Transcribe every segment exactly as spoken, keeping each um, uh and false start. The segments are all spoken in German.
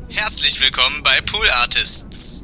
Herzlich willkommen bei Pool Artists.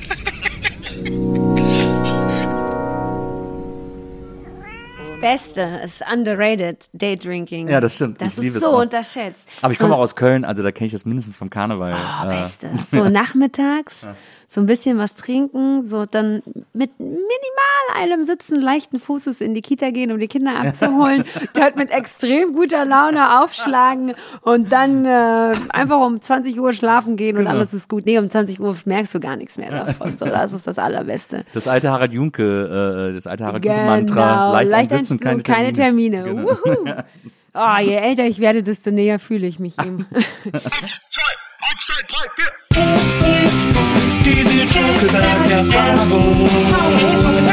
Das Beste ist underrated Daydrinking. Ja, das stimmt. Das ich liebe ist so es auch. unterschätzt. Aber ich so, komme auch aus Köln, also da kenne ich das mindestens vom Karneval. Oh, äh, Beste. So nachmittags, Ja. so ein bisschen was trinken, so dann mit minimal einem Sitzen leichten Fußes in die Kita gehen, um die Kinder abzuholen, dort mit extrem guter Laune aufschlagen und dann äh, einfach um zwanzig Uhr schlafen gehen und Genau. alles ist gut. Nee, um zwanzig Uhr merkst du gar nichts mehr davon. So, das ist das Allerbeste. Das alte Harald Junke, äh, das alte Harald Genau, Junke-Mantra. Leicht, leicht einsitzen, keine Einsitzen, keine Termine. Termine. Genau. Wuhu. Oh, je älter ich werde, desto näher fühle ich mich ihm. Eins, zwei, eins, zwei, drei, vier. Diese Schokolade-Erfahrung.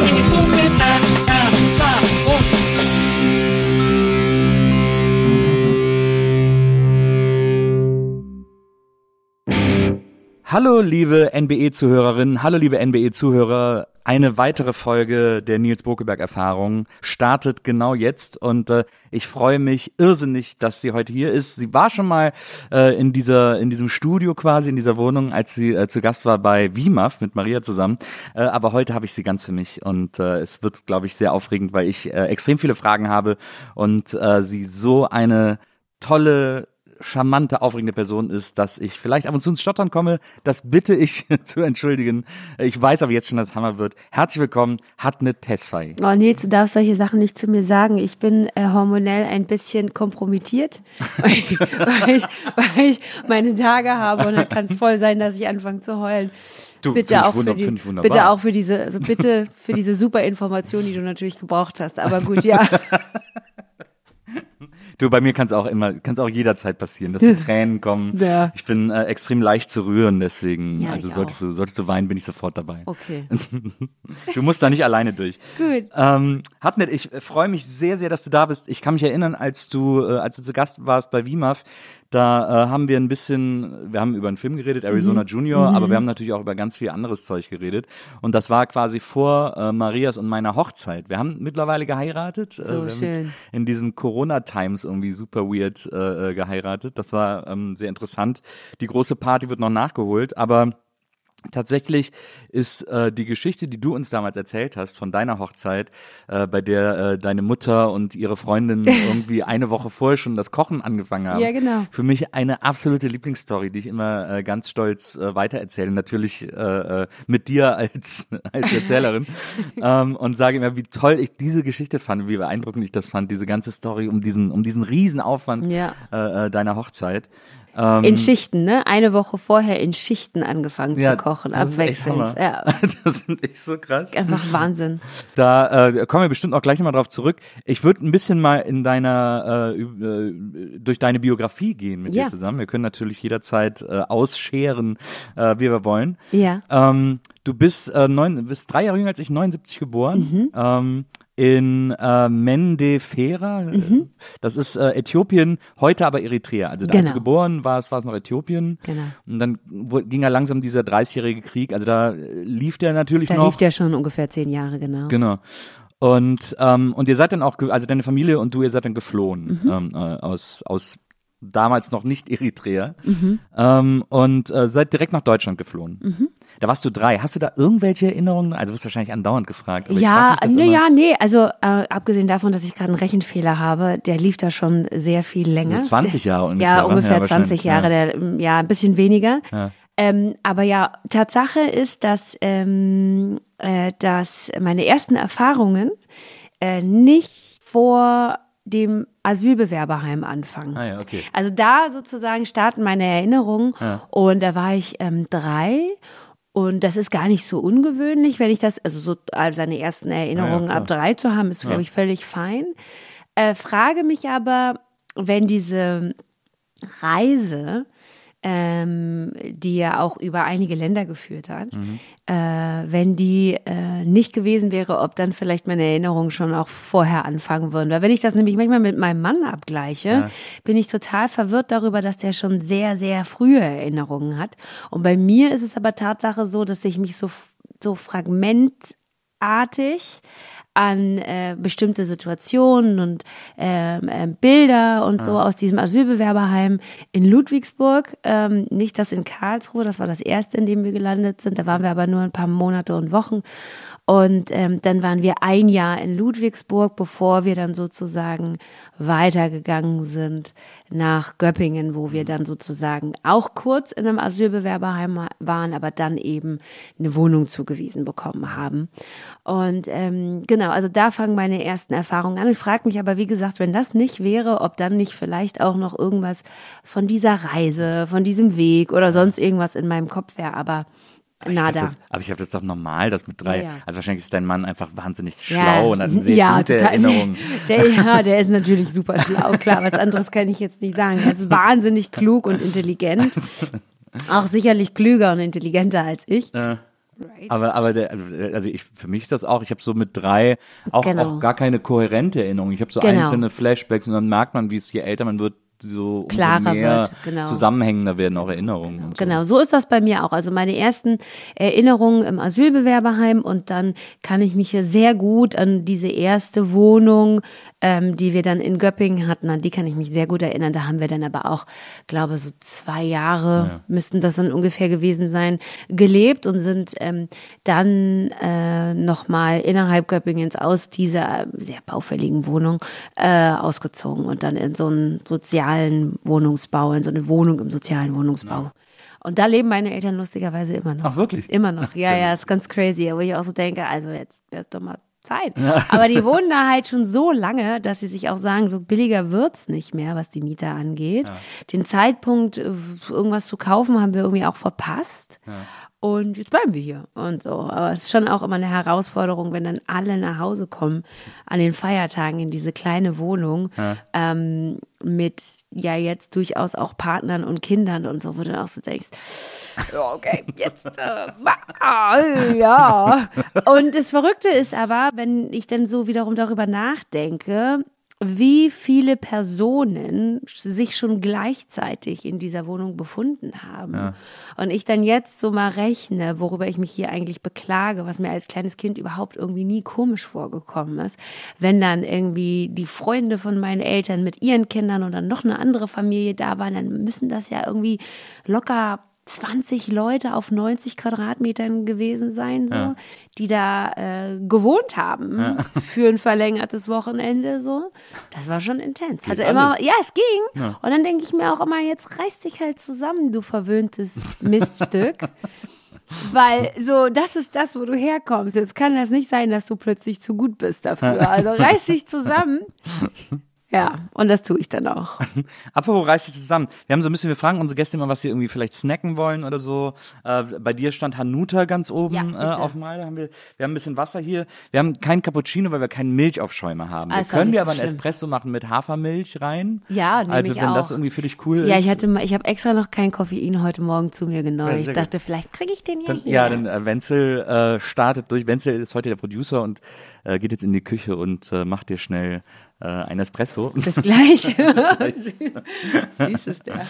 Hallo liebe N B E-Zuhörerinnen, hallo liebe N B E-Zuhörer. Eine weitere Folge der Nils Bokelberg-Erfahrung startet genau jetzt und äh, ich freue mich irrsinnig, dass sie heute hier ist. Sie war schon mal äh, in dieser in diesem Studio quasi, in dieser Wohnung, als sie äh, zu Gast war bei W I M A F mit Maria zusammen. Äh, aber heute habe ich sie ganz für mich und äh, es wird, glaube ich, sehr aufregend, weil ich äh, extrem viele Fragen habe und äh, sie so eine tolle, charmante, aufregende Person ist, dass ich vielleicht ab und zu ins Stottern komme. Das bitte ich zu entschuldigen. Ich weiß aber jetzt schon, dass es Hammer wird. Herzlich willkommen, Hatne Tesfaye. Oh Nils, du darfst solche Sachen nicht zu mir sagen. Ich bin äh, hormonell ein bisschen kompromittiert, weil ich, weil, ich, weil ich meine Tage habe und dann kann es voll sein, dass ich anfange zu heulen. Du, bitte find ich auch für wunder- die, find ich wunderbar. bitte auch für diese, also bitte für diese super Information, die du natürlich gebraucht hast. Aber gut, ja. Du, bei mir kann es auch immer, kann es auch jederzeit passieren, dass die Tränen kommen. Ja. Ich bin äh, extrem leicht zu rühren, deswegen, Ja, also ich solltest auch. du, solltest du weinen, bin ich sofort dabei. Okay. Du musst da nicht alleine durch. Gut. Ähm, Hatnet, ich äh, freue mich sehr, sehr, dass du da bist. Ich kann mich erinnern, als du, äh, als du zu Gast warst bei W I M A F, da äh, haben wir ein bisschen, wir haben über einen Film geredet, Arizona Mhm. Junior, Mhm. aber wir haben natürlich auch über ganz viel anderes Zeug geredet. Und das war quasi vor äh, Marias und meiner Hochzeit. Wir haben mittlerweile geheiratet. So äh, wir haben schön. jetzt in diesen Corona-Times irgendwie super weird äh, äh, geheiratet. Das war ähm, sehr interessant. Die große Party wird noch nachgeholt, aber tatsächlich ist äh, die Geschichte, die du uns damals erzählt hast von deiner Hochzeit, äh, bei der äh, deine Mutter und ihre Freundin irgendwie eine Woche vorher schon das Kochen angefangen haben. Ja, genau. Für mich eine absolute Lieblingsstory, die ich immer äh, ganz stolz äh, weitererzähle. Natürlich äh, äh, mit dir als als Erzählerin ähm, und sage immer, wie toll ich diese Geschichte fand, wie beeindruckend ich das fand, diese ganze Story um diesen um diesen Riesenaufwand Ja. äh, äh, deiner Hochzeit. Ähm, In Schichten, ne? Eine Woche vorher in Schichten angefangen ja, zu kochen, das ist echt abwechselnd. Hammer. Ja, Das finde ich so krass. einfach Wahnsinn. Da äh, kommen wir bestimmt auch gleich nochmal drauf zurück. Ich würde ein bisschen mal in deiner, äh, äh, durch deine Biografie gehen mit Ja. dir zusammen. Wir können natürlich jederzeit äh, ausscheren, äh, wie wir wollen. Ja. Ähm, du bist, äh, neun, bist drei Jahre jünger als ich, neunundsiebzig geboren. Mhm. Ähm, in äh, Mendefera, das ist äh, Äthiopien, heute aber Eritrea. Also da, als Genau. du geboren warst, war es noch Äthiopien. Genau. Und dann wo- ging ja langsam dieser dreißigjährige Krieg. Also da äh, lief der natürlich Da noch. lief der schon ungefähr zehn Jahre, genau. Genau. Und ähm, und ihr seid dann auch, ge- also deine Familie und du, ihr seid dann geflohen ähm, äh, aus aus damals noch nicht Eritrea ähm, und äh, seid direkt nach Deutschland geflohen. Da warst du drei. Hast du da irgendwelche Erinnerungen? Also wirst du wahrscheinlich andauernd gefragt. Aber ich Ja, frag mich das ne, immer. ja, nee, also äh, abgesehen davon, dass ich gerade einen Rechenfehler habe, der lief da schon sehr viel länger. So zwanzig Jahre ungefähr. Ja, wa? ungefähr Ja, zwanzig wahrscheinlich, Jahre, ja. der, ja, ein bisschen weniger. Ja. Ähm, aber ja, Tatsache ist, dass, ähm, äh, dass meine ersten Erfahrungen äh, nicht vor dem Asylbewerberheim anfangen. Ah ja, okay. Also da sozusagen starten meine Erinnerungen Ja. und da war ich ähm, drei und das ist gar nicht so ungewöhnlich, wenn ich das, also so all seine ersten Erinnerungen klar. ab drei zu haben, ist, glaube Ja. ich, völlig fein. Äh, frage mich aber, wenn diese Reise, ähm, die ja auch über einige Länder geführt hat, Mhm. äh, wenn die äh, nicht gewesen wäre, ob dann vielleicht meine Erinnerungen schon auch vorher anfangen würden. Weil wenn ich das nämlich manchmal mit meinem Mann abgleiche, Ja. bin ich total verwirrt darüber, dass der schon sehr, sehr frühe Erinnerungen hat. Und bei mir ist es aber Tatsache so, dass ich mich so, so fragmentartig an äh, bestimmte Situationen und äh, äh, Bilder und so aus diesem Asylbewerberheim in Ludwigsburg. Ähm, nicht das in Karlsruhe, das war das erste, in dem wir gelandet sind. Da waren wir aber nur ein paar Monate und Wochen. Und ähm, dann waren wir ein Jahr in Ludwigsburg, bevor wir dann sozusagen weitergegangen sind nach Göppingen, wo wir dann sozusagen auch kurz in einem Asylbewerberheim waren, aber dann eben eine Wohnung zugewiesen bekommen haben. Und ähm, genau, also da fangen meine ersten Erfahrungen an. Ich frage mich aber, wie gesagt, wenn das nicht wäre, ob dann nicht vielleicht auch noch irgendwas von dieser Reise, von diesem Weg oder sonst irgendwas in meinem Kopf wäre, aber Aber ich nada. glaub, das, aber ich glaube, das ist doch normal, dass mit drei, Ja, ja. also wahrscheinlich ist dein Mann einfach wahnsinnig Ja. schlau und hat eine sehr Ja, gute total. Erinnerung. Der, ja, der ist natürlich super schlau, klar, was anderes kann ich jetzt nicht sagen. Er ist wahnsinnig klug und intelligent, auch sicherlich klüger und intelligenter als ich. Äh, aber aber der, also ich, für mich ist das auch, ich habe so mit drei auch, Genau. auch gar keine kohärente Erinnerung. Ich habe so Genau. einzelne Flashbacks und dann merkt man, wie es je älter man wird, so umso Klarer mehr wird, genau. zusammenhängender werden auch Erinnerungen. Und so. Genau, so ist das bei mir auch. Also meine ersten Erinnerungen im Asylbewerberheim und dann kann ich mich hier sehr gut an diese erste Wohnung, ähm, die wir dann in Göppingen hatten, an die kann ich mich sehr gut erinnern. Da haben wir dann aber auch, glaube so zwei Jahre, Ja. müssten das dann ungefähr gewesen sein, gelebt und sind ähm, dann äh, nochmal innerhalb Göppingens aus dieser sehr baufälligen Wohnung äh, ausgezogen und dann in so einen sozialen Wohnungsbau, in so eine Wohnung im sozialen Wohnungsbau. Und da leben meine Eltern lustigerweise immer noch. Ach, wirklich? Immer noch. Ja, Sehr ja, gut. ist ganz crazy. Wo ich auch so denke, also jetzt wäre es doch mal Zeit. Aber die wohnen da halt schon so lange, dass sie sich auch sagen, so billiger wird's nicht mehr, was die Miete angeht. Ja. Den Zeitpunkt, äh, irgendwas zu kaufen, haben wir irgendwie auch verpasst. Ja. Und jetzt bleiben wir hier und so. Aber es ist schon auch immer eine Herausforderung, wenn dann alle nach Hause kommen an den Feiertagen in diese kleine Wohnung Ja. ähm, mit ja jetzt durchaus auch Partnern und Kindern und so, wo du dann auch so denkst, ja, okay, jetzt, äh, ah, ja. Und das Verrückte ist aber, wenn ich dann so wiederum darüber nachdenke, wie viele Personen sich schon gleichzeitig in dieser Wohnung befunden haben. Ja. Und ich dann jetzt so mal rechne, worüber ich mich hier eigentlich beklage, was mir als kleines Kind überhaupt irgendwie nie komisch vorgekommen ist, wenn dann irgendwie die Freunde von meinen Eltern mit ihren Kindern und dann noch eine andere Familie da waren, dann müssen das ja irgendwie locker zwanzig Leute auf neunzig Quadratmetern gewesen sein, so, Ja. die da äh, gewohnt haben Ja. für ein verlängertes Wochenende, so. Das war schon intens. Hatte Geht immer, alles. ja, es ging. Ja. Und dann denke ich mir auch immer, jetzt reiß dich halt zusammen, du verwöhntes Miststück. Weil so, das ist das, wo du herkommst. Jetzt kann das nicht sein, dass du plötzlich zu gut bist dafür. Also reiß dich zusammen. Ja, und das tue ich dann auch. Apropos reiß dich zusammen. Wir haben so ein bisschen, wir fragen unsere Gäste immer, was sie irgendwie vielleicht snacken wollen oder so. Äh, bei dir stand Hanuta ganz oben Ja, äh, bitte. auf dem Mai. Da haben wir, wir haben ein bisschen Wasser hier. Wir haben kein Cappuccino, weil wir keinen Milchaufschäumer haben. Ah, Wir ist auch können nicht wir so aber einen schlimm. Espresso machen mit Hafermilch rein. Ja, nehme Also ich wenn auch. das irgendwie für dich cool ist. Ja, ich hatte mal, ich habe extra noch kein Koffein heute Morgen zu mir genommen. Ja, Ich sehr dachte, vielleicht kriege ich den ja Dann, hier. ja, dann äh, Wenzel äh, startet durch. Wenzel ist heute der Producer und äh, geht jetzt in die Küche und äh, macht dir schnell äh, ein Espresso. Das Gleiche. Süß ist der.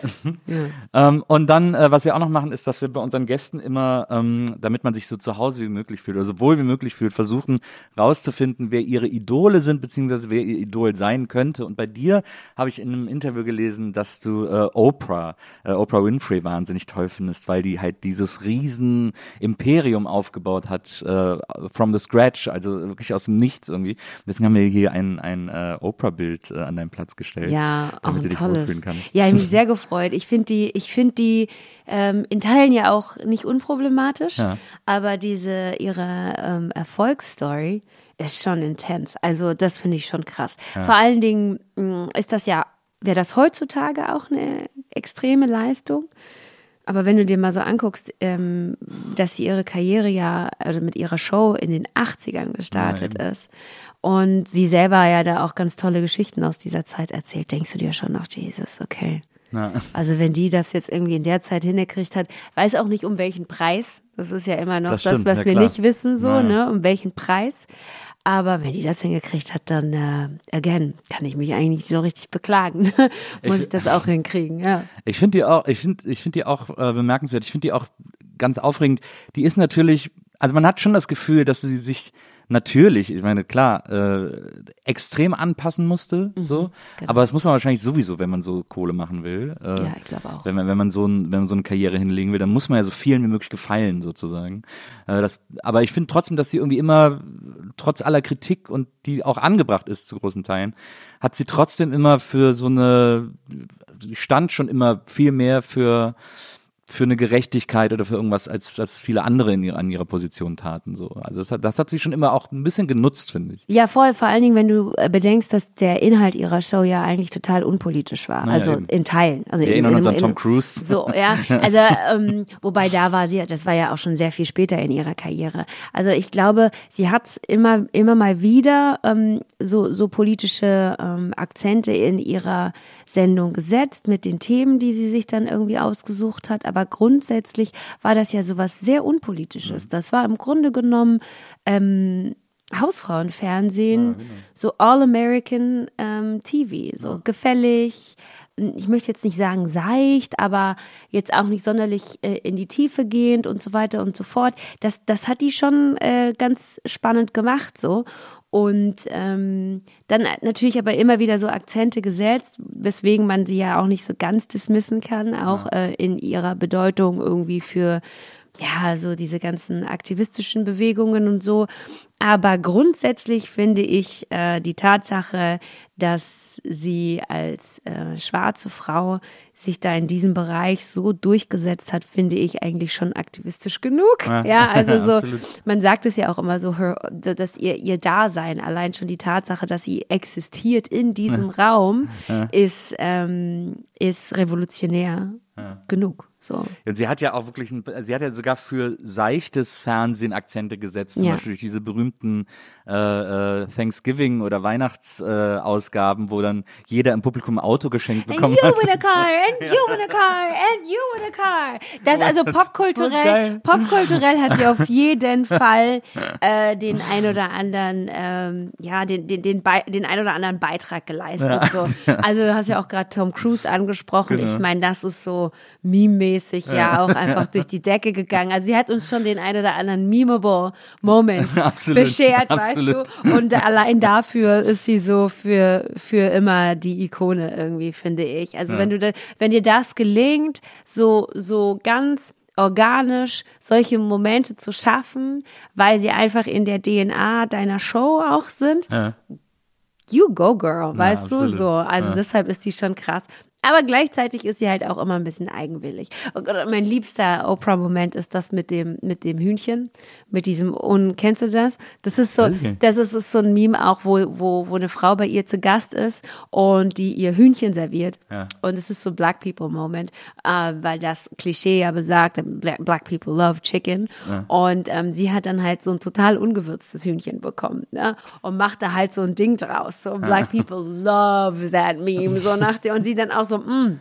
Ähm, und dann, äh, was wir auch noch machen, ist, dass wir bei unseren Gästen immer, ähm, damit man sich so zu Hause wie möglich fühlt, oder so wohl wie möglich fühlt, versuchen rauszufinden, wer ihre Idole sind, beziehungsweise wer ihr Idol sein könnte. Und bei dir habe ich in einem Interview gelesen, dass du äh, Oprah, äh, Oprah Winfrey wahnsinnig toll findest, weil die halt dieses riesen Imperium aufgebaut hat, äh, from the scratch, also wirklich aus dem Nichts irgendwie. Deswegen haben wir hier ein, ein äh, Oprah-Bild äh, an deinen Platz gestellt. Ja, auch damit ein du dich tolles. wohlfühlen kannst. Ja, ich habe mich sehr gefreut. Ich finde die, ich finde die ähm, in Teilen ja auch nicht unproblematisch, Ja. aber diese ihre ähm, Erfolgsstory ist schon intens. Also das finde ich schon krass. Vor allen Dingen mh, ist das ja, wäre das heutzutage auch eine extreme Leistung. Aber wenn du dir mal so anguckst, ähm, dass sie ihre Karriere ja, also mit ihrer Show in den achtzigern gestartet Ja, ist und sie selber ja da auch ganz tolle Geschichten aus dieser Zeit erzählt, denkst du dir schon noch, Jesus, okay. Ja. Also wenn die das jetzt irgendwie in der Zeit hingekriegt hat, weiß auch nicht um welchen Preis, das ist ja immer noch Das das, stimmt, was ja wir klar. nicht wissen, so, Ja, ja. ne, um welchen Preis. Aber wenn die das hingekriegt hat, dann, äh, again, kann ich mich eigentlich nicht so richtig beklagen. Muss Ich- ich das auch hinkriegen, ja. Ich finde die auch, ich finde, ich finde die auch äh, bemerkenswert. Ich finde die auch ganz aufregend. Die ist natürlich, also man hat schon das Gefühl, dass sie sich natürlich, ich meine, klar, äh, extrem anpassen musste, mhm, so. Genau. Aber das muss man wahrscheinlich sowieso, wenn man so Kohle machen will. Äh, ja, ich glaube auch. Wenn man, wenn man so ein, wenn man so eine Karriere hinlegen will, dann muss man ja so vielen wie möglich gefallen, sozusagen. Äh, das, aber ich finde trotzdem, dass sie irgendwie immer, trotz aller Kritik und die auch angebracht ist zu großen Teilen, hat sie trotzdem immer für so eine, stand schon immer viel mehr für für eine Gerechtigkeit oder für irgendwas, als, als viele andere in ihrer, an ihrer Position taten. So. Also das hat, das hat sie schon immer auch ein bisschen genutzt, finde ich. Ja, voll, vor allen Dingen, wenn du bedenkst, dass der Inhalt ihrer Show ja eigentlich total unpolitisch war. Naja, also eben. in Teilen. Also Wir in, erinnern in, uns an in, Tom Cruise. So, ja. Also, ähm, wobei da war sie, das war ja auch schon sehr viel später in ihrer Karriere. Also ich glaube, sie hat immer, immer mal wieder ähm, so, so politische ähm, Akzente in ihrer Sendung gesetzt mit den Themen, die sie sich dann irgendwie ausgesucht hat. Aber grundsätzlich war das ja sowas sehr Unpolitisches. Das war im Grunde genommen ähm, Hausfrauenfernsehen, ja, genau. So All-American ähm, T V, so ja. gefällig. Ich möchte jetzt nicht sagen seicht, aber jetzt auch nicht sonderlich äh, in die Tiefe gehend und so weiter und so fort. Das, das hat die schon äh, ganz spannend gemacht so. Und ähm, dann natürlich aber immer wieder so Akzente gesetzt, weswegen man sie ja auch nicht so ganz dismissen kann, auch ja. äh, in ihrer Bedeutung irgendwie für, ja, so diese ganzen aktivistischen Bewegungen und so. Aber grundsätzlich finde ich äh, die Tatsache, dass sie als äh, schwarze Frau sich da in diesem Bereich so durchgesetzt hat, finde ich eigentlich schon aktivistisch genug. Ja, ja also so, man sagt es ja auch immer so, her, dass ihr, ihr Dasein, allein schon die Tatsache, dass sie existiert in diesem ja. Raum, ja. ist, ähm, ist revolutionär ja. genug. So. Und sie hat ja auch wirklich, ein, sie hat ja sogar für seichtes Fernsehen Akzente gesetzt, zum ja. Beispiel durch diese berühmten äh, äh, Thanksgiving- oder Weihnachtsausgaben, äh, wo dann jeder im Publikum ein Auto geschenkt bekommen and you hat. With a car, and you with a car, and you with a car. Das also popkulturell, so popkulturell hat sie auf jeden Fall äh, den ein oder anderen, ähm, ja, den den den, Be- den ein oder anderen Beitrag geleistet. Ja. So. Also du hast ja auch gerade Tom Cruise angesprochen. Genau. Ich meine, das ist so meme-mäßig ja. ja auch einfach durch die Decke gegangen. Also sie hat uns schon den ein oder anderen memeable Moment beschert, weißt du? Und allein dafür ist sie so für für immer die Ikone irgendwie, finde ich. Also ja. wenn du da, wenn dir das gelingt, so so ganz organisch solche Momente zu schaffen, weil sie einfach in der D N A deiner Show auch sind, ja. you go girl, weißt ja, du so. Also ja. deshalb ist die schon krass. Aber gleichzeitig ist sie halt auch immer ein bisschen eigenwillig. Und mein liebster Oprah-Moment ist das mit dem mit dem Hühnchen, mit diesem und kennst du das? Das ist so, okay. das ist, ist so ein Meme auch, wo wo wo eine Frau bei ihr zu Gast ist und die ihr Hühnchen serviert. Ja. Und es ist so Black People Moment, äh, weil das Klischee ja besagt, Black, Black People love chicken. Ja. Und ähm, sie hat dann halt so ein total ungewürztes Hühnchen bekommen, ne? Und macht da halt so ein Ding draus. So Black ja. People love that meme. So nach der, und sie dann auch so So, mm.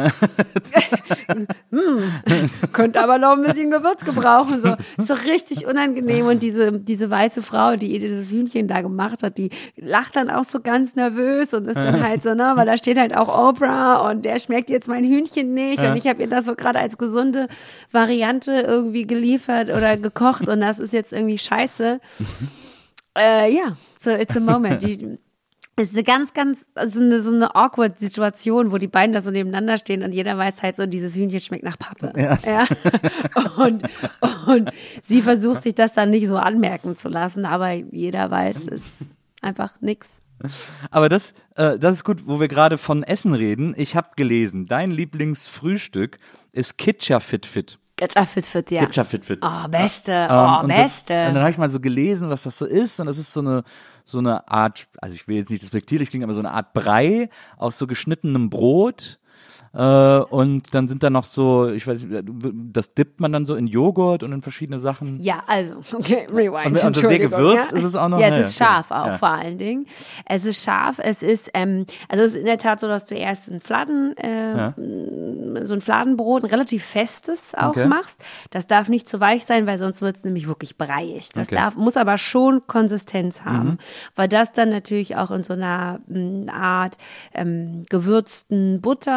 mm. Könnte aber noch ein bisschen Gewürz gebrauchen. So, so richtig unangenehm. Und diese, diese weiße Frau, die ihr dieses Hühnchen da gemacht hat, die lacht dann auch so ganz nervös und ist dann halt so, ne, weil da steht halt auch Oprah und der schmeckt jetzt mein Hühnchen nicht. Und ich habe ihr das so gerade als gesunde Variante irgendwie geliefert oder gekocht und das ist jetzt irgendwie scheiße. äh, ja, so it's a moment. Die, Es ist eine ganz, ganz, also eine, so eine awkward Situation, wo die beiden da so nebeneinander stehen und jeder weiß halt so, dieses Hühnchen schmeckt nach Pappe. Ja. ja. Und, und sie versucht sich das dann nicht so anmerken zu lassen, aber jeder weiß, es ist einfach nix. Aber das, äh, das ist gut, wo wir gerade von Essen reden. Ich habe gelesen, dein Lieblingsfrühstück ist Kitcha Fit Fit. Kitcha Fit Fit, ja. Kitcha Fit Fit. Oh, beste, ja. oh, ähm, beste. Das, und dann habe ich mal so gelesen, was das so ist und das ist so eine so eine Art, also ich will jetzt nicht despektierlich klingen, aber so eine Art Brei aus so geschnittenem Brot. Äh, und dann sind da noch so, ich weiß nicht, das dippt man dann so in Joghurt und in verschiedene Sachen. Ja, also, okay, rewind. Und, und das sehr gewürzt ja. ist es auch noch. Ja, naja, es ist scharf okay. auch ja. vor allen Dingen. Es ist scharf, es ist, ähm, also es ist in der Tat so, dass du erst ein Fladen, äh, ja. so ein Fladenbrot, ein relativ festes auch okay. machst. Das darf nicht zu weich sein, weil sonst wird es nämlich wirklich breiig. Das okay. darf, muss aber schon Konsistenz haben, mhm. weil das dann natürlich auch in so einer m, Art ähm, gewürzten Butter,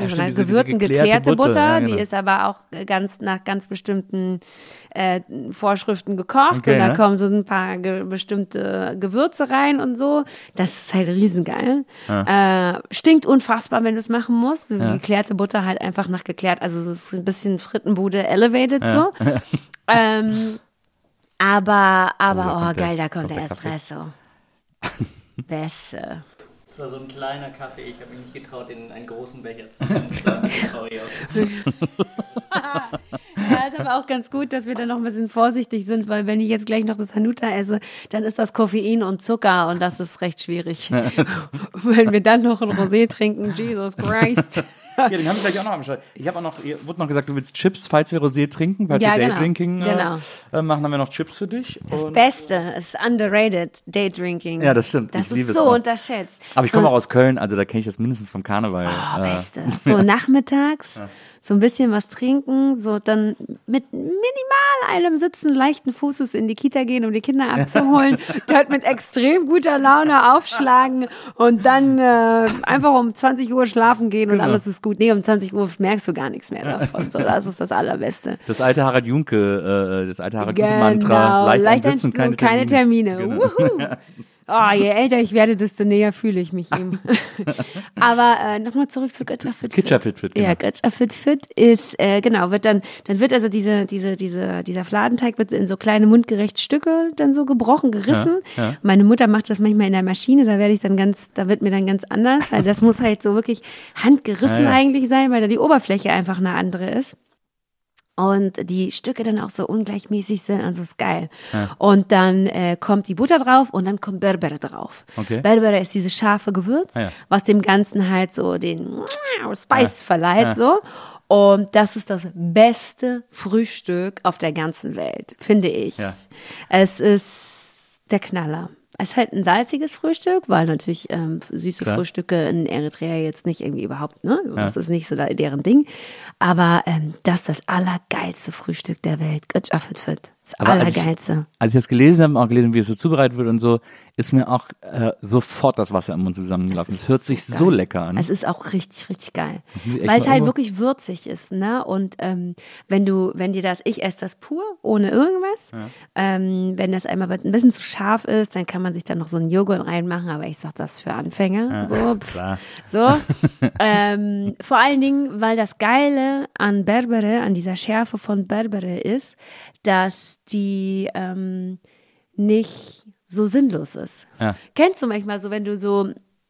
ja, stimmt, diese, gewürten diese geklärte Butter, Butter ja, genau. die ist aber auch ganz nach ganz bestimmten äh, Vorschriften gekocht Okay, und da ne? kommen so ein paar ge- bestimmte Gewürze rein und so. Das ist halt riesengeil. Ja. Äh, stinkt unfassbar, wenn du es machen musst. Ja. Geklärte Butter halt einfach nach geklärt, also es ist ein bisschen Frittenbude elevated ja. so. ähm, aber, aber, oh, oh geil, da kommt der, der Espresso. Beste. Das war so ein kleiner Kaffee, ich habe mich nicht getraut, in einen großen Becher zu nehmen. Sorry. Ja, ist aber auch ganz gut, dass wir da noch ein bisschen vorsichtig sind, weil wenn ich jetzt gleich noch das Hanuta esse, dann ist das Koffein und Zucker und das ist recht schwierig. Wenn wir dann noch ein Rosé trinken, Jesus Christ. Ja, den haben wir gleich auch noch am Start. Ich habe auch noch, ihr wurde noch gesagt, du willst Chips, falls wir Rosé trinken, falls ja, wir genau. Daydrinking äh, genau. äh, machen, haben wir noch Chips für dich. Das und Beste ist underrated, Daydrinking. Ja, das stimmt. Das ich ist liebe so es unterschätzt. Aber ich so, komme auch aus Köln, also da kenne ich das mindestens vom Karneval. Oh, äh. Beste. So nachmittags, ja. so ein bisschen was trinken, so dann mit minimal einem Sitzen leichten Fußes in die Kita gehen, um die Kinder abzuholen, dort mit extrem guter Laune aufschlagen und dann äh, einfach um zwanzig Uhr schlafen gehen und genau. alles ist gut. Nee, um zwanzig Uhr merkst du gar nichts mehr davon. So, das ist das Allerbeste. Das alte Harald Junke, äh, das alte Harald genau. Junke-Mantra. Leicht, Leicht einsitzen, keine Termine. Keine Termine. Genau. Oh, je älter ich werde, desto näher fühle ich mich ihm. Aber äh, nochmal zurück zu Götter Fit Fit. Kitcher Fit Fit, genau. Ja, Götter Fit Fit ist, äh, genau, wird dann, dann wird also diese, diese, diese, dieser Fladenteig wird in so kleine mundgerechte Stücke dann so gebrochen, gerissen. Ja, ja. Meine Mutter macht das manchmal in der Maschine, da werde ich dann ganz, da wird mir dann ganz anders, weil das muss halt so wirklich handgerissen ja, ja. eigentlich sein, weil da die Oberfläche einfach eine andere ist. Und die Stücke dann auch so ungleichmäßig sind, also ist geil. Ja. Und dann äh, kommt die Butter drauf und dann kommt Berbere drauf. Okay. Berbere ist dieses scharfe Gewürz, ja. was dem Ganzen halt so den Spice ja. verleiht, ja. so. Und das ist das beste Frühstück auf der ganzen Welt, finde ich. Ja. Es ist der Knaller. Es ist halt ein salziges Frühstück, weil natürlich ähm, süße Klar. Frühstücke in Eritrea jetzt nicht irgendwie überhaupt, ne? Also das ja. ist nicht so da, deren Ding. Aber ähm, das ist das allergeilste Frühstück der Welt. Götter Fit Fit. Das Aber Allergeilste. Als ich, als ich das gelesen habe, auch gelesen, wie es so zubereitet wird und so, ist mir auch äh, sofort das Wasser im Mund zusammengelaufen. Es hört sich so, so lecker an. Es ist auch richtig, richtig geil. Weil es halt irgendwo wirklich würzig ist, ne? Und ähm, wenn du, wenn dir das, ich esse das pur, ohne irgendwas. Ja. Ähm, wenn das einmal ein bisschen zu scharf ist, dann kann man sich da noch so einen Joghurt reinmachen, aber ich sag das für Anfänger. Ja, so, pff, so. ähm, vor allen Dingen, weil das Geile an Berbere, an dieser Schärfe von Berbere ist, dass die ähm, nicht so sinnlos ist. Ja. Kennst du manchmal so, wenn du so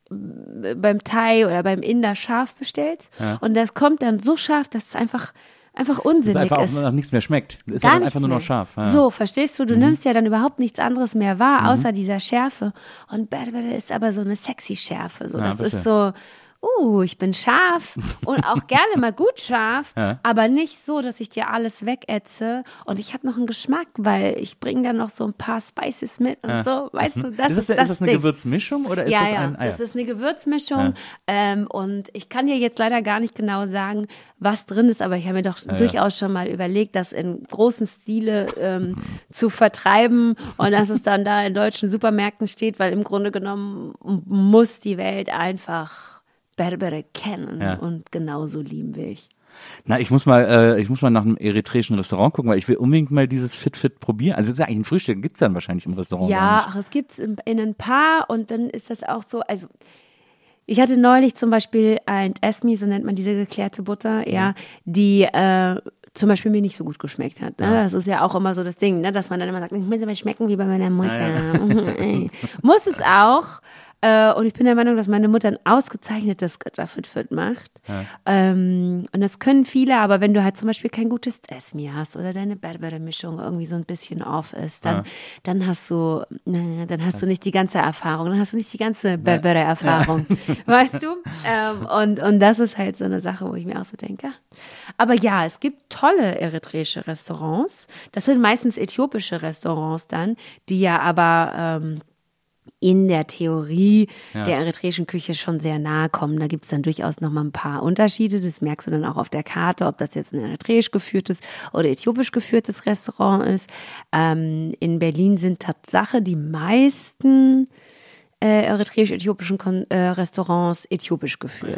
beim Thai oder beim Inder scharf bestellst ja. und das kommt dann so scharf, dass es einfach einfach unsinnig ist. Einfach ist. Auch nichts mehr schmeckt. Es ist Gar ja dann einfach nur noch scharf. Ja. So, verstehst du? Du mhm. nimmst ja dann überhaupt nichts anderes mehr wahr, mhm. außer dieser Schärfe. Und Berbere ist aber so eine sexy Schärfe. So, ja, das bitte. Ist so, uh, ich bin scharf und auch gerne mal gut scharf, ja. aber nicht so, dass ich dir alles wegätze. Und ich habe noch einen Geschmack, weil ich bringe dann noch so ein paar Spices mit und ja. so. Weißt du, das ist, ist das, das Ist das eine Ding. Gewürzmischung oder ist ja, das ja, ein... Ah, ja, das ist eine Gewürzmischung. Ja. Ähm, und ich kann dir jetzt leider gar nicht genau sagen, was drin ist, aber ich habe mir doch ja, durchaus ja. schon mal überlegt, das in großen Stile ähm, zu vertreiben und dass es dann da in deutschen Supermärkten steht, weil im Grunde genommen muss die Welt einfach Berbere kennen ja. und genauso lieben wir ich. Na, ich muss mal, äh, ich muss mal nach einem eritreischen Restaurant gucken, weil ich will unbedingt mal dieses Fit Fit probieren. Also es ist ja eigentlich ein Frühstück, gibt's dann wahrscheinlich im Restaurant. Ja, ach, es gibt's in, in ein paar und dann ist das auch so, also ich hatte neulich zum Beispiel ein Esmi, so nennt man diese geklärte Butter, ja, die äh, zum Beispiel mir nicht so gut geschmeckt hat. Ne? Ja. Das ist ja auch immer so das Ding, ne? Dass man dann immer sagt, ich will aber schmecken wie bei meiner Mutter. Ja, ja. Muss es auch. Äh, und ich bin der Meinung, dass meine Mutter ein ausgezeichnetes Götter Fit Fit macht. Ja. Ähm, und das können viele, aber wenn du halt zum Beispiel kein gutes Esmi hast oder deine Berbere-Mischung irgendwie so ein bisschen off ist, dann, ja. dann hast du, ne, dann hast du nicht die ganze Erfahrung, dann hast du nicht die ganze Berbere-Erfahrung. Ja. Weißt du? Ähm, und, und das ist halt so eine Sache, wo ich mir auch so denke. Aber ja, es gibt tolle eritreische Restaurants. Das sind meistens äthiopische Restaurants dann, die ja aber ähm, in der Theorie ja. der eritreischen Küche schon sehr nahe kommen. Da gibt es dann durchaus noch mal ein paar Unterschiede. Das merkst du dann auch auf der Karte, ob das jetzt ein eritreisch geführtes oder äthiopisch geführtes Restaurant ist. Ähm, in Berlin sind Tatsache die meisten äh, eritreisch-äthiopischen Kon- äh, Restaurants äthiopisch geführt.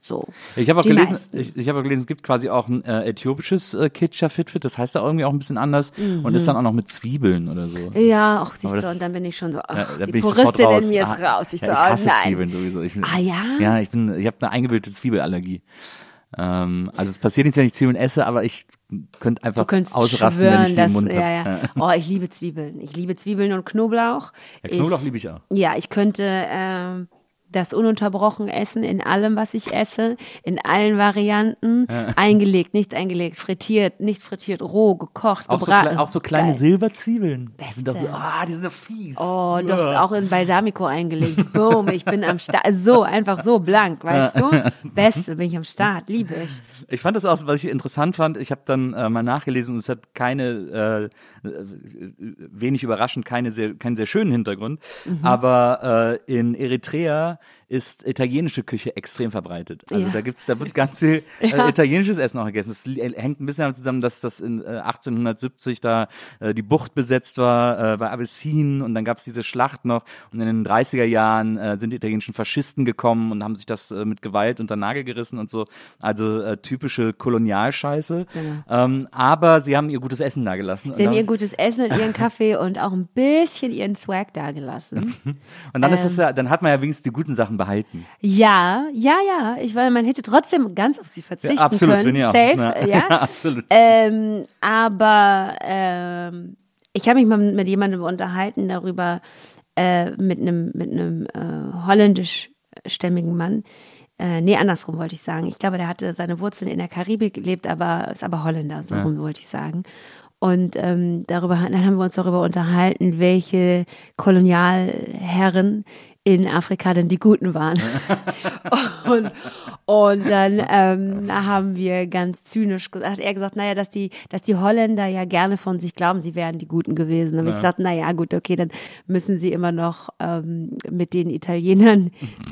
So. Ich habe auch Die gelesen, meisten. ich, ich habe auch gelesen, es gibt quasi auch ein äh, äthiopisches äh, Kitscher Fitfit, das heißt da irgendwie auch ein bisschen anders und ist dann auch noch mit Zwiebeln oder so. Ja, auch siehst Aber du, das- und dann bin ich schon so, ach, Ja, da die bin ich sofort Puristin raus. in mir ist Ah, raus. Ich ja, so, ich oh, hasse nein. Zwiebeln sowieso. Ich, Ah ja? Ja, ich bin, ich habe eine eingebildete Zwiebelallergie. Ähm, also es passiert nicht, wenn ich Zwiebeln esse, aber ich könnte Du einfach könntest ausrasten, schwören, wenn ich sie dass, im Mund habe. ja, ja. Oh, ich liebe Zwiebeln. Ich liebe Zwiebeln und Knoblauch. Ja, Knoblauch liebe ich auch. Ja, ich könnte ähm, das ununterbrochen essen in allem, was ich esse, in allen Varianten, eingelegt, nicht eingelegt, frittiert, nicht frittiert, roh, gekocht, Auch so, gebraten. klei- auch so kleine Geil. Silberzwiebeln. Die sind doch so, Beste. ah, die sind doch fies. Oh, doch, auch in Balsamico eingelegt. Boom, ich bin am Start. So, einfach so blank, weißt du? Beste, bin ich am Start, liebe ich. Ich fand das auch, was ich interessant fand, ich habe dann äh, mal nachgelesen und es hat keine, äh, äh, wenig überraschend, keine sehr, keinen sehr schönen Hintergrund, Mhm. aber äh, in Eritrea ist italienische Küche extrem verbreitet. Also Ja. da gibt's, da wird ganz viel äh, Ja. italienisches Essen auch gegessen. Es li- hängt ein bisschen damit zusammen, dass das in äh, achtzehnhundertsiebzig da äh, die Bucht besetzt war äh, bei Abessin und dann gab's diese Schlacht noch und in den dreißiger Jahren äh, sind die italienischen Faschisten gekommen und haben sich das äh, mit Gewalt unter den Nagel gerissen und so. Also äh, typische Kolonialscheiße. Ähm, aber sie haben ihr gutes Essen da gelassen. Sie haben und ihr dann- gutes Essen und ihren Kaffee und auch ein bisschen ihren Swag dagelassen. und dann ist ähm, es ja, dann hat man ja wenigstens die guten Sachen behalten. Ja, ja, ja. Ich weil man hätte trotzdem ganz auf sie verzichten Ja, absolut, können. bin ich auch. Safe, Ja. ja. Absolut. Ähm, aber ähm, ich habe mich mal mit jemandem unterhalten darüber, äh, mit einem mit einem äh, holländischstämmigen Mann. Äh, nee, andersrum wollte ich sagen. Ich glaube, der hatte seine Wurzeln in der Karibik gelebt, aber ist aber Holländer, so rum wollte ich sagen. Und ähm, darüber, dann haben wir uns darüber unterhalten, welche Kolonialherren in Afrika denn die Guten waren. und, und dann ähm, haben wir ganz zynisch gesagt, hat er gesagt, naja, dass die, dass die Holländer ja gerne von sich glauben, sie wären die Guten gewesen. Und ich dachte, naja, gut, okay, dann müssen sie immer noch ähm, mit den Italienern,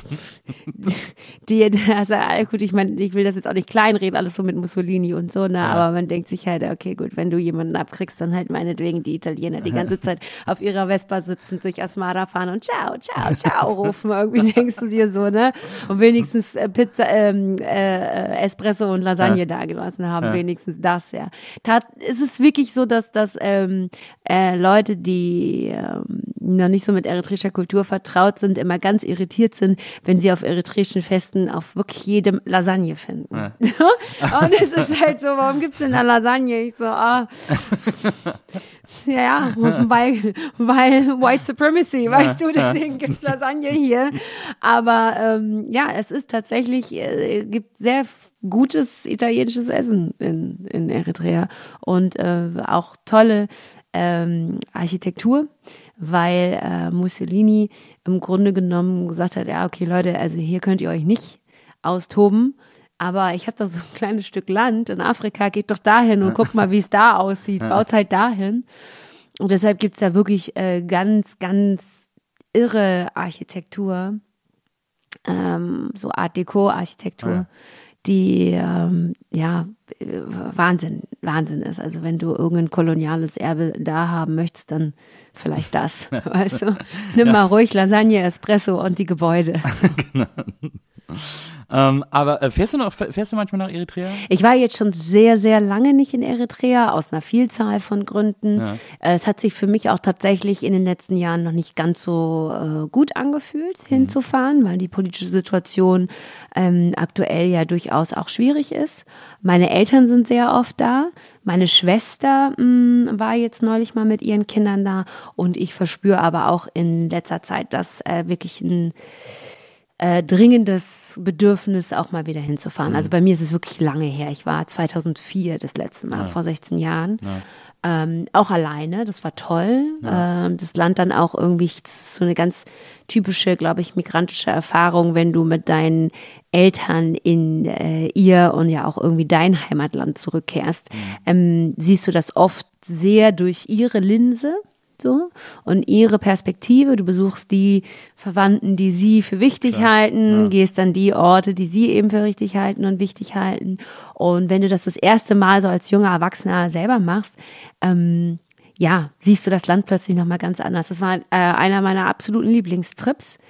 die, also gut, ich meine, ich will das jetzt auch nicht kleinreden, alles so mit Mussolini und so, ne, aber man denkt sich halt, okay, gut, wenn du jemanden abkriegst, dann halt meinetwegen die Italiener die ganze Zeit auf ihrer Vespa sitzen, durch Asmara fahren und ciao, ciao, ciao rufen. Irgendwie denkst du dir so, ne? Und wenigstens äh, Pizza, ähm, äh, Espresso und Lasagne Ja. dagelassen haben, wenigstens das, ja. Tat, ist es wirklich so, dass, dass ähm, äh, Leute, die ähm, noch nicht so mit eritreischer Kultur vertraut sind, immer ganz irritiert sind, wenn sie auf eritreischen Festen auf wirklich jedem Lasagne finden. Ja. Und es ist halt so, warum gibt's denn da Lasagne? Ich so, ah, ja, ja, weil, weil White Supremacy, weißt du, deswegen gibt's Lasagne hier. Aber ähm, ja, es ist tatsächlich, äh, gibt sehr f- gutes italienisches Essen in, in Eritrea und äh, auch tolle ähm, Architektur, weil äh, Mussolini im Grunde genommen gesagt hat, ja, okay, Leute, also hier könnt ihr euch nicht austoben, aber ich habe doch so ein kleines Stück Land in Afrika, geht doch dahin und guckt mal, wie es da aussieht, baut halt dahin. Und deshalb gibt's da wirklich äh, ganz, ganz irre Architektur, ähm, so Art Deco-Architektur, Ja. die ähm, ja äh, Wahnsinn, Wahnsinn ist. Also wenn du irgendein koloniales Erbe da haben möchtest, dann vielleicht das, weißt du? Nimm mal ruhig Lasagne, Espresso und die Gebäude. Ähm, aber äh, fährst du noch, fährst du manchmal nach Eritrea? Ich war jetzt schon sehr, sehr lange nicht in Eritrea, aus einer Vielzahl von Gründen. Ja. Äh, Es hat sich für mich auch tatsächlich in den letzten Jahren noch nicht ganz so äh, gut angefühlt, hinzufahren, weil die politische Situation ähm, aktuell ja durchaus auch schwierig ist. Meine Eltern sind sehr oft da. Meine Schwester mh, war jetzt neulich mal mit ihren Kindern da. Und ich verspüre aber auch in letzter Zeit, dass äh, wirklich ein äh, dringendes Bedürfnis, auch mal wieder hinzufahren. Also bei mir ist es wirklich lange her. Ich war zweitausendvier das letzte Mal, Ja. vor sechzehn Jahren. Ja. Ähm, auch alleine, das war toll. Ja. Ähm, das Land dann auch irgendwie, das ist so eine ganz typische, glaube ich, migrantische Erfahrung, wenn du mit deinen Eltern in äh, ihr und ja auch irgendwie dein Heimatland zurückkehrst. Ähm, siehst du das oft sehr durch ihre Linse. So, und ihre Perspektive, du besuchst die Verwandten, die sie für wichtig Klar, halten, ja. gehst dann die Orte, die sie eben für richtig halten und wichtig halten. Und wenn du das das erste Mal so als junger Erwachsener selber machst, ähm, ja, siehst du das Land plötzlich nochmal ganz anders. Das war äh, einer meiner absoluten Lieblingstrips.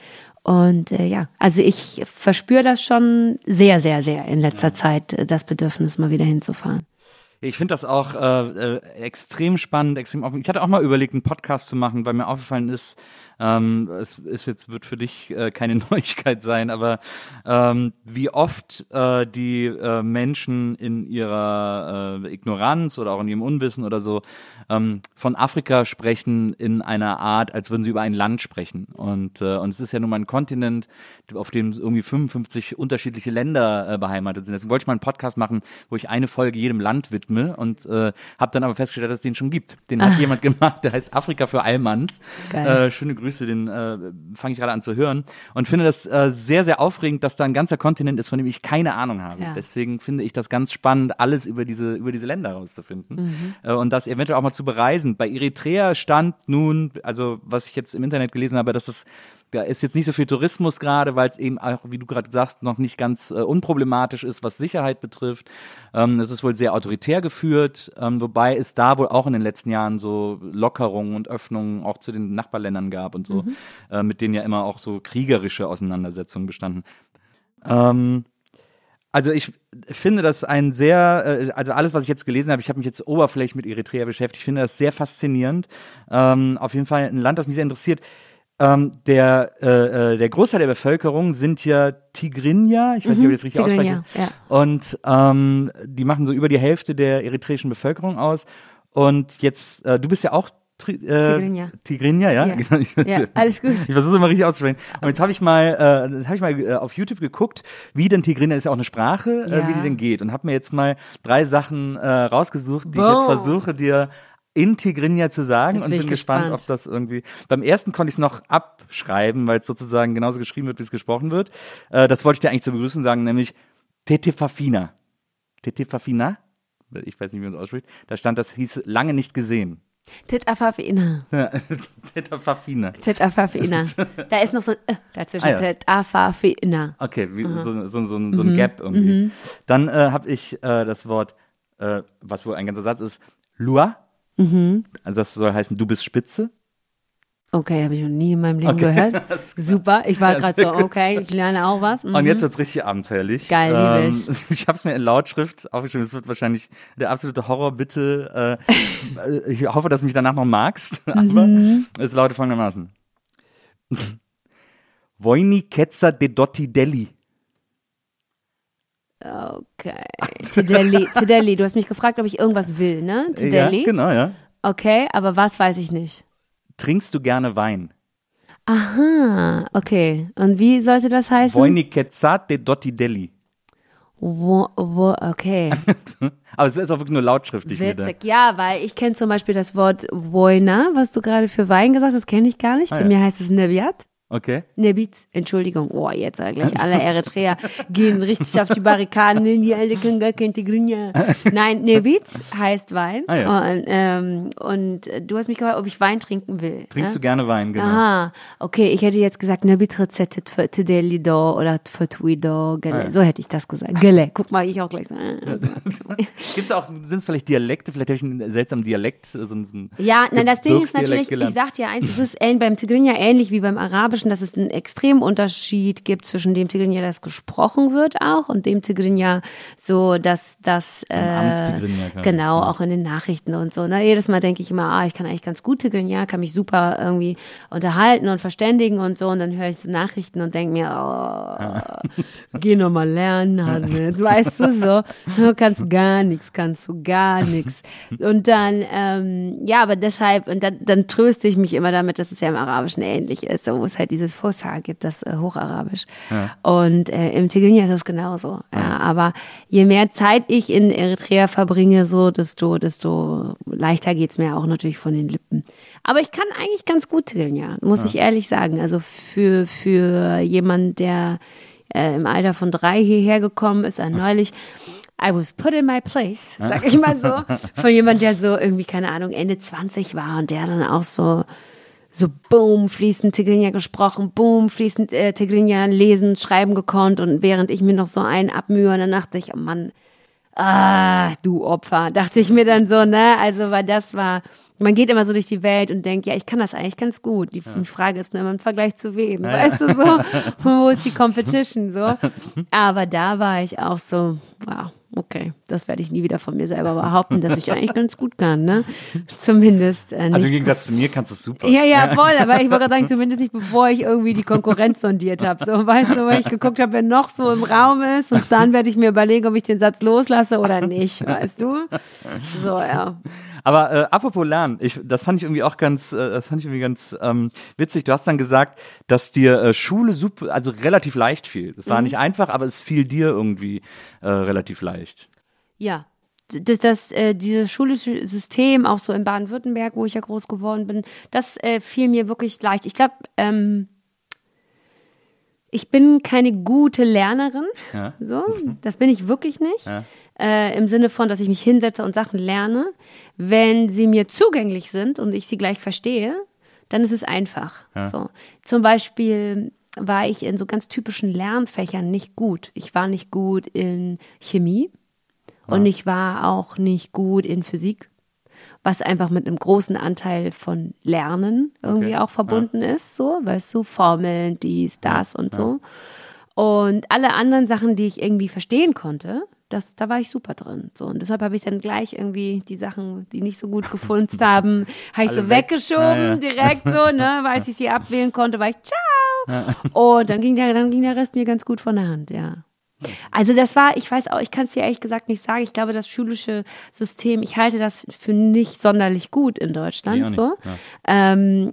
Und äh, ja, also ich verspüre das schon sehr, sehr, sehr in letzter ja. Zeit, das Bedürfnis, mal wieder hinzufahren. Ich finde das auch äh, äh, extrem spannend, extrem offen. Ich hatte auch mal überlegt, einen Podcast zu machen, weil mir aufgefallen ist, ähm, es ist jetzt wird für dich äh, keine Neuigkeit sein, aber ähm, wie oft äh, die äh, Menschen in ihrer äh, Ignoranz oder auch in ihrem Unwissen oder so ähm, von Afrika sprechen in einer Art, als würden sie über ein Land sprechen. Und äh, und es ist ja nun mal ein Kontinent, auf dem irgendwie fünfundfünfzig unterschiedliche Länder äh, beheimatet sind. Deswegen wollte ich mal einen Podcast machen, wo ich eine Folge jedem Land widme und äh, habe dann aber festgestellt, dass es den schon gibt. Den hat ah. jemand gemacht, der heißt Afrika für Allmanns. Geil. Äh, schöne Grüße, den äh, fange ich gerade an zu hören und finde das äh, sehr, sehr aufregend, dass da ein ganzer Kontinent ist, von dem ich keine Ahnung habe. Ja. Deswegen finde ich das ganz spannend, alles über diese über diese Länder herauszufinden Mhm. äh, und das eventuell auch mal zu bereisen. Bei Eritrea stand nun, also was ich jetzt im Internet gelesen habe, dass es da ist jetzt nicht so viel Tourismus gerade, weil es eben auch, wie du gerade sagst, noch nicht ganz äh, unproblematisch ist, was Sicherheit betrifft. Ähm, es ist wohl sehr autoritär geführt, ähm, wobei es da wohl auch in den letzten Jahren so Lockerungen und Öffnungen auch zu den Nachbarländern gab und so, Mhm. äh, mit denen ja immer auch so kriegerische Auseinandersetzungen bestanden. Ähm, Also ich finde das ein sehr, also alles, was ich jetzt gelesen habe, ich habe mich jetzt oberflächlich mit Eritrea beschäftigt, ich finde das sehr faszinierend. Ähm, auf jeden Fall ein Land, das mich sehr interessiert. Ähm, der, äh, der Großteil der Bevölkerung sind ja Tigrinya, ich weiß nicht, ob ich das richtig Tigrinya, ausspreche. ja. Und ähm, die machen so über die Hälfte der eritreischen Bevölkerung aus. Und jetzt, äh, du bist ja auch Tri- äh, Tigrinya. Tigrinya, ja? Ja. Genau, ich, Ja, alles gut. Ich versuche immer richtig auszusprechen. Und jetzt habe ich mal, äh, habe ich mal äh, auf YouTube geguckt, wie denn Tigrinya, ist ja auch eine Sprache, äh, Ja. wie die denn geht. Und habe mir jetzt mal drei Sachen äh, rausgesucht, die Boah. ich jetzt versuche, dir in Tigrinya zu sagen. Jetzt Und bin bin ich gespannt, gespannt. ob das irgendwie. Beim ersten konnte ich es noch abschreiben, weil es sozusagen genauso geschrieben wird, wie es gesprochen wird. Äh, das wollte ich dir eigentlich zur Begrüßung sagen, nämlich Tetefafina. Tetefafina? Ich weiß nicht, wie man es ausspricht. Da stand, das hieß lange nicht gesehen. Tit Afafina. Tetefafina. Tit Afafina. Da ist noch so ein äh, dazwischen. Ah, ja. Tit Afafina. Okay, wie, so, so, so, ein- so ein Gap irgendwie. Dann äh, habe ich äh, das Wort, äh, was wohl ein ganzer Satz ist, Lua. Also das soll heißen, du bist Spitze. Okay, habe ich noch nie in meinem Leben Okay. gehört. Super. Ich war Ja, gerade sehr so, gut. okay, ich lerne auch was. Mhm. Und jetzt wird's richtig abenteuerlich. Geil, liebe ich. Ich habe es mir in Lautschrift aufgeschrieben. Es wird wahrscheinlich der absolute Horror. Bitte, äh, ich hoffe, dass du mich danach noch magst. Aber es lautet folgendermaßen. Voini Ketza de Dotti Deli. Okay. Tideli, Tideli, du hast mich gefragt, ob ich irgendwas will, ne? Tideli? Ja, genau, ja. Okay, aber was weiß ich nicht. Trinkst du gerne Wein? Aha, okay. Und wie sollte das heißen? Voini Ketza de Dotti Deli. Wo, wo, okay. Aber es ist auch wirklich nur lautschriftlich wieder. Witzig. Ja, weil ich kenne zum Beispiel das Wort Voina, was du gerade für Wein gesagt hast, kenne ich gar nicht. Ah, Bei ja. mir heißt es Nebiat. Okay. Nebit, Entschuldigung. Oh, jetzt äh, gleich alle Eritreer gehen richtig auf die Barrikaden. Nee, die alle können gar kein Tigrinya. Nein, Nebit heißt Wein. Ah, ja. Und, ähm, und äh, du hast mich gefragt, ob ich Wein trinken will. Trinkst ja? du gerne Wein, genau. Aha, okay, ich hätte jetzt gesagt, Nebit rezeptet für Tideli do oder für Tuido, Gele. Ah, ja. So hätte ich das gesagt. Gele, guck mal, ich auch gleich so. äh. Gibt's auch, sind es vielleicht Dialekte? Vielleicht habe ich einen seltsamen Dialekt, so einen, so einen Ja, nein, das Ding ist Gebirgsdialekt natürlich, gelernt. ich sagte ja eins, es ist ähn- beim Tigrinya ähnlich wie beim Arabischen, dass es einen extremen Unterschied gibt zwischen dem Tigrinya, das gesprochen wird auch, und dem Tigrinya so, dass das äh, Amtstigrinya, klar. genau, Ja. auch in den Nachrichten und so. Ne? Jedes Mal denke ich immer, ah, ich kann eigentlich ganz gut Tigrinya, kann mich super irgendwie unterhalten und verständigen und so, und dann höre ich so Nachrichten und denke mir, oh, geh noch mal lernen, Hannes, weißt du so, du kannst gar nichts, kannst du gar nichts. Und dann, ähm, ja, aber deshalb, und dann, dann tröste ich mich immer damit, dass es ja im Arabischen ähnlich ist, so, wo es halt dieses Fusha gibt, das äh, Hocharabisch. Ja. Und äh, im Tigrinya ist das genauso. Ja, aber je mehr Zeit ich in Eritrea verbringe, so, desto, desto leichter geht's mir auch natürlich von den Lippen. Aber ich kann eigentlich ganz gut Tigrinya, muss Ja. ich ehrlich sagen. Also für, für jemand, der äh, im Alter von drei hierher gekommen ist, äh, neulich, I was put in my place, sag ich mal so, von jemand, der so irgendwie, keine Ahnung, Ende zwanzig war und der dann auch so, so boom, fließend Tigrinya gesprochen, boom, fließend äh, Tigrinya lesen, schreiben gekonnt, und während ich mir noch so einen abmühe, und dann dachte ich, oh Mann, ah, du Opfer, dachte ich mir dann so, ne, also, weil das war, man geht immer so durch die Welt und denkt, ja, ich kann das eigentlich ganz gut. Die ja. Frage ist nur immer im Vergleich zu wem, ja, weißt ja. du so? Wo ist die Competition so? Aber da war ich auch so, wow, okay, das werde ich nie wieder von mir selber behaupten, dass ich eigentlich ganz gut kann, ne? Zumindest äh, nicht. Also im Gegensatz zu mir kannst du es super. Ja, ja, voll, aber ich wollte gerade sagen, zumindest nicht, bevor ich irgendwie die Konkurrenz sondiert habe. So, weißt du, weil ich geguckt habe, wer noch so im Raum ist und dann werde ich mir überlegen, ob ich den Satz loslasse oder nicht, weißt du? So, ja. Aber äh, apropos Lernen, ich, das fand ich irgendwie auch ganz, äh, das fand ich irgendwie ganz ähm, witzig. Du hast dann gesagt, dass dir äh, Schule super, also relativ leicht fiel. Das war mhm. nicht einfach, aber es fiel dir irgendwie äh, relativ leicht. Ja, das, das äh, dieses schulische System, auch so in Baden-Württemberg, wo ich ja groß geworden bin, das äh, fiel mir wirklich leicht. Ich glaube, ähm, ich bin keine gute Lernerin, ja. so, das bin ich wirklich nicht, ja. äh, im Sinne von, dass ich mich hinsetze und Sachen lerne. Wenn sie mir zugänglich sind und ich sie gleich verstehe, dann ist es einfach. Ja. So. Zum Beispiel war ich in so ganz typischen Lernfächern nicht gut. Ich war nicht gut in Chemie ja. und ich war auch nicht gut in Physik, was einfach mit einem großen Anteil von Lernen irgendwie okay. auch verbunden ja. ist, so, weißt du, Formeln, dies, das und ja. so. Und alle anderen Sachen, die ich irgendwie verstehen konnte, das, da war ich super drin. So. Und deshalb habe ich dann gleich irgendwie die Sachen, die nicht so gut gefunzt haben, habe ich so weg. weggeschoben, ja, ja. direkt so, ne, weil ich sie abwählen konnte, war ich ciao. Ja. Und dann ging, der, dann ging der Rest mir ganz gut von der Hand, ja. Also das war, ich weiß auch, ich kann es dir ehrlich gesagt nicht sagen, ich glaube, das schulische System, ich halte das für nicht sonderlich gut in Deutschland, so. Ja. Ähm,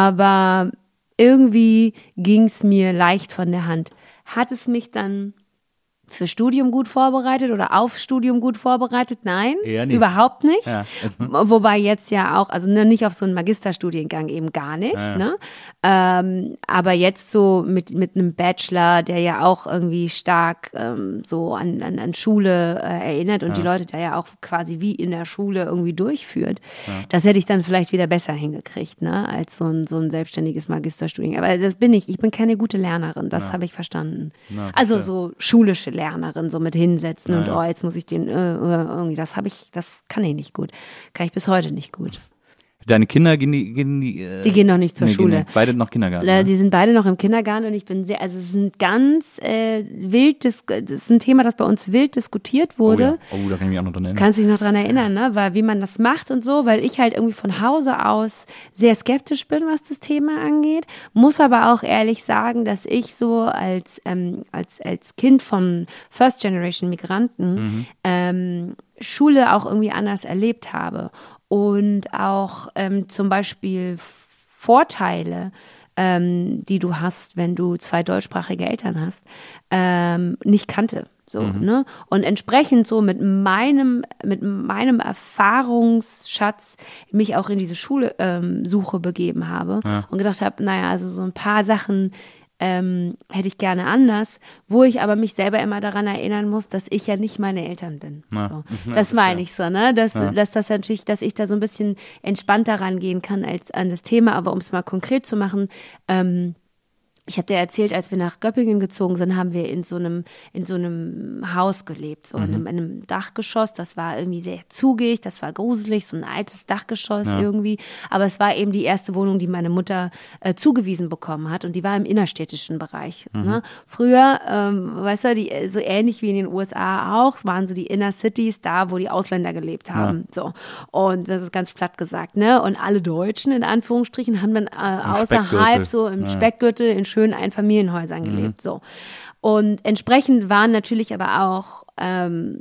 aber irgendwie ging es mir leicht von der Hand. Hat es mich dann für Studium gut vorbereitet oder aufs Studium gut vorbereitet? Nein, Eher nicht. überhaupt nicht. Ja. Wobei jetzt ja auch, also nicht auf so einen Magisterstudiengang eben gar nicht. Ja, ja. Ne? Ähm, aber jetzt so mit mit einem Bachelor, der ja auch irgendwie stark ähm, so an, an, an Schule äh, erinnert und ja. die Leute da ja auch quasi wie in der Schule irgendwie durchführt. Ja. Das hätte ich dann vielleicht wieder besser hingekriegt, ne, als so ein so ein selbstständiges Magisterstudiengang. Aber das bin ich. Ich bin keine gute Lernerin. Das ja. habe ich verstanden. Ja, also ja. so schulische Lernerin, so mit hinsetzen ja, und ja. oh, jetzt muss ich den äh, irgendwie, das habe ich, das kann ich nicht gut. Kann ich bis heute nicht gut. Deine Kinder gehen die, gehen die, äh, die gehen noch nicht zur nee, Schule. Nicht. Beide noch Kindergarten. Ne? Die sind beide noch im Kindergarten und ich bin sehr, also es sind ganz äh, wild, das ist ein Thema, das bei uns wild diskutiert wurde. Oh, ja. oh da kann ich mich auch noch dran erinnern. Kannst dich noch dran erinnern, ne? Weil wie man das macht und so, weil ich halt irgendwie von Hause aus sehr skeptisch bin, was das Thema angeht. Muss aber auch ehrlich sagen, dass ich so als ähm, als als Kind von First Generation Migranten mhm. ähm, Schule auch irgendwie anders erlebt habe. Und auch ähm, zum Beispiel Vorteile, ähm, die du hast, wenn du zwei deutschsprachige Eltern hast, ähm, nicht kannte. So, mhm. ne? Und entsprechend so mit meinem, mit meinem Erfahrungsschatz mich auch in diese Schule ähm, Suche begeben habe ja. und gedacht habe, naja, also so ein paar Sachen Ähm, hätte ich gerne anders, wo ich aber mich selber immer daran erinnern muss, dass ich ja nicht meine Eltern bin. Ja. So. Das, das meine ich so, ne? Dass, ja. dass das natürlich, dass ich da so ein bisschen entspannter rangehen kann als an das Thema, aber um es mal konkret zu machen, ähm, ich habe dir erzählt, als wir nach Göppingen gezogen sind, haben wir in so einem in so einem Haus gelebt, so mhm. in, einem, in einem Dachgeschoss. Das war irgendwie sehr zugig, das war gruselig, so ein altes Dachgeschoss ja. irgendwie. Aber es war eben die erste Wohnung, die meine Mutter äh, zugewiesen bekommen hat und die war im innerstädtischen Bereich. Mhm. Ne? Früher, ähm, weißt du, die, so ähnlich wie in den U S A auch, waren so die Inner Cities da, wo die Ausländer gelebt haben. Ja. So. Und das ist ganz platt gesagt, ne? Und alle Deutschen in Anführungsstrichen haben dann äh, außerhalb so im ja. Speckgürtel in schönen Einfamilienhäusern gelebt, mhm. so. Und entsprechend waren natürlich aber auch ähm,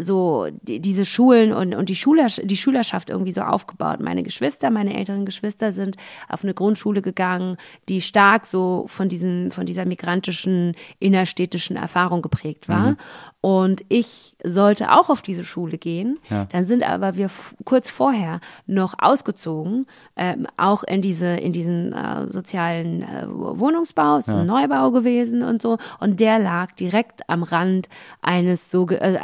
so die, diese Schulen und, und die, Schüler, die Schülerschaft irgendwie so aufgebaut. Meine Geschwister, meine älteren Geschwister sind auf eine Grundschule gegangen, die stark so von diesen, von dieser migrantischen, innerstädtischen Erfahrung geprägt war. Mhm. Und ich sollte auch auf diese Schule gehen. Ja. Dann sind aber wir f- kurz vorher noch ausgezogen, ähm, auch in diese, in diesen äh, sozialen äh, Wohnungsbau, es ist ja. ein Neubau gewesen und so. Und der lag direkt am Rand eines so, äh, eines so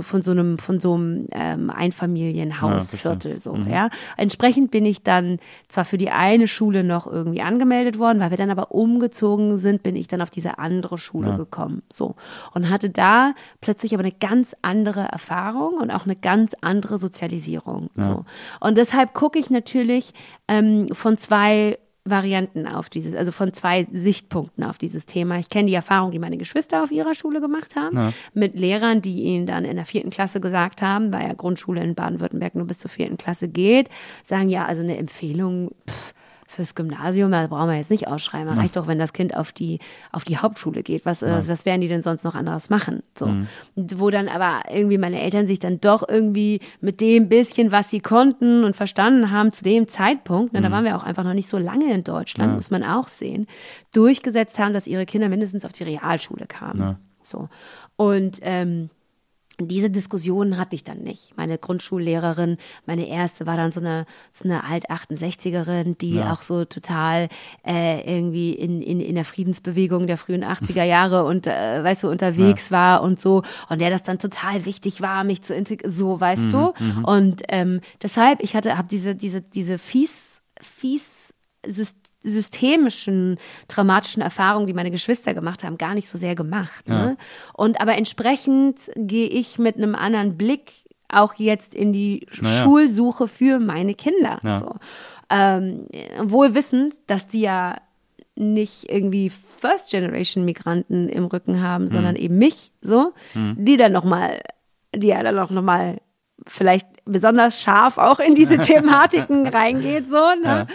von so einem, von so einem ähm, Einfamilienhausviertel, Ja, so, mhm. ja. Entsprechend bin ich dann zwar für die eine Schule noch irgendwie angemeldet worden, weil wir dann aber umgezogen sind, bin ich dann auf diese andere Schule Ja. gekommen, so. Und hatte da plötzlich aber eine ganz andere Erfahrung und auch eine ganz andere Sozialisierung, Ja. so. Und deshalb gucke ich natürlich ähm, von zwei Varianten auf dieses, also von zwei Sichtpunkten auf dieses Thema. Ich kenne die Erfahrung, die meine Geschwister auf ihrer Schule gemacht haben, Ja. mit Lehrern, die ihnen dann in der vierten Klasse gesagt haben, weil ja Grundschule in Baden-Württemberg nur bis zur vierten Klasse geht, sagen ja, also eine Empfehlung pff, fürs Gymnasium, da brauchen wir jetzt nicht ausschreiben. Ja. Reicht doch, wenn das Kind auf die, auf die Hauptschule geht. Was, Ja. was werden die denn sonst noch anderes machen? So. Mhm. Und wo dann aber irgendwie meine Eltern sich dann doch irgendwie mit dem bisschen, was sie konnten und verstanden haben, zu dem Zeitpunkt, ne, da waren wir auch einfach noch nicht so lange in Deutschland, Ja. muss man auch sehen, durchgesetzt haben, dass ihre Kinder mindestens auf die Realschule kamen. Ja. So. Und ähm, diese Diskussionen hatte ich dann nicht. Meine Grundschullehrerin, meine erste, war dann so eine, so eine Alt-achtundsechzigerin, die Ja. auch so total äh, irgendwie in, in, in der Friedensbewegung der frühen achtziger Jahre und, äh, weißt du, unterwegs Ja. war und so. Und der das dann total wichtig war, mich zu integrieren, so, weißt Mhm, du. mhm. Und ähm, deshalb, ich hatte, habe diese, diese, diese fies, fies Syst- systemischen, traumatischen Erfahrungen, die meine Geschwister gemacht haben, gar nicht so sehr gemacht. Ne? Ja. Und aber entsprechend gehe ich mit einem anderen Blick auch jetzt in die Naja. Schulsuche für meine Kinder. Ja. So. Ähm, wohl wissend, dass die ja nicht irgendwie First-Generation-Migranten im Rücken haben, sondern eben mich, so, die dann nochmal, die ja dann auch nochmal vielleicht besonders scharf auch in diese Thematiken reingeht, so, ne?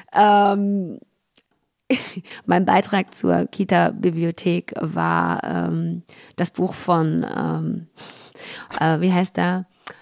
Ähm, mein Beitrag zur Kita-Bibliothek war ähm, das Buch von, ähm, äh, wie heißt der?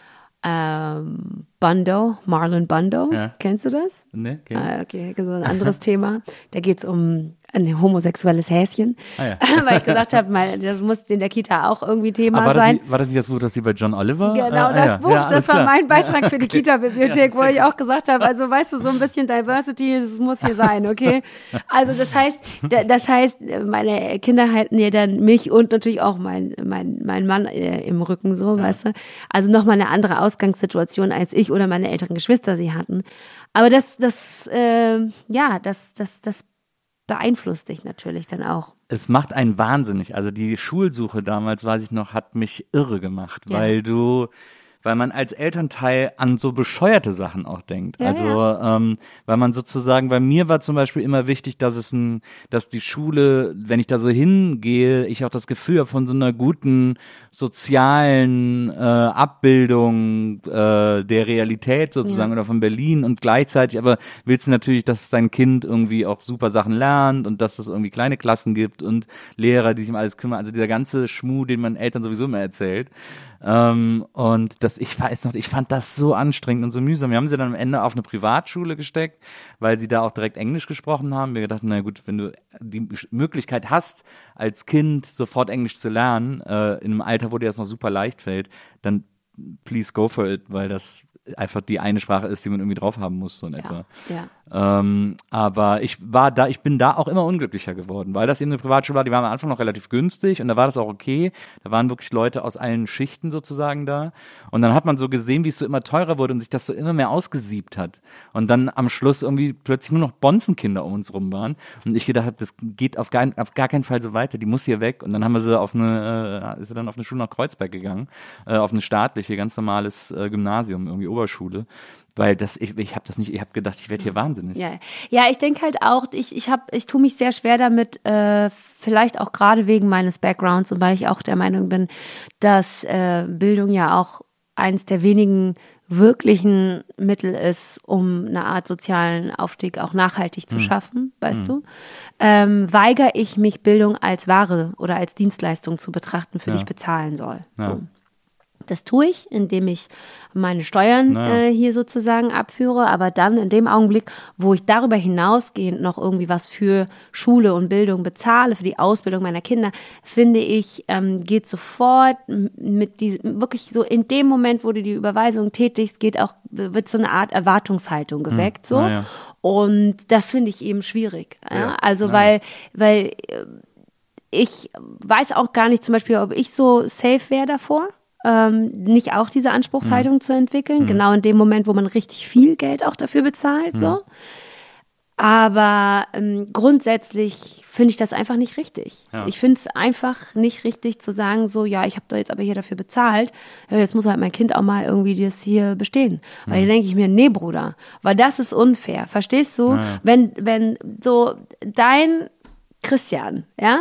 Ähm, Bundo, Marlon Bundo. Ja. Kennst du das? Nee, okay. Ah, okay, so ein anderes Thema. Da geht es um ein homosexuelles Häschen. Ah, ja. Weil ich gesagt habe, das muss in der Kita auch irgendwie Thema Aber war, das sein. nicht, war das nicht das Buch, das sie bei John Oliver? Genau, Ah, das ja. Buch, Ja, das alles war klar. mein Beitrag für die Kita-Bibliothek, Ja, wo ich sehr auch gesagt habe, also weißt du, so ein bisschen Diversity, das muss hier sein, okay? Also das heißt, da- das heißt, meine Kinder halten ja dann mich und natürlich auch mein, mein, mein Mann äh, im Rücken, so, weißt du? Also nochmal eine andere Ausgangssituation, als ich oder meine älteren Geschwister sie hatten. Aber das, das, äh, ja, das, das, das beeinflusst dich natürlich dann auch. Es macht einen wahnsinnig. Also die Schulsuche damals, weiß ich noch, hat mich irre gemacht, Ja. weil du, weil man als Elternteil an so bescheuerte Sachen auch denkt. Ja, also Ähm, weil man sozusagen, bei mir war zum Beispiel immer wichtig, dass es ein, dass die Schule, wenn ich da so hingehe, ich auch das Gefühl habe von so einer guten sozialen äh, Abbildung äh, der Realität sozusagen Ja. oder von Berlin, und gleichzeitig aber willst du natürlich, dass dein Kind irgendwie auch super Sachen lernt und dass es irgendwie kleine Klassen gibt und Lehrer, die sich um alles kümmern. Also dieser ganze Schmuh, den man Eltern sowieso immer erzählt. Ähm, und das, ich weiß noch, ich fand das so anstrengend und so mühsam. Wir haben sie dann am Ende auf eine Privatschule gesteckt, weil sie da auch direkt Englisch gesprochen haben. Wir gedacht, na gut, wenn du die Möglichkeit hast, als Kind sofort Englisch zu lernen, äh, in einem Alter, wo dir das noch super leicht fällt, dann please go for it, weil das einfach die eine Sprache ist, die man irgendwie drauf haben muss, so in etwa. Ja, ja. Ähm, aber ich war da, ich bin da auch immer unglücklicher geworden, weil das eben eine Privatschule war, die war am Anfang noch relativ günstig und da war das auch okay. Da waren wirklich Leute aus allen Schichten sozusagen da. Und dann hat man so gesehen, wie es so immer teurer wurde und sich das so immer mehr ausgesiebt hat. Und dann am Schluss irgendwie plötzlich nur noch Bonzenkinder um uns rum waren. Und ich gedacht habe, das geht auf gar, auf gar keinen Fall so weiter, die muss hier weg. Und dann haben wir sie auf eine, äh, ist sie dann auf eine Schule nach Kreuzberg gegangen, äh, auf eine staatliche, ganz normales äh, Gymnasium, irgendwie Oberschule. Weil das, ich, ich habe das nicht, ich habe gedacht, ich werde hier wahnsinnig. Ja, ja, ich denke halt auch, ich, ich habe, ich tue mich sehr schwer damit, äh, vielleicht auch gerade wegen meines Backgrounds und weil ich auch der Meinung bin, dass äh, Bildung ja auch eines der wenigen wirklichen Mittel ist, um eine Art sozialen Aufstieg auch nachhaltig zu schaffen, weißt du, ähm, weigere ich mich, Bildung als Ware oder als Dienstleistung zu betrachten, für Ja. die ich bezahlen soll. Ja. So. Das tue ich, indem ich meine Steuern Naja. äh, hier sozusagen abführe, aber dann in dem Augenblick, wo ich darüber hinausgehend noch irgendwie was für Schule und Bildung bezahle, für die Ausbildung meiner Kinder, finde ich, ähm, geht sofort mit diesem, wirklich so in dem Moment, wo du die Überweisung tätigst, geht auch, wird so eine Art Erwartungshaltung geweckt, so. naja. Und das finde ich eben schwierig. Ja? Ja, Also, naja. weil, weil äh, ich weiß auch gar nicht zum Beispiel, ob ich so safe wäre davor. ähm, nicht auch diese Anspruchshaltung Mhm. zu entwickeln, Mhm. genau in dem Moment, wo man richtig viel Geld auch dafür bezahlt, Mhm. so. Aber ähm, grundsätzlich finde ich das einfach nicht richtig. Ja. Ich finde es einfach nicht richtig zu sagen, so, ja, ich habe doch jetzt aber hier dafür bezahlt, ja, jetzt muss halt mein Kind auch mal irgendwie das hier bestehen. Weil Mhm. da denke ich mir, nee, Bruder, weil das ist unfair. Verstehst du? Ja, ja. Wenn, wenn so dein Christian, ja,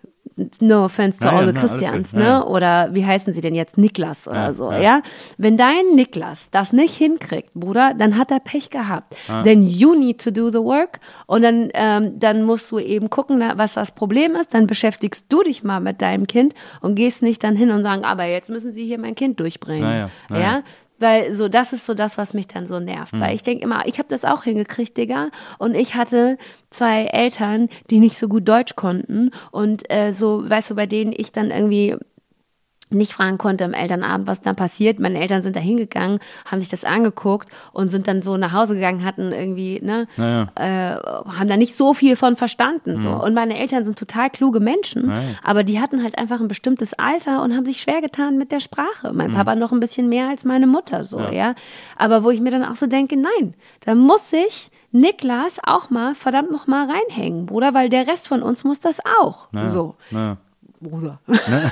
no offense to Ja, ja, all the na, alles Christians, gut. ne? Ja, ja. Oder wie heißen sie denn jetzt? Niklas oder Ja, so, ja. ja. Wenn dein Niklas das nicht hinkriegt, Bruder, dann hat er Pech gehabt. Ja. Then you need to do the work und dann, ähm, dann musst du eben gucken, na, was das Problem ist. Dann beschäftigst du dich mal mit deinem Kind und gehst nicht dann hin und sagen, aber jetzt müssen sie hier mein Kind durchbringen. Na ja, na ja. ja. Weil so, das ist so das, was mich dann so nervt. Mhm. Weil ich denke immer, ich habe das auch hingekriegt, Digga. Und ich hatte zwei Eltern, die nicht so gut Deutsch konnten. Und äh, so, weißt du, bei denen ich dann irgendwie nicht fragen konnte im Elternabend, was dann passiert. Meine Eltern sind da hingegangen, haben sich das angeguckt und sind dann so nach Hause gegangen, hatten irgendwie, ne, Naja. äh, haben da nicht so viel von verstanden. So. Mhm. Und meine Eltern sind total kluge Menschen, Naja. aber die hatten halt einfach ein bestimmtes Alter und haben sich schwer getan mit der Sprache. Mein Mhm. Papa noch ein bisschen mehr als meine Mutter, so, Ja. ja. Aber wo ich mir dann auch so denke, nein, da muss sich Niklas auch mal verdammt noch mal reinhängen, Bruder, weil der Rest von uns muss das auch. Naja. So. Naja. Bruder.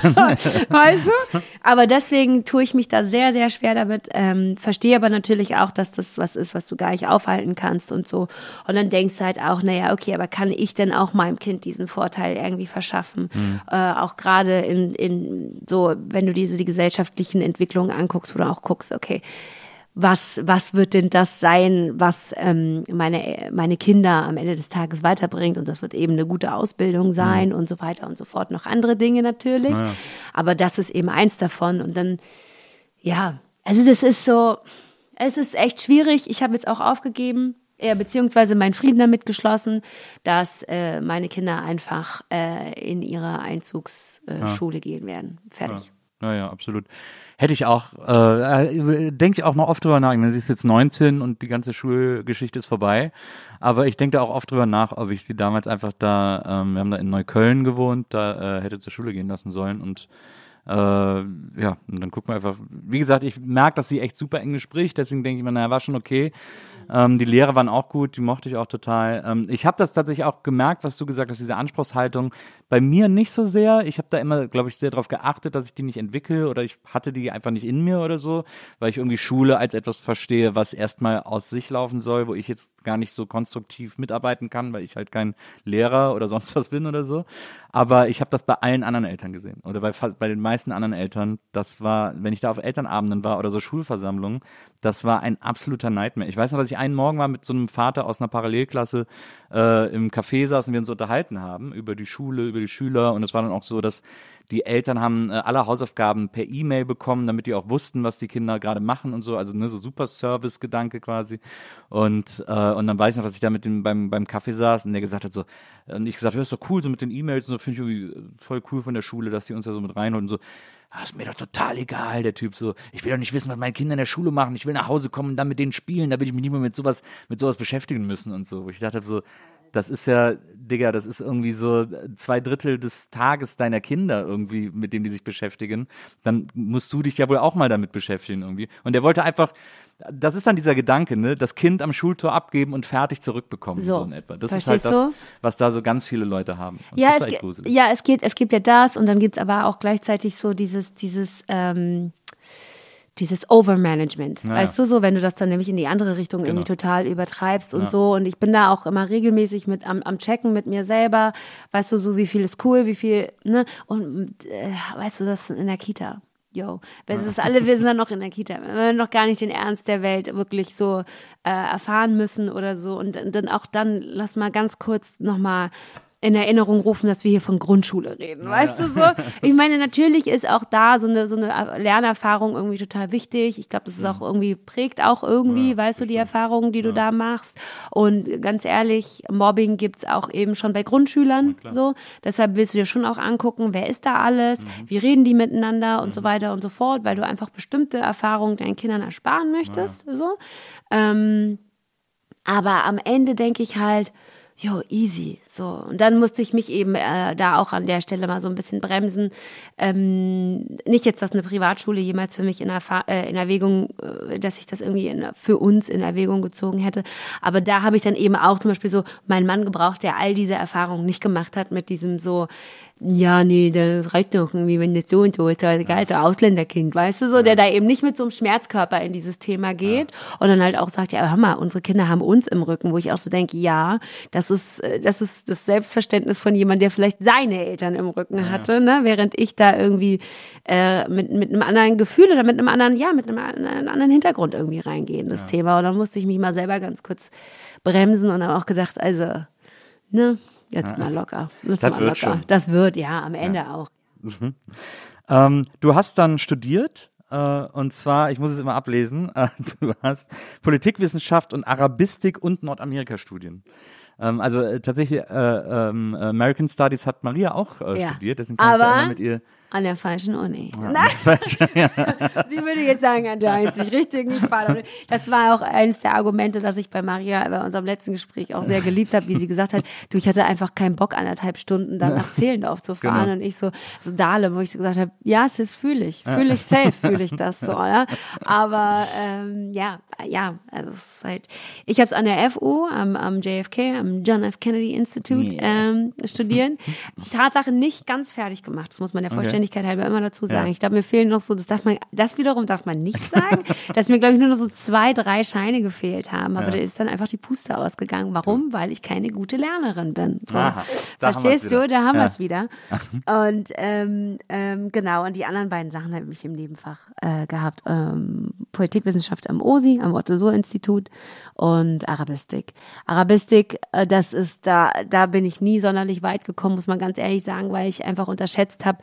Weißt du? Aber deswegen tue ich mich da sehr, sehr schwer damit. Ähm, verstehe aber natürlich auch, dass das was ist, was du gar nicht aufhalten kannst und so. Und dann denkst du halt auch, naja, okay, aber kann ich denn auch meinem Kind diesen Vorteil irgendwie verschaffen? Mhm. Äh, auch gerade in, in so, wenn du diese die gesellschaftlichen Entwicklungen anguckst, wo du auch guckst, okay, was, was wird denn das sein, was ähm, meine, meine Kinder am Ende des Tages weiterbringt? Und das wird eben eine gute Ausbildung sein und so weiter und so fort. Noch andere Dinge natürlich. Naja. Aber das ist eben eins davon. Und dann, ja, also das ist so, es ist echt schwierig. Ich habe jetzt auch aufgegeben, äh, beziehungsweise meinen Frieden damit geschlossen, dass äh, meine Kinder einfach äh, in ihre Einzugsschule äh, Schule gehen werden. Fertig. Ja, ja, absolut. Hätte ich auch, äh, denke ich auch noch oft drüber nach. Sie ist jetzt neunzehn und die ganze Schulgeschichte ist vorbei. Aber ich denke da auch oft drüber nach, ob ich sie damals einfach da, ähm, wir haben da in Neukölln gewohnt, da äh, hätte zur Schule gehen lassen sollen. Und äh, ja, und dann gucken wir einfach. Wie gesagt, ich merke, dass sie echt super Englisch spricht, deswegen denke ich mir, naja, war schon okay. Ähm, die Lehrer waren auch gut, die mochte ich auch total. Ähm, ich habe das tatsächlich auch gemerkt, was du gesagt hast, diese Anspruchshaltung. Bei mir nicht so sehr. Ich habe da immer, glaube ich, sehr darauf geachtet, dass ich die nicht entwickle oder ich hatte die einfach nicht in mir oder so, weil ich irgendwie Schule als etwas verstehe, was erstmal aus sich laufen soll, wo ich jetzt gar nicht so konstruktiv mitarbeiten kann, weil ich halt kein Lehrer oder sonst was bin oder so. Aber ich habe das bei allen anderen Eltern gesehen oder bei, fast, bei den meisten anderen Eltern. Das war, wenn ich da auf Elternabenden war oder so Schulversammlungen, das war ein absoluter Nightmare. Ich weiß noch, dass ich einen Morgen mal mit so einem Vater aus einer Parallelklasse äh, im Café saßen, wir uns unterhalten haben über die Schule, über die Schüler und es war dann auch so, dass die Eltern haben äh, alle Hausaufgaben per E-Mail bekommen, damit die auch wussten, was die Kinder gerade machen und so, also ne, so super Service-Gedanke quasi und äh, und dann weiß ich noch, dass ich da mit dem beim beim Kaffee saß und der gesagt hat so, und ich gesagt, ja, ist doch cool so mit den E-Mails und so, finde ich irgendwie voll cool von der Schule, dass die uns da so mit reinholen und so. Ah, ist mir doch total egal, der Typ so. Ich will doch nicht wissen, was meine Kinder in der Schule machen. Ich will nach Hause kommen und dann mit denen spielen. Da will ich mich nicht mehr mit sowas, mit sowas beschäftigen müssen und so. Wo ich dachte so, das ist ja, Digga, das ist irgendwie so zwei Drittel des Tages deiner Kinder irgendwie, mit dem die sich beschäftigen. Dann musst du dich ja wohl auch mal damit beschäftigen irgendwie. Und der wollte einfach, das ist dann dieser Gedanke, ne, das Kind am Schultor abgeben und fertig zurückbekommen, so, So, in etwa. Das verstehst ist halt das, du? was da so ganz viele Leute haben. Und Ja, das es, war echt ge- gruselig. ja, es geht, es gibt ja das und dann gibt's aber auch gleichzeitig so dieses, dieses, ähm, dieses Overmanagement. Ja, Weißt ja. du, so, wenn du das dann nämlich in die andere Richtung irgendwie Genau. total übertreibst und Ja. so. Und ich bin da auch immer regelmäßig mit am, am Checken mit mir selber. Weißt du, so wie viel ist cool, wie viel, ne? Und äh, weißt du, das in der Kita. Yo, wenn es ist alle, wir sind dann noch in der Kita, wenn wir noch gar nicht den Ernst der Welt wirklich so äh, erfahren müssen oder so. Und dann auch dann, lass mal ganz kurz nochmal in Erinnerung rufen, dass wir hier von Grundschule reden, weißt du so? Ich meine, natürlich ist auch da so eine, so eine Lernerfahrung irgendwie total wichtig. Ich glaube, das ist auch irgendwie, prägt auch irgendwie, Ja, weißt du, die bestimmt. Erfahrungen, die du da machst. Und ganz ehrlich, Mobbing gibt's auch eben schon bei Grundschülern, so. Deshalb willst du dir schon auch angucken, wer ist da alles, wie reden die miteinander und so weiter und so fort, weil du einfach bestimmte Erfahrungen deinen Kindern ersparen möchtest, so. Ähm, aber am Ende denke ich halt, jo, easy. So, und dann musste ich mich eben äh, da auch an der Stelle mal so ein bisschen bremsen. Ähm, nicht jetzt, dass eine Privatschule jemals für mich in, Erfa- äh, in Erwägung, äh, dass ich das irgendwie in, für uns in Erwägung gezogen hätte. Aber da habe ich dann eben auch zum Beispiel so meinen Mann gebraucht, der all diese Erfahrungen nicht gemacht hat mit diesem so, ja, nee, der reicht doch irgendwie, wenn das so und so ist, der geile Ausländerkind, weißt du, so, der da eben nicht mit so einem Schmerzkörper in dieses Thema geht und dann halt auch sagt, ja, hör mal, unsere Kinder haben uns im Rücken, wo ich auch so denke, ja, das ist, das ist das Selbstverständnis von jemandem, der vielleicht seine Eltern im Rücken hatte, ne, während ich da irgendwie äh, mit, mit einem anderen Gefühl oder mit einem anderen, ja, mit einem, einem anderen Hintergrund irgendwie reingehe in das ja. Thema und dann musste ich mich mal selber ganz kurz bremsen und habe auch gedacht, also, ne, Jetzt mal locker. Jetzt das mal wird locker. schon. Das wird, ja, am Ende ja. auch. Mhm. Ähm, du hast dann studiert, äh, und zwar, ich muss es immer ablesen, äh, du hast Politikwissenschaft und Arabistik und Nordamerika-Studien. Ähm, also äh, tatsächlich äh, ähm, American Studies hat Maria auch äh, ja. studiert, deswegen kann Aber ich da immer mit ihr... An der falschen Uni. Ja, Nein. Ja. Sie würde jetzt sagen, an der einzig richtigen. Das war auch eines der Argumente, dass ich bei Maria bei unserem letzten Gespräch auch sehr geliebt habe, wie sie gesagt hat, du, ich hatte einfach keinen Bock, anderthalb Stunden dann nach Zehlendorf zu fahren. Genau. Und ich so, so Dahlem, wo ich so gesagt habe, ja, es ist fühle ich. Fühle ich safe, fühle ich das so. Oder? Aber ähm, ja, ja, also es ist halt, ich habe es an der F U, am, am J F K, am John F. Kennedy Institute yeah. ähm, studiert. Tatsache nicht ganz fertig gemacht, das muss man ja vorstellen. Okay. halber immer dazu sagen. Ja. Ich glaube, mir fehlen noch so, das darf man, das wiederum darf man nicht sagen, dass mir, glaube ich, nur noch so zwei, drei Scheine gefehlt haben. Aber ja. da ist dann einfach die Puste ausgegangen. Warum? Weil ich keine gute Lernerin bin. So. Aha, verstehst du? Da haben ja. wir es wieder. Und ähm, ähm, genau, und die anderen beiden Sachen habe ich im Nebenfach äh, gehabt. Ähm, Politikwissenschaft am O S I, am Otto-Suhr-Institut und Arabistik. Arabistik, äh, das ist, da, da bin ich nie sonderlich weit gekommen, muss man ganz ehrlich sagen, weil ich einfach unterschätzt habe,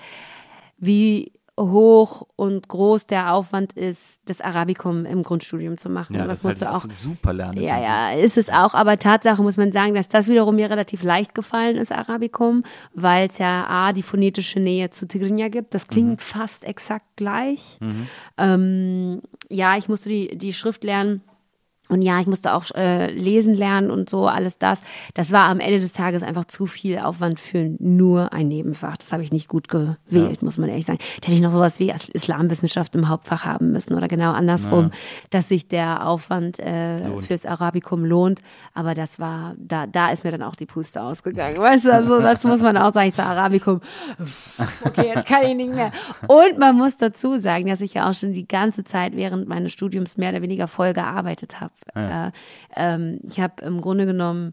wie hoch und groß der Aufwand ist, das Arabikum im Grundstudium zu machen. Ja, das, das musst du halt auch super lernen. Ja, ja, ist es auch, aber Tatsache muss man sagen, dass das wiederum mir relativ leicht gefallen ist, Arabikum, weil es ja A, die phonetische Nähe zu Tigrinya gibt. Das klingt mhm. fast exakt gleich. Mhm. Ähm, ja, ich musste die, die Schrift lernen. Und ja, ich musste auch äh, lesen lernen und so, alles das. Das war am Ende des Tages einfach zu viel Aufwand für nur ein Nebenfach. Das habe ich nicht gut gewählt, ja. muss man ehrlich sagen. Da hätte ich noch sowas wie Islamwissenschaft im Hauptfach haben müssen oder genau andersrum, ja. dass sich der Aufwand äh, fürs Arabikum lohnt. Aber das war, da da ist mir dann auch die Puste ausgegangen. Weißt du, also das muss man auch sagen. Ich sage Arabikum, okay, jetzt kann ich nicht mehr. Und man muss dazu sagen, dass ich ja auch schon die ganze Zeit während meines Studiums mehr oder weniger voll gearbeitet habe. Ja. Äh, ähm, ich habe im Grunde genommen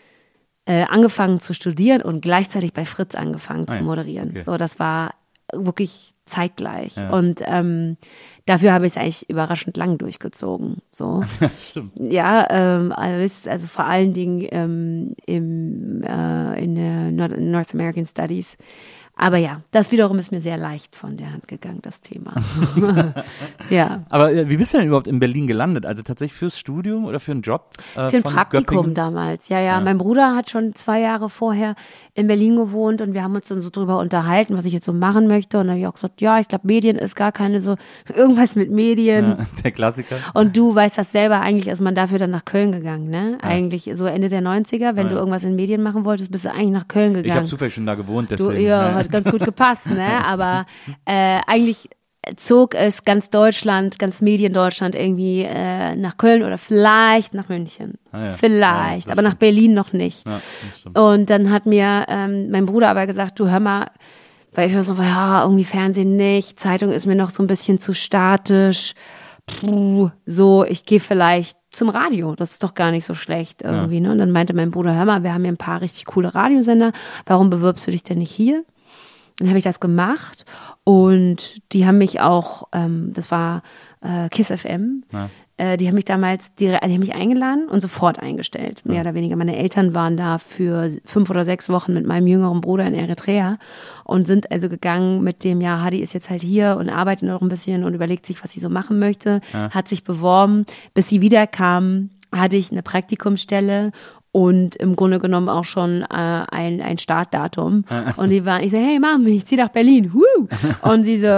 äh, angefangen zu studieren und gleichzeitig bei Fritz angefangen zu moderieren. Okay. So, das war wirklich zeitgleich. Ja. Und ähm, dafür habe ich es eigentlich überraschend lang durchgezogen. So. Das stimmt. Ja, ähm, also, also vor allen Dingen ähm, im, äh, in der North, North American Studies. Aber ja, das wiederum ist mir sehr leicht von der Hand gegangen, das Thema. Ja. Aber äh, wie bist du denn überhaupt in Berlin gelandet? Also tatsächlich fürs Studium oder für einen Job? Äh, für ein Praktikum Göppingen? Damals, ja, ja, ja. Mein Bruder hat schon zwei Jahre vorher in Berlin gewohnt und wir haben uns dann so drüber unterhalten, was ich jetzt so machen möchte. Und dann habe ich auch gesagt, ja, ich glaube, Medien ist gar keine so, irgendwas mit Medien. Ja, der Klassiker. Und du weißt das selber, eigentlich ist man dafür dann nach Köln gegangen, ne? Ja. Eigentlich so Ende der neunziger, wenn ja. du irgendwas in Medien machen wolltest, bist du eigentlich nach Köln gegangen. Ich habe zufällig schon da gewohnt, deswegen. Du, ja, ja, hat ganz gut gepasst, ne? Aber äh, eigentlich zog es ganz Deutschland, ganz Mediendeutschland irgendwie äh, nach Köln oder vielleicht nach München. Ah, ja. Vielleicht, ja, aber nach Berlin noch nicht. Ja, das stimmt. Und dann hat mir ähm, mein Bruder aber gesagt, du hör mal, weil ich war so, ja, irgendwie Fernsehen nicht, Zeitung ist mir noch so ein bisschen zu statisch. Puh, so, ich gehe vielleicht zum Radio, das ist doch gar nicht so schlecht irgendwie. Ja. Ne? Und dann meinte mein Bruder, hör mal, wir haben hier ein paar richtig coole Radiosender, warum bewirbst du dich denn nicht hier? Dann habe ich das gemacht und die haben mich auch, ähm, das war äh, KISS F M, ja. äh, die haben mich damals, direkt, also die haben mich eingeladen und sofort eingestellt, mehr ja. oder weniger. Meine Eltern waren da für fünf oder sechs Wochen mit meinem jüngeren Bruder in Eritrea und sind also gegangen mit dem, ja, Hadi ist jetzt halt hier und arbeitet noch ein bisschen und überlegt sich, was sie so machen möchte, ja. hat sich beworben, bis sie wiederkam, hatte ich eine Praktikumsstelle und im Grunde genommen auch schon äh, ein, ein Startdatum. Und die waren, ich so, hey Mom, ich zieh nach Berlin. Woo! Und sie so,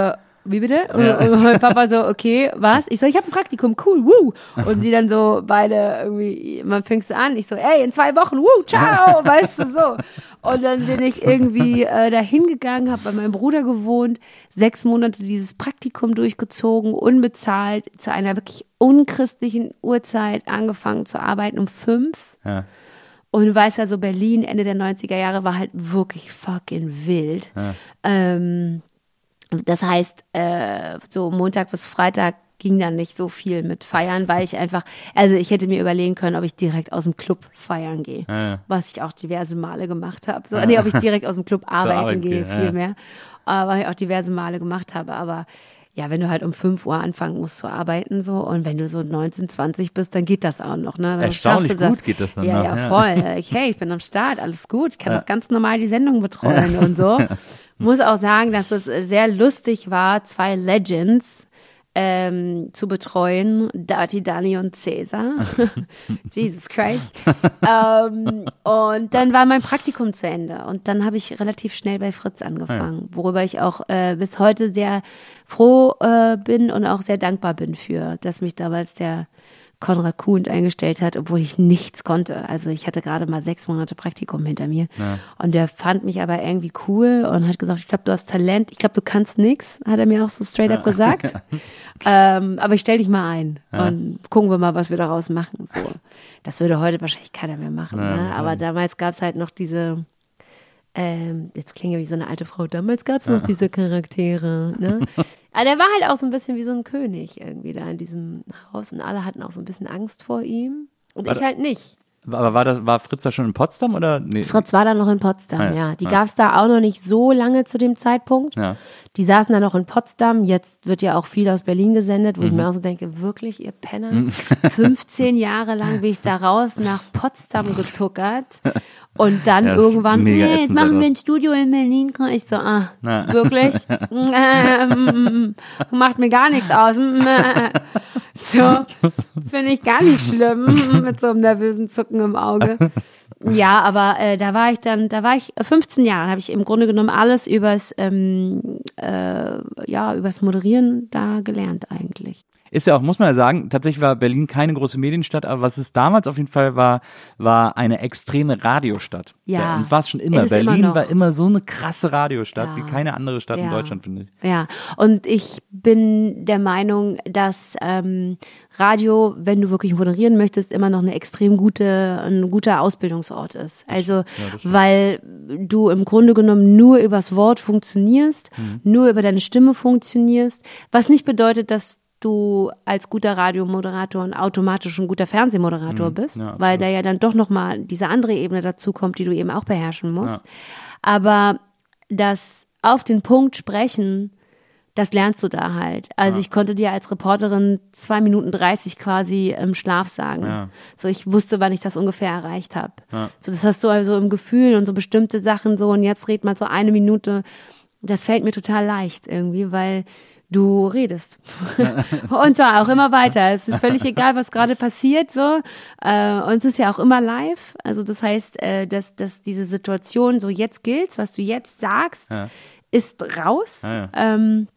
wie bitte? Und, ja. und mein Papa so, okay, was? Ich so, ich habe ein Praktikum, cool, woo. Und sie dann so beide irgendwie, man fängst du an, ich so, ey, in zwei Wochen, woo, ciao, weißt du, so. Und dann bin ich irgendwie äh, da hingegangen, habe bei meinem Bruder gewohnt, sechs Monate dieses Praktikum durchgezogen, unbezahlt, zu einer wirklich unchristlichen Uhrzeit angefangen zu arbeiten um fünf. Ja. Und du weißt ja, so Berlin, Ende der neunziger Jahre war halt wirklich fucking wild. Ja. Ähm, das heißt, äh, so Montag bis Freitag ging dann nicht so viel mit Feiern, weil ich einfach, also ich hätte mir überlegen können, ob ich direkt aus dem Club feiern gehe, ja, ja. was ich auch diverse Male gemacht habe. So, ja. Nee, ob ich direkt aus dem Club arbeiten Arbeit gehe, viel ja. mehr. Aber ich auch diverse Male gemacht habe. Aber ja, wenn du halt um fünf Uhr anfangen musst zu arbeiten so und wenn du so neunzehn, zwanzig bist, dann geht das auch noch. Ne? Dann Erstaunlich du das. gut geht das dann ja, noch. Ja, ja, voll. Ich, hey, ich bin am Start, alles gut. Ich kann ja. auch ganz normal die Sendung betreuen und so. Muss auch sagen, dass es sehr lustig war, zwei Legends ähm, zu betreuen, Dirty Danny und Cäsar. Jesus Christ. ähm, und dann war mein Praktikum zu Ende und dann habe ich relativ schnell bei Fritz angefangen, worüber ich auch äh, bis heute sehr froh äh, bin und auch sehr dankbar bin für, dass mich damals der Konrad Kuhn eingestellt hat, obwohl ich nichts konnte. Also ich hatte gerade mal sechs Monate Praktikum hinter mir. Ja. Und der fand mich aber irgendwie cool und hat gesagt, ich glaube, du hast Talent, ich glaube, du kannst nix, hat er mir auch so straight up gesagt. ähm, aber ich stell dich mal ein ja. und gucken wir mal, was wir daraus machen. So, das würde heute wahrscheinlich keiner mehr machen. Ja, ne? Aber damals gab es halt noch diese, ähm, jetzt klinge ich wie so eine alte Frau, damals gab es noch ja. diese Charaktere. Ne? Aber der war halt auch so ein bisschen wie so ein König irgendwie da in diesem Haus und alle hatten auch so ein bisschen Angst vor ihm und war ich halt nicht. Aber war, das, war Fritz da schon in Potsdam oder? Nee. Fritz war da noch in Potsdam, ah, ja. ja. Die ja. gab es da auch noch nicht so lange zu dem Zeitpunkt. Ja. Die saßen da noch in Potsdam. Jetzt wird ja auch viel aus Berlin gesendet, wo mhm. ich mir auch so denke, wirklich, ihr Penner? Mhm. fünfzehn Jahre lang bin ich da raus nach Potsdam getuckert. Und dann ja, irgendwann, nee, jetzt machen wir ein Studio in Berlin. Ich so, ah, Na. wirklich? Macht mir gar nichts aus. So, finde ich gar nicht schlimm, mit so einem nervösen Zucken im Auge. Ja, aber äh, da war ich dann, da war ich fünfzehn Jahre, habe ich im Grunde genommen alles übers, ähm, äh, ja, übers Moderieren da gelernt eigentlich. Ist ja auch, muss man ja sagen, tatsächlich war Berlin keine große Medienstadt, aber was es damals auf jeden Fall war, war eine extreme Radiostadt. Ja. ja und war es schon immer. Es Berlin immer war immer so eine krasse Radiostadt, ja. wie keine andere Stadt ja. in Deutschland, finde ich. Ja, und ich bin der Meinung, dass ähm, Radio, wenn du wirklich moderieren möchtest, immer noch eine extrem gute, ein guter Ausbildungsort ist. Also, ja, weil du im Grunde genommen nur übers Wort funktionierst, mhm. nur über deine Stimme funktionierst, was nicht bedeutet, dass du als guter Radiomoderator und automatisch ein guter Fernsehmoderator mhm. bist, ja, weil da ja dann doch nochmal diese andere Ebene dazu kommt, die du eben auch beherrschen musst. Ja. Aber das auf den Punkt sprechen, das lernst du da halt. Also ja. ich konnte dir als Reporterin zwei Minuten dreißig quasi im Schlaf sagen. Ja. So, ich wusste, wann ich das ungefähr erreicht habe. Ja. So, das hast du also im Gefühl und so bestimmte Sachen so und jetzt red mal so eine Minute. Das fällt mir total leicht irgendwie, weil du redest. Und zwar auch immer weiter. Es ist völlig egal, was gerade passiert, so. Äh, und es ist ja auch immer live. Also das heißt, äh, dass, dass diese Situation so jetzt gilt, was du jetzt sagst, ja. ist raus. Ja, ja. Ähm,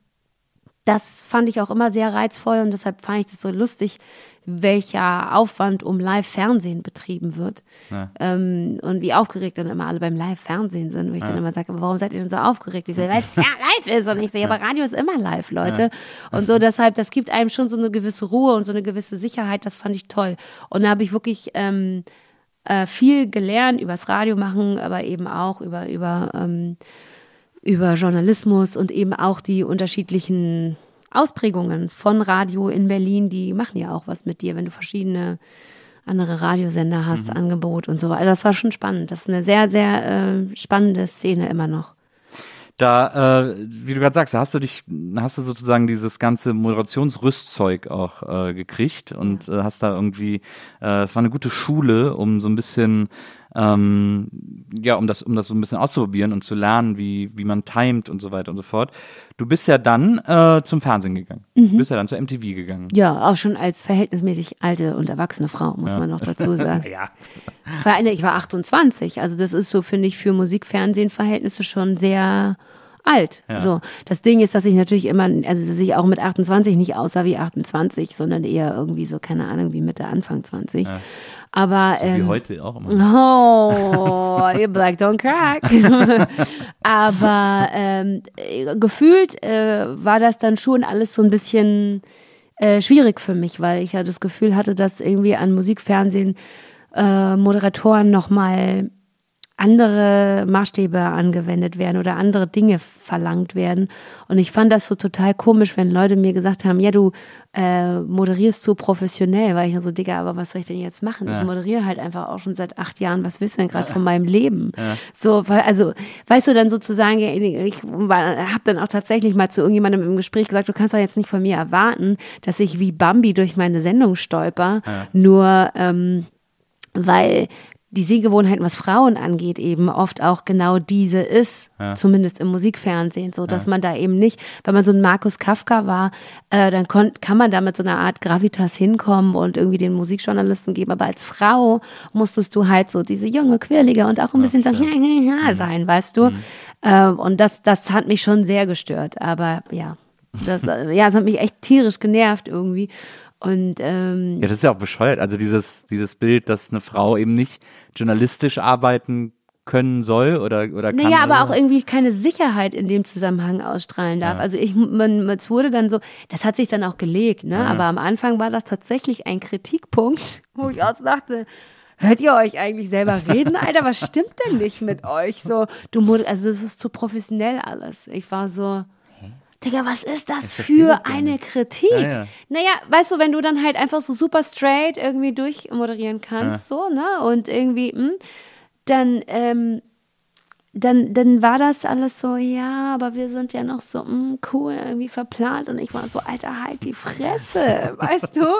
das fand ich auch immer sehr reizvoll und deshalb fand ich das so lustig, welcher Aufwand um Live-Fernsehen betrieben wird. Ja. Ähm, und wie aufgeregt dann immer alle beim Live-Fernsehen sind. Wo ich ja. dann immer sage, aber warum seid ihr denn so aufgeregt? Ich sage, weil es ja live ist. Und ich sage, aber Radio ist immer live, Leute. Ja. Und so deshalb, das gibt einem schon so eine gewisse Ruhe und so eine gewisse Sicherheit. Das fand ich toll. Und da habe ich wirklich ähm, äh, viel gelernt übers Radio machen, aber eben auch über, über, ähm, über Journalismus und eben auch die unterschiedlichen Ausprägungen von Radio in Berlin, die machen ja auch was mit dir, wenn du verschiedene andere Radiosender hast, mhm. Angebot und so. Also das war schon spannend. Das ist eine sehr, sehr äh, spannende Szene immer noch. Da, äh, wie du gerade sagst, hast du dich, hast du sozusagen dieses ganze Moderationsrüstzeug auch äh, gekriegt und äh, hast da irgendwie, äh, es war eine gute Schule, um so ein bisschen Ähm, ja, um das, um das so ein bisschen auszuprobieren und zu lernen, wie, wie man timet und so weiter und so fort. Du bist ja dann äh, zum Fernsehen gegangen. Mhm. Du bist ja dann zur M T V gegangen. Ja, auch schon als verhältnismäßig alte und erwachsene Frau, muss ja. man noch dazu sagen. ja. Ich war achtundzwanzig, also das ist so, finde ich, für Musik-Fernsehen-Verhältnisse schon sehr alt. Ja. So. Das Ding ist, dass ich natürlich immer, also dass ich auch mit achtundzwanzig nicht aussah wie achtundzwanzig, sondern eher irgendwie so, keine Ahnung, wie Mitte, Anfang zwanzig. Ja. Aber, So ähm, wie heute auch immer. Oh, ihr Black don't crack. Aber ähm, gefühlt äh, war das dann schon alles so ein bisschen äh, schwierig für mich, weil ich ja das Gefühl hatte, dass irgendwie an Musikfernsehen äh, Moderatoren nochmal andere Maßstäbe angewendet werden oder andere Dinge verlangt werden. Und ich fand das so total komisch, wenn Leute mir gesagt haben, ja, du äh, moderierst so professionell, weil ich so, Digga, aber was soll ich denn jetzt machen? Ja. Ich moderiere halt einfach auch schon seit acht Jahren, was willst du denn gerade von meinem Leben? Ja. So, weil, also, weißt du, dann sozusagen, ich habe dann auch tatsächlich mal zu irgendjemandem im Gespräch gesagt, du kannst doch jetzt nicht von mir erwarten, dass ich wie Bambi durch meine Sendung stolper, ja. nur ähm, weil die Sehgewohnheiten, was Frauen angeht, eben oft auch genau diese ist, ja. zumindest im Musikfernsehen, so dass ja. man da eben nicht, wenn man so ein Markus Kafka war, äh, dann kon- kann man da mit so einer Art Gravitas hinkommen und irgendwie den Musikjournalisten geben, aber als Frau musstest du halt so diese junge, quirlige und auch ein bisschen ja, so ja, ja, ja, sein, weißt du, mhm. äh, und das, das hat mich schon sehr gestört, aber ja, das, ja, das hat mich echt tierisch genervt irgendwie. Und ähm, ja, das ist ja auch bescheuert. Also dieses dieses Bild, dass eine Frau eben nicht journalistisch arbeiten können soll oder oder kann. Naja, aber oder? auch irgendwie keine Sicherheit in dem Zusammenhang ausstrahlen darf. Ja. Also ich, man, es wurde dann so, das hat sich dann auch gelegt, ne? Ja. Aber am Anfang war das tatsächlich ein Kritikpunkt, wo ich auch dachte, hört ihr euch eigentlich selber reden, Alter? Was stimmt denn nicht mit euch? So, du, also es ist zu professionell alles. Ich war so. Digga, was ist das für das eine Kritik? Ja, ja. Naja, weißt du, wenn du dann halt einfach so super straight irgendwie durchmoderieren kannst, ja. so, ne, und irgendwie, mh, dann, ähm, dann, dann war das alles so, ja, aber wir sind ja noch so, mh, cool, irgendwie verplant und ich war so, Alter, halt die Fresse, weißt du?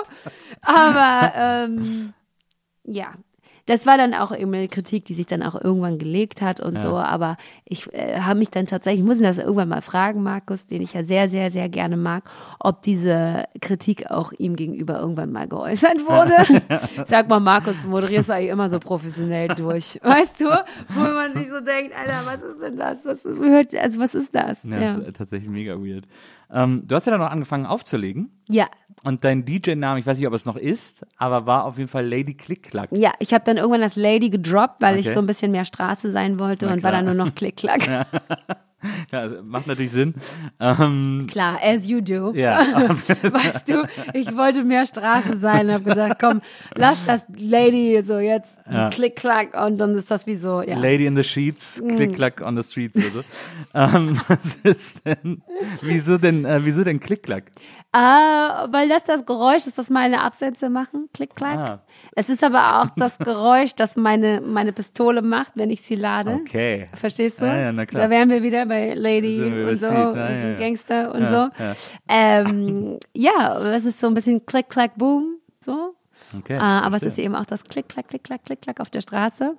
Aber, ähm, ja. Das war dann auch eben eine Kritik, die sich dann auch irgendwann gelegt hat und ja. so, aber ich äh, habe mich dann tatsächlich, ich muss ihn das irgendwann mal fragen, Markus, den ich ja sehr, sehr, sehr gerne mag, ob diese Kritik auch ihm gegenüber irgendwann mal geäußert wurde. Sag mal, Markus, du moderierst eigentlich immer so professionell durch, weißt du? Wo man sich so denkt, Alter, was ist denn das? Das ist, also was ist das? Ja, ja. Das ist tatsächlich mega weird. Ähm, du hast ja dann noch angefangen aufzulegen. Ja. Und dein D J-Name, ich weiß nicht, ob es noch ist, aber war auf jeden Fall Lady Klick-Klack. Ja, ich habe dann irgendwann das Lady gedroppt, weil okay. ich so ein bisschen mehr Straße sein wollte und war dann nur noch Klick-Klack. Ja. Ja, macht natürlich Sinn. Ähm, Klar, as you do. Ja. Weißt du, ich wollte mehr Straße sein und habe gesagt, komm, lass das Lady so jetzt ja. Klick-Klack und dann ist das wie so, ja. Lady in the sheets, Klick-Klack on the streets oder so. ähm, was ist denn, wieso denn, äh, wieso denn Klick-Klack? Ah, weil das das Geräusch ist, das meine Absätze machen, Klick-Klack. Ah. Es ist aber auch das Geräusch, das meine, meine Pistole macht, wenn ich sie lade. Okay. Verstehst du? Ja, ja, na klar. Da wären wir wieder bei Lady wir und so, Street, und ja, ja, ja. Gangster und ja, so. Ja, ähm, ja, es ist so ein bisschen Klick-Klack-Boom, so. Okay, äh, aber es ist eben auch das Klick-Klack, Klick-Klack, Klick-Klack auf der Straße.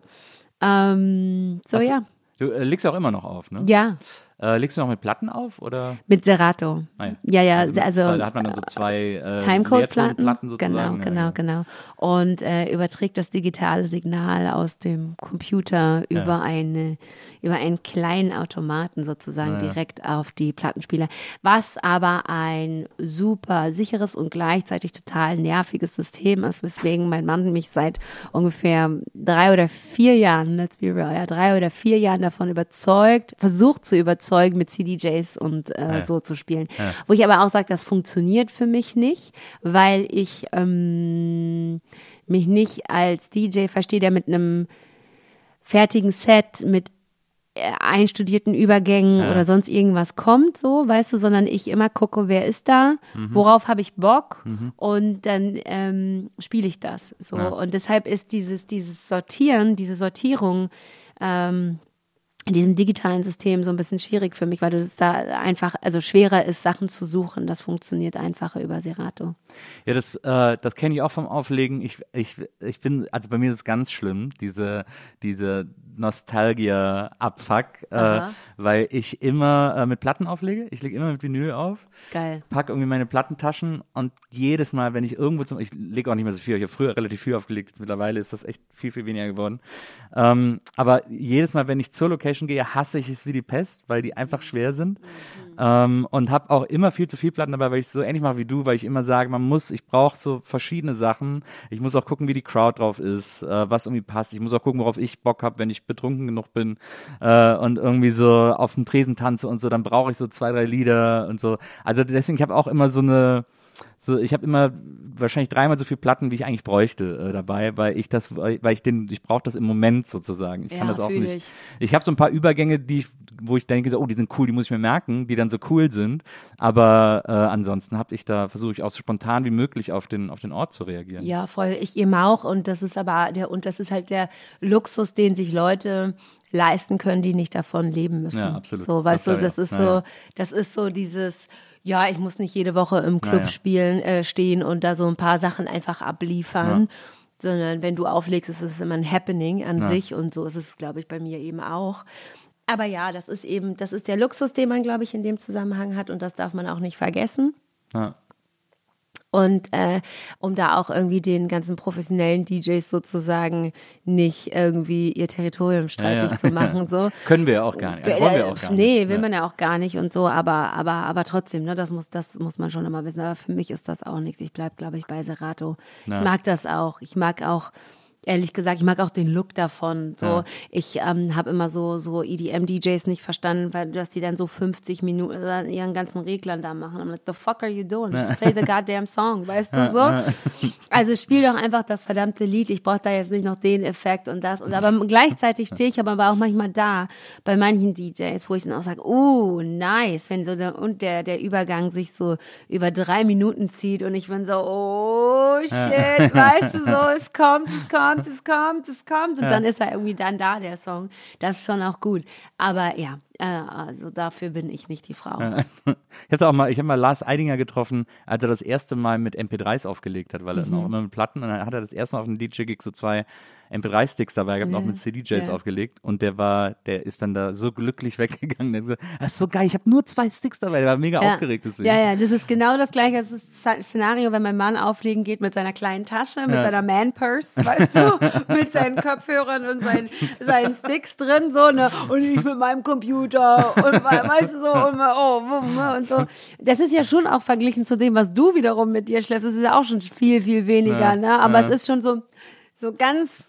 Ähm, so, Was, ja. Du äh, legst auch immer noch auf, ne? Ja. Äh, legst du noch mit Platten auf, oder? Mit Serato. Ah, ja, ja, ja. Also, also zwei, da hat man dann so zwei äh, Timecode-Platten. Platten Genau, ja, genau, ja. genau. Und äh, überträgt das digitale Signal aus dem Computer ja. über eine über einen kleinen Automaten sozusagen ja. direkt auf die Plattenspieler. Was aber ein super sicheres und gleichzeitig total nerviges System ist, weswegen mein Mann mich seit ungefähr drei oder vier Jahren, let's be real, ja, drei oder vier Jahren davon überzeugt, versucht zu überzeugen, mit C D Js und äh, ja. so zu spielen. Ja. Wo ich aber auch sage, das funktioniert für mich nicht, weil ich ähm, mich nicht als D J verstehe, der mit einem fertigen Set, mit einstudierten Übergängen ja. oder sonst irgendwas kommt, so, weißt du, sondern ich immer gucke, wer ist da, mhm. worauf habe ich Bock mhm. und dann ähm, spiele ich das, so. Ja. Und deshalb ist dieses, dieses Sortieren, diese Sortierung ähm, in diesem digitalen System so ein bisschen schwierig für mich, weil es da einfach, also schwerer ist, Sachen zu suchen. Das funktioniert einfacher über Serato. Ja, das, äh, das kenne ich auch vom Auflegen. Ich, ich, ich bin, also bei mir ist es ganz schlimm, diese, diese Nostalgia-Abfuck, äh, weil ich immer äh, mit Platten auflege. Ich lege immer mit Vinyl auf. Geil. Pack irgendwie meine Plattentaschen und jedes Mal, wenn ich irgendwo zum, ich lege auch nicht mehr so viel, ich habe früher relativ viel aufgelegt, jetzt mittlerweile ist das echt viel, viel weniger geworden. Ähm, aber jedes Mal, wenn ich zur Location Location gehe, hasse ich es wie die Pest, weil die einfach schwer sind. Mhm. Ähm, und habe auch immer viel zu viel Platten dabei, weil ich so ähnlich mache wie du, weil ich immer sage, man muss, ich brauche so verschiedene Sachen. Ich muss auch gucken, wie die Crowd drauf ist, äh, was irgendwie passt. Ich muss auch gucken, worauf ich Bock habe, wenn ich betrunken genug bin äh, und irgendwie so auf dem Tresen tanze und so, dann brauche ich so zwei, drei Lieder und so. Also deswegen, ich habe auch immer so eine So, ich habe immer wahrscheinlich dreimal so viel Platten, wie ich eigentlich bräuchte äh, dabei, weil ich das, weil ich den, ich brauche das im Moment sozusagen. Ich kann ja, das auch nicht. Ich, ich habe so ein paar Übergänge, die, wo ich denke, so, oh, die sind cool, die muss ich mir merken, die dann so cool sind. Aber äh, ansonsten habe ich da versuche ich auch so spontan wie möglich auf den auf den Ort zu reagieren. Ja, voll. Ich eben auch. Und das ist aber der und das ist halt der Luxus, den sich Leute leisten können, die nicht davon leben müssen. Ja, absolut. So, weißt Total, du, das ja. ist Ja, so, ja. das ist so dieses, ja, ich muss nicht jede Woche im Club Ja, ja. spielen, äh, stehen und da so ein paar Sachen einfach abliefern, Ja. sondern wenn du auflegst, ist es immer ein Happening an Ja. sich und so ist es, glaube ich, bei mir eben auch. Aber ja, das ist eben, das ist der Luxus, den man, glaube ich, in dem Zusammenhang hat und das darf man auch nicht vergessen. Ja. Und äh, um da auch irgendwie den ganzen professionellen D Js sozusagen nicht irgendwie ihr Territorium streitig Ja, ja. zu machen. So. Können wir ja auch gar nicht. Also wollen wir auch gar nee, nicht. will Ja. man ja auch gar nicht und so, aber, aber, aber trotzdem, ne, das muss, das muss man schon immer wissen. Aber für mich ist das auch nichts. Ich bleib, glaube ich, bei Serato. Ja. Ich mag das auch. Ich mag auch, ehrlich gesagt, ich mag auch den Look davon. So, Ja. ich ähm, habe immer so so E D M-D Js nicht verstanden, weil dass die dann so fünfzig Minuten an ihren ganzen Reglern da machen. I'm like, the fuck are you doing? Just play the goddamn song, weißt du so? Also spiel doch einfach das verdammte Lied. Ich brauche da jetzt nicht noch den Effekt und das. Und aber gleichzeitig stehe ich aber auch manchmal da bei manchen D Js, wo ich dann auch sage, oh, nice, wenn so der, und der der Übergang sich so über drei Minuten zieht und ich bin so, oh shit, weißt du so, es kommt, es kommt. es kommt, es kommt und ja. dann ist er irgendwie dann da, der Song. Das ist schon auch gut. Aber ja, äh, also dafür bin ich nicht die Frau. Ja. Ich habe auch mal, ich habe mal Lars Eidinger getroffen, als er das erste Mal mit M P dreis aufgelegt hat, weil er mhm. noch immer mit Platten und dann hat er das erste Mal auf einem D J-Gig so zwei M P drei Sticks dabei gehabt, ja. auch mit C D Js ja. aufgelegt und der war, der ist dann da so glücklich weggegangen. Der so, das ist so geil, ich habe nur zwei Sticks dabei, der war mega ja. aufgeregt deswegen. Ja, ja, das ist genau das gleiche als das Szenario, wenn mein Mann auflegen geht mit seiner kleinen Tasche, mit ja. seiner Man-Purse, weißt du, mit seinen Kopfhörern und seinen, seinen Sticks drin, so, ne, und ich mit meinem Computer und weißt du so, und, oh, und so. Das ist ja schon auch verglichen zu dem, was du wiederum mit dir schläfst, das ist ja auch schon viel, viel weniger, ja. ne, aber ja. es ist schon so, so ganz,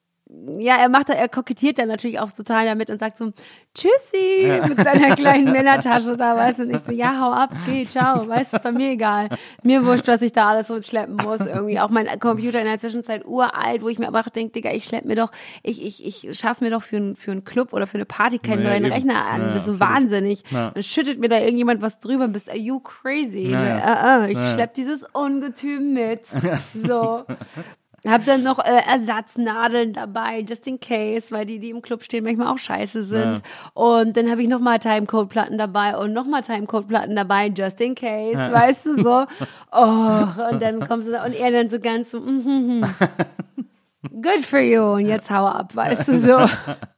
ja, er macht da, er kokettiert dann natürlich auch total damit und sagt so, tschüssi, ja. mit seiner kleinen Männertasche da, weißt du, und ich so, ja, hau ab, geh, ciao, weißt du, ist doch mir egal. Mir wurscht, was ich da alles so schleppen muss, irgendwie. Auch mein Computer in der Zwischenzeit uralt, wo ich mir aber auch denke, Digga, ich schlepp mir doch, ich, ich, ich schaff mir doch für einen, für einen Club oder für eine Party keinen ja, neuen eben. Rechner an, ja, bist du so wahnsinnig. Ja. Dann schüttet mir da irgendjemand was drüber, bist, are you crazy? Ja, ja. Uh, uh, ich ja. schlepp dieses Ungetüm mit. So. Hab dann noch äh, Ersatznadeln dabei, just in case, weil die, die im Club stehen, manchmal auch scheiße sind. Ja. Und dann habe ich nochmal Timecode-Platten dabei und nochmal Timecode-Platten dabei, just in case, ja. weißt du, so. Oh, und dann kommst du da und er dann so ganz so, mm, mm, mm. Good for you und jetzt hau ab, weißt du, so.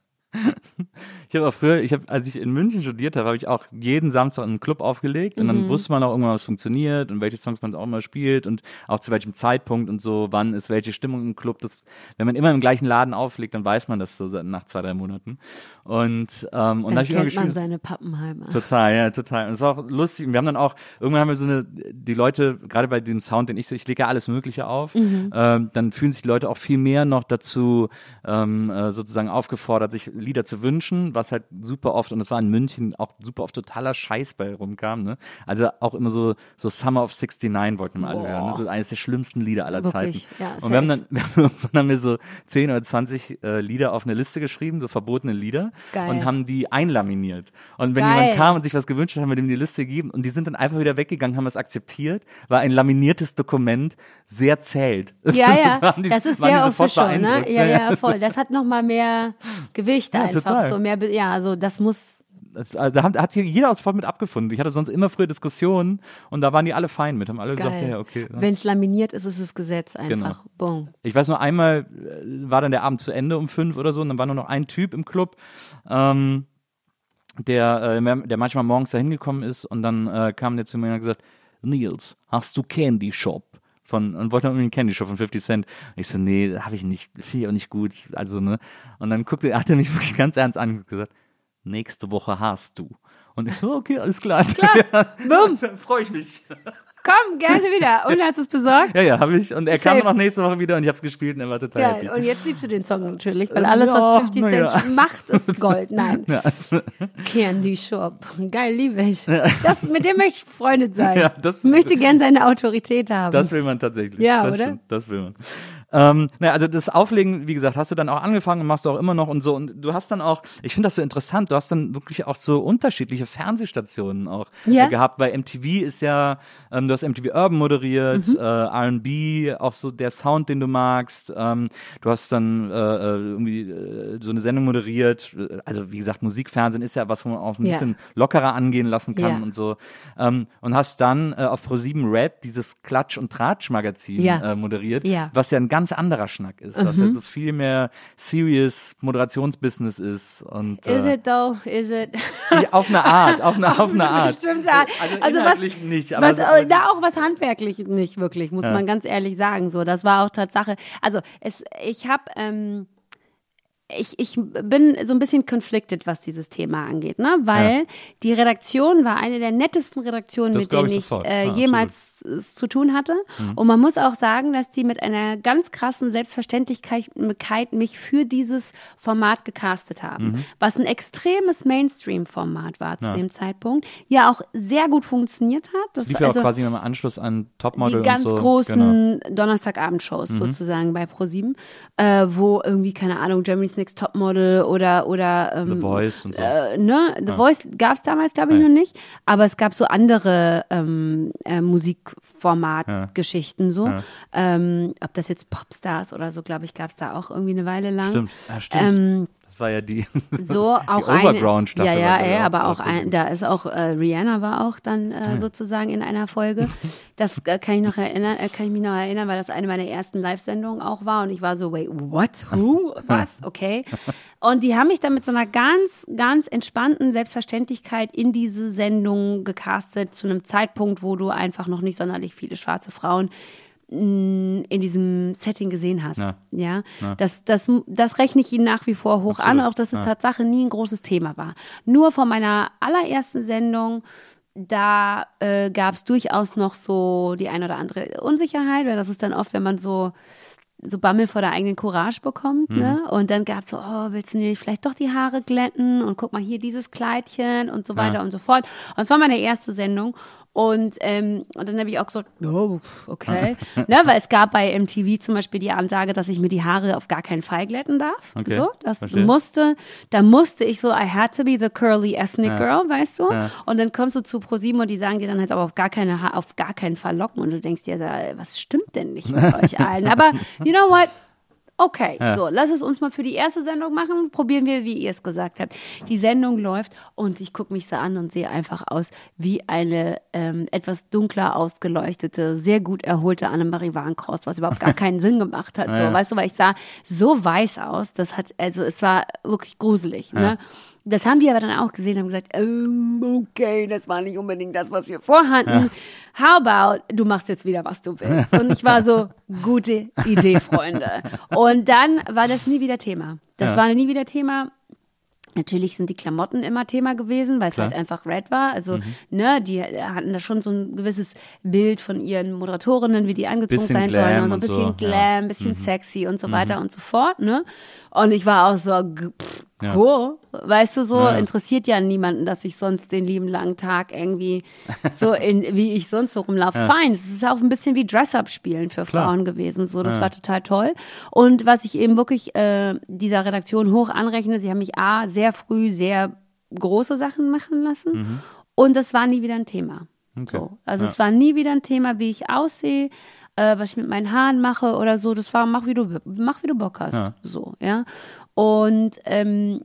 Ich habe auch früher, ich habe, als ich in München studiert habe, habe ich auch jeden Samstag in einen Club aufgelegt und dann mhm. wusste man auch irgendwann, was funktioniert und welche Songs man auch immer spielt und auch zu welchem Zeitpunkt und so, wann ist welche Stimmung im Club. Das, wenn man immer im gleichen Laden auflegt, dann weiß man das so nach zwei, drei Monaten. Und, ähm, und dann da ich kennt gespielt, man seine Pappenheimer. Total, ja, total. Und es war auch lustig. Und wir haben dann auch, irgendwann haben wir so eine, die Leute, gerade bei dem Sound, den ich so, ich lege ja alles Mögliche auf, mhm. ähm, dann fühlen sich die Leute auch viel mehr noch dazu ähm, sozusagen aufgefordert, sich Lieder zu wünschen, was halt super oft, und es war in München auch super oft totaler Scheiß bei rumkam, ne? Also auch immer so, so Summer of sixty-nine wollten wir alle hören, ne? So eines der schlimmsten Lieder aller Wirklich? Zeiten. Ja, und wir haben dann, wir haben, dann haben wir so zehn oder zwanzig äh, Lieder auf eine Liste geschrieben, so verbotene Lieder. Geil. Und haben die einlaminiert. Und wenn Geil. jemand kam und sich was gewünscht hat, haben wir dem die Liste gegeben und die sind dann einfach wieder weggegangen, haben es akzeptiert, weil ein laminiertes Dokument sehr zählt. Ja, ja, das, die, das ist sehr official, ne? Ja, ja, ja, voll. Das hat nochmal mehr Gewicht ja, einfach. Total. So mehr, ja, also das muss... Das, also, da hat, hat hier jeder sofort mit abgefunden. Ich hatte sonst immer früher Diskussionen und da waren die alle fein mit, haben alle Geil. gesagt, ja, okay. Ja. Wenn es laminiert ist, ist es Gesetz einfach. Genau. Boom. Ich weiß nur, einmal war dann der Abend zu Ende um fünf oder so und dann war nur noch ein Typ im Club, ähm, der, äh, der manchmal morgens da hingekommen ist und dann äh, kam der zu mir und hat gesagt, Nils, hast du Candy Shop? Von, und wollte irgendwie einen Candy Shop von fifty Cent. Und ich so, nee, habe ich nicht, finde ich auch nicht gut. Also, ne. Und dann guckte, hat er mich wirklich ganz ernst an und gesagt, nächste Woche hast du. Und ich so, okay, alles klar. Klar, ja, bumm. Freue ich mich. Komm, gerne wieder. Und hast du es besorgt? Ja, ja, habe ich. Und er Safe. kam noch nächste Woche wieder und ich habe es gespielt und er war total Geil. happy. Und jetzt liebst du den Song natürlich, weil alles, Ja, was fifty Cent ja. macht, ist Gold. Nein. Ja, also, Candy Shop. Geil, liebe ich. Das, mit dem möchte ich befreundet sein. Ja, das- ich möchte gern seine Autorität haben. das will man tatsächlich. Ja, das oder? Stimmt, das will man. Ähm, naja, also das Auflegen, wie gesagt, hast du dann auch angefangen und machst du auch immer noch und so. Und du hast dann auch, ich finde das so interessant, du hast dann wirklich auch so unterschiedliche Fernsehstationen auch Ja. äh, gehabt, weil M T V ist ja, ähm, du hast M T V Urban moderiert, Mhm. äh, R and B, auch so der Sound, den du magst. Ähm, du hast dann äh, äh, irgendwie äh, so eine Sendung moderiert. Also wie gesagt, Musikfernsehen ist ja was, wo man auch ein Ja. bisschen lockerer angehen lassen kann Ja. und so. Ähm, und hast dann äh, auf ProSieben Red dieses Klatsch- und Tratsch-Magazin Ja. äh, moderiert, Ja. was ja ein ganz anderer Schnack ist, was ja so viel mehr serious Moderationsbusiness ist. Und, Is äh, it though? Is it? auf eine Art, auf eine, auf eine Art. Bestimmte Art. Also, Also was- inhaltlich nicht, aber, Was, so, aber da auch was handwerklich nicht wirklich, muss Ja. man ganz ehrlich sagen. So, das war auch Tatsache. Also es, ich habe, ähm, ich, ich bin so ein bisschen conflicted, was dieses Thema angeht, ne? Weil Ja. die Redaktion war eine der nettesten Redaktionen, Das mit glaub denen ich ich, sofort. äh, Ja, jemals es zu tun hatte. Und man muss auch sagen, dass die mit einer ganz krassen Selbstverständlichkeit mich für dieses Format gecastet haben. Was ein extremes Mainstream-Format war zu Ja. dem Zeitpunkt. Ja, auch sehr gut funktioniert hat. Das, lief ja also, auch quasi im Anschluss an Topmodel die ganz und so. Genau. großen Donnerstagabendshows sozusagen bei ProSieben, äh, wo irgendwie, keine Ahnung, Germany's Next Topmodel oder, oder ähm, The Voice und so. äh, ne? The Voice gab es damals, glaube ich, Nee. noch nicht, aber es gab so andere ähm, äh, Musikformat-Geschichten so. Ja. Ähm, ob das jetzt Popstars oder so, glaube ich, gab es da auch irgendwie eine Weile lang. Stimmt, ja, stimmt. Ähm, das war ja die, so auch die eine, Overground-Staffel. ja, ja, war, glaub ich, ja, auch aber bei auch ein, ProSieben. da ist auch äh, Rihanna war auch dann äh, sozusagen in einer Folge. Das äh, kann ich noch erinnern, äh, kann ich mich noch erinnern, weil das eine meiner ersten Live-Sendungen auch war und ich war so, wait, what, who, was, okay. Und die haben mich dann mit so einer ganz, ganz entspannten Selbstverständlichkeit in diese Sendung gecastet zu einem Zeitpunkt, wo du einfach noch nicht sonderlich viele schwarze Frauen in diesem Setting gesehen hast. Ja. Ja, Das, das, das rechne ich ihnen nach wie vor hoch Absolut. an, auch dass es Tatsache nie ein großes Thema war. Nur von meiner allerersten Sendung, da äh, gab es durchaus noch so die ein oder andere Unsicherheit, weil das ist dann oft, wenn man so so Bammel vor der eigenen Courage bekommt, ne? Und dann gab es so, oh, willst du dir nicht vielleicht doch die Haare glätten und guck mal hier dieses Kleidchen und so weiter Ja. und so fort. Und es war meine erste Sendung. Und, ähm, und dann habe ich auch gesagt, oh, okay. ne, weil es gab bei M T V zum Beispiel die Ansage, dass ich mir die Haare auf gar keinen Fall glätten darf. Okay, So, das verstehe. musste, da musste ich so, I had to be the curly ethnic Ja. girl, weißt du? Ja. Und dann kommst du zu ProSieben und die sagen dir dann halt aber auf gar keine, Ha- auf gar keinen Fall locken und du denkst dir, da, was stimmt denn nicht mit euch allen? Aber you know what? Okay, Ja. so, lass es uns mal für die erste Sendung machen. Probieren wir, wie ihr es gesagt habt. Die Sendung läuft und ich gucke mich so an und sehe einfach aus wie eine ähm, etwas dunkler ausgeleuchtete, sehr gut erholte Annemarie Warnkross, was überhaupt gar keinen Sinn gemacht hat. So, Ja. weißt du, weil ich sah so weiß aus, das hat, also es war wirklich gruselig, ne? Das haben die aber dann auch gesehen und haben gesagt, ähm, okay, das war nicht unbedingt das, was wir vorhatten. How about, du machst jetzt wieder, was du willst. Und ich war so, gute Idee, Freunde. Und dann war das nie wieder Thema. Das Ja. war nie wieder Thema. Natürlich sind die Klamotten immer Thema gewesen, weil es Klar. halt einfach Red war. Also, ne, die hatten da schon so ein gewisses Bild von ihren Moderatorinnen, wie die angezogen Bisschen sein Glam sollen. Und so ein und bisschen so, Glam, ja. ein bisschen sexy und so weiter und so fort, ne? Und ich war auch so, g- pff, Ja. cool. Weißt du, so Ja, ja. interessiert ja niemanden, dass ich sonst den lieben langen Tag irgendwie so in, wie ich sonst so rumlaufe. Fein, es ist auch ein bisschen wie Dress-Up spielen für Klar. Frauen gewesen. So, das Ja. war total toll. Und was ich eben wirklich äh, dieser Redaktion hoch anrechne, sie haben mich A, sehr früh sehr große Sachen machen lassen und das war nie wieder ein Thema. Mhm. Okay. So. Also Ja. es war nie wieder ein Thema, wie ich aussehe, äh, was ich mit meinen Haaren mache oder so. Das war, mach wie du, mach wie du Bock hast. Ja. So, ja. Und ähm,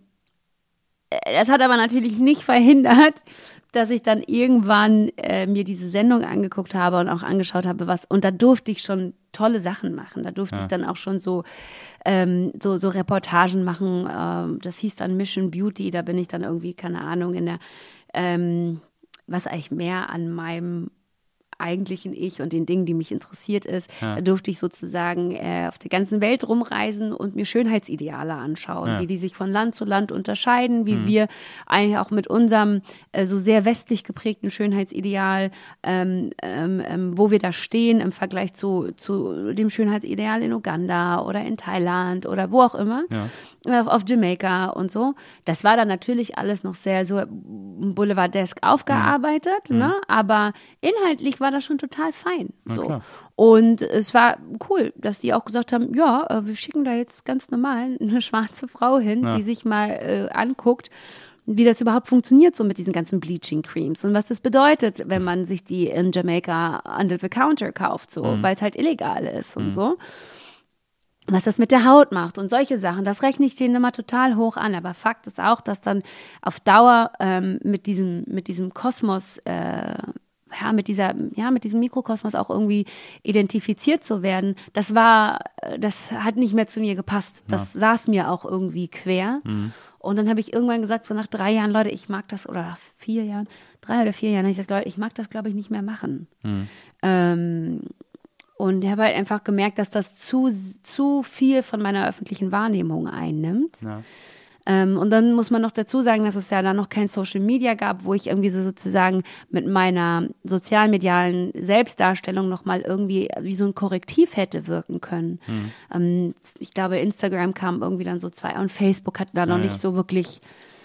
das hat aber natürlich nicht verhindert, dass ich dann irgendwann äh, mir diese Sendung angeguckt habe und auch angeschaut habe, was, und da durfte ich schon tolle Sachen machen. Da durfte ich dann auch schon so, ähm, so, so Reportagen machen. Ähm, das hieß dann Mission Beauty. Da bin ich dann irgendwie, keine Ahnung, in der, ähm, was eigentlich mehr an meinem eigentlichen Ich und den Dingen, die mich interessiert ist. Ja. Da durfte ich sozusagen äh, auf der ganzen Welt rumreisen und mir Schönheitsideale anschauen, Ja. wie die sich von Land zu Land unterscheiden, wie mhm. wir eigentlich auch mit unserem äh, so sehr westlich geprägten Schönheitsideal, ähm, ähm, ähm, wo wir da stehen im Vergleich zu, zu dem Schönheitsideal in Uganda oder in Thailand oder wo auch immer, Ja. auf, auf Jamaika und so. Das war dann natürlich alles noch sehr so boulevardesk aufgearbeitet, Mhm. ne? Aber inhaltlich war das schon total fein. Na So. klar. Und es war cool, dass die auch gesagt haben, ja, äh, wir schicken da jetzt ganz normal eine schwarze Frau hin, Ja. die sich mal äh, anguckt, wie das überhaupt funktioniert, so mit diesen ganzen Bleaching Creams und was das bedeutet, wenn man sich die in Jamaika under the counter kauft, so, Mhm. weil es halt illegal ist und so. Was das mit der Haut macht und solche Sachen, das rechne ich denen immer total hoch an. Aber Fakt ist auch, dass dann auf Dauer ähm, mit diesem mit diesem Kosmos, äh, ja mit dieser ja mit diesem Mikrokosmos auch irgendwie identifiziert zu werden, das war, das hat nicht mehr zu mir gepasst. Das ja. saß mir auch irgendwie quer. Mhm. Und dann habe ich irgendwann gesagt, so nach drei Jahren, Leute, ich mag das, oder nach vier Jahren, drei oder vier Jahren, habe ich gesagt, Leute, ich mag das, glaube ich, nicht mehr machen. Mhm. Ähm, Und ich habe halt einfach gemerkt, dass das zu, zu viel von meiner öffentlichen Wahrnehmung einnimmt. Ja. Ähm, und dann muss man noch dazu sagen, dass es ja dann noch kein Social Media gab, wo ich irgendwie so sozusagen mit meiner sozialmedialen Selbstdarstellung nochmal irgendwie wie so ein Korrektiv hätte wirken können. Mhm. Ähm, ich glaube, Instagram kam irgendwie dann so zwei und Facebook hat da noch ja, nicht ja. so wirklich...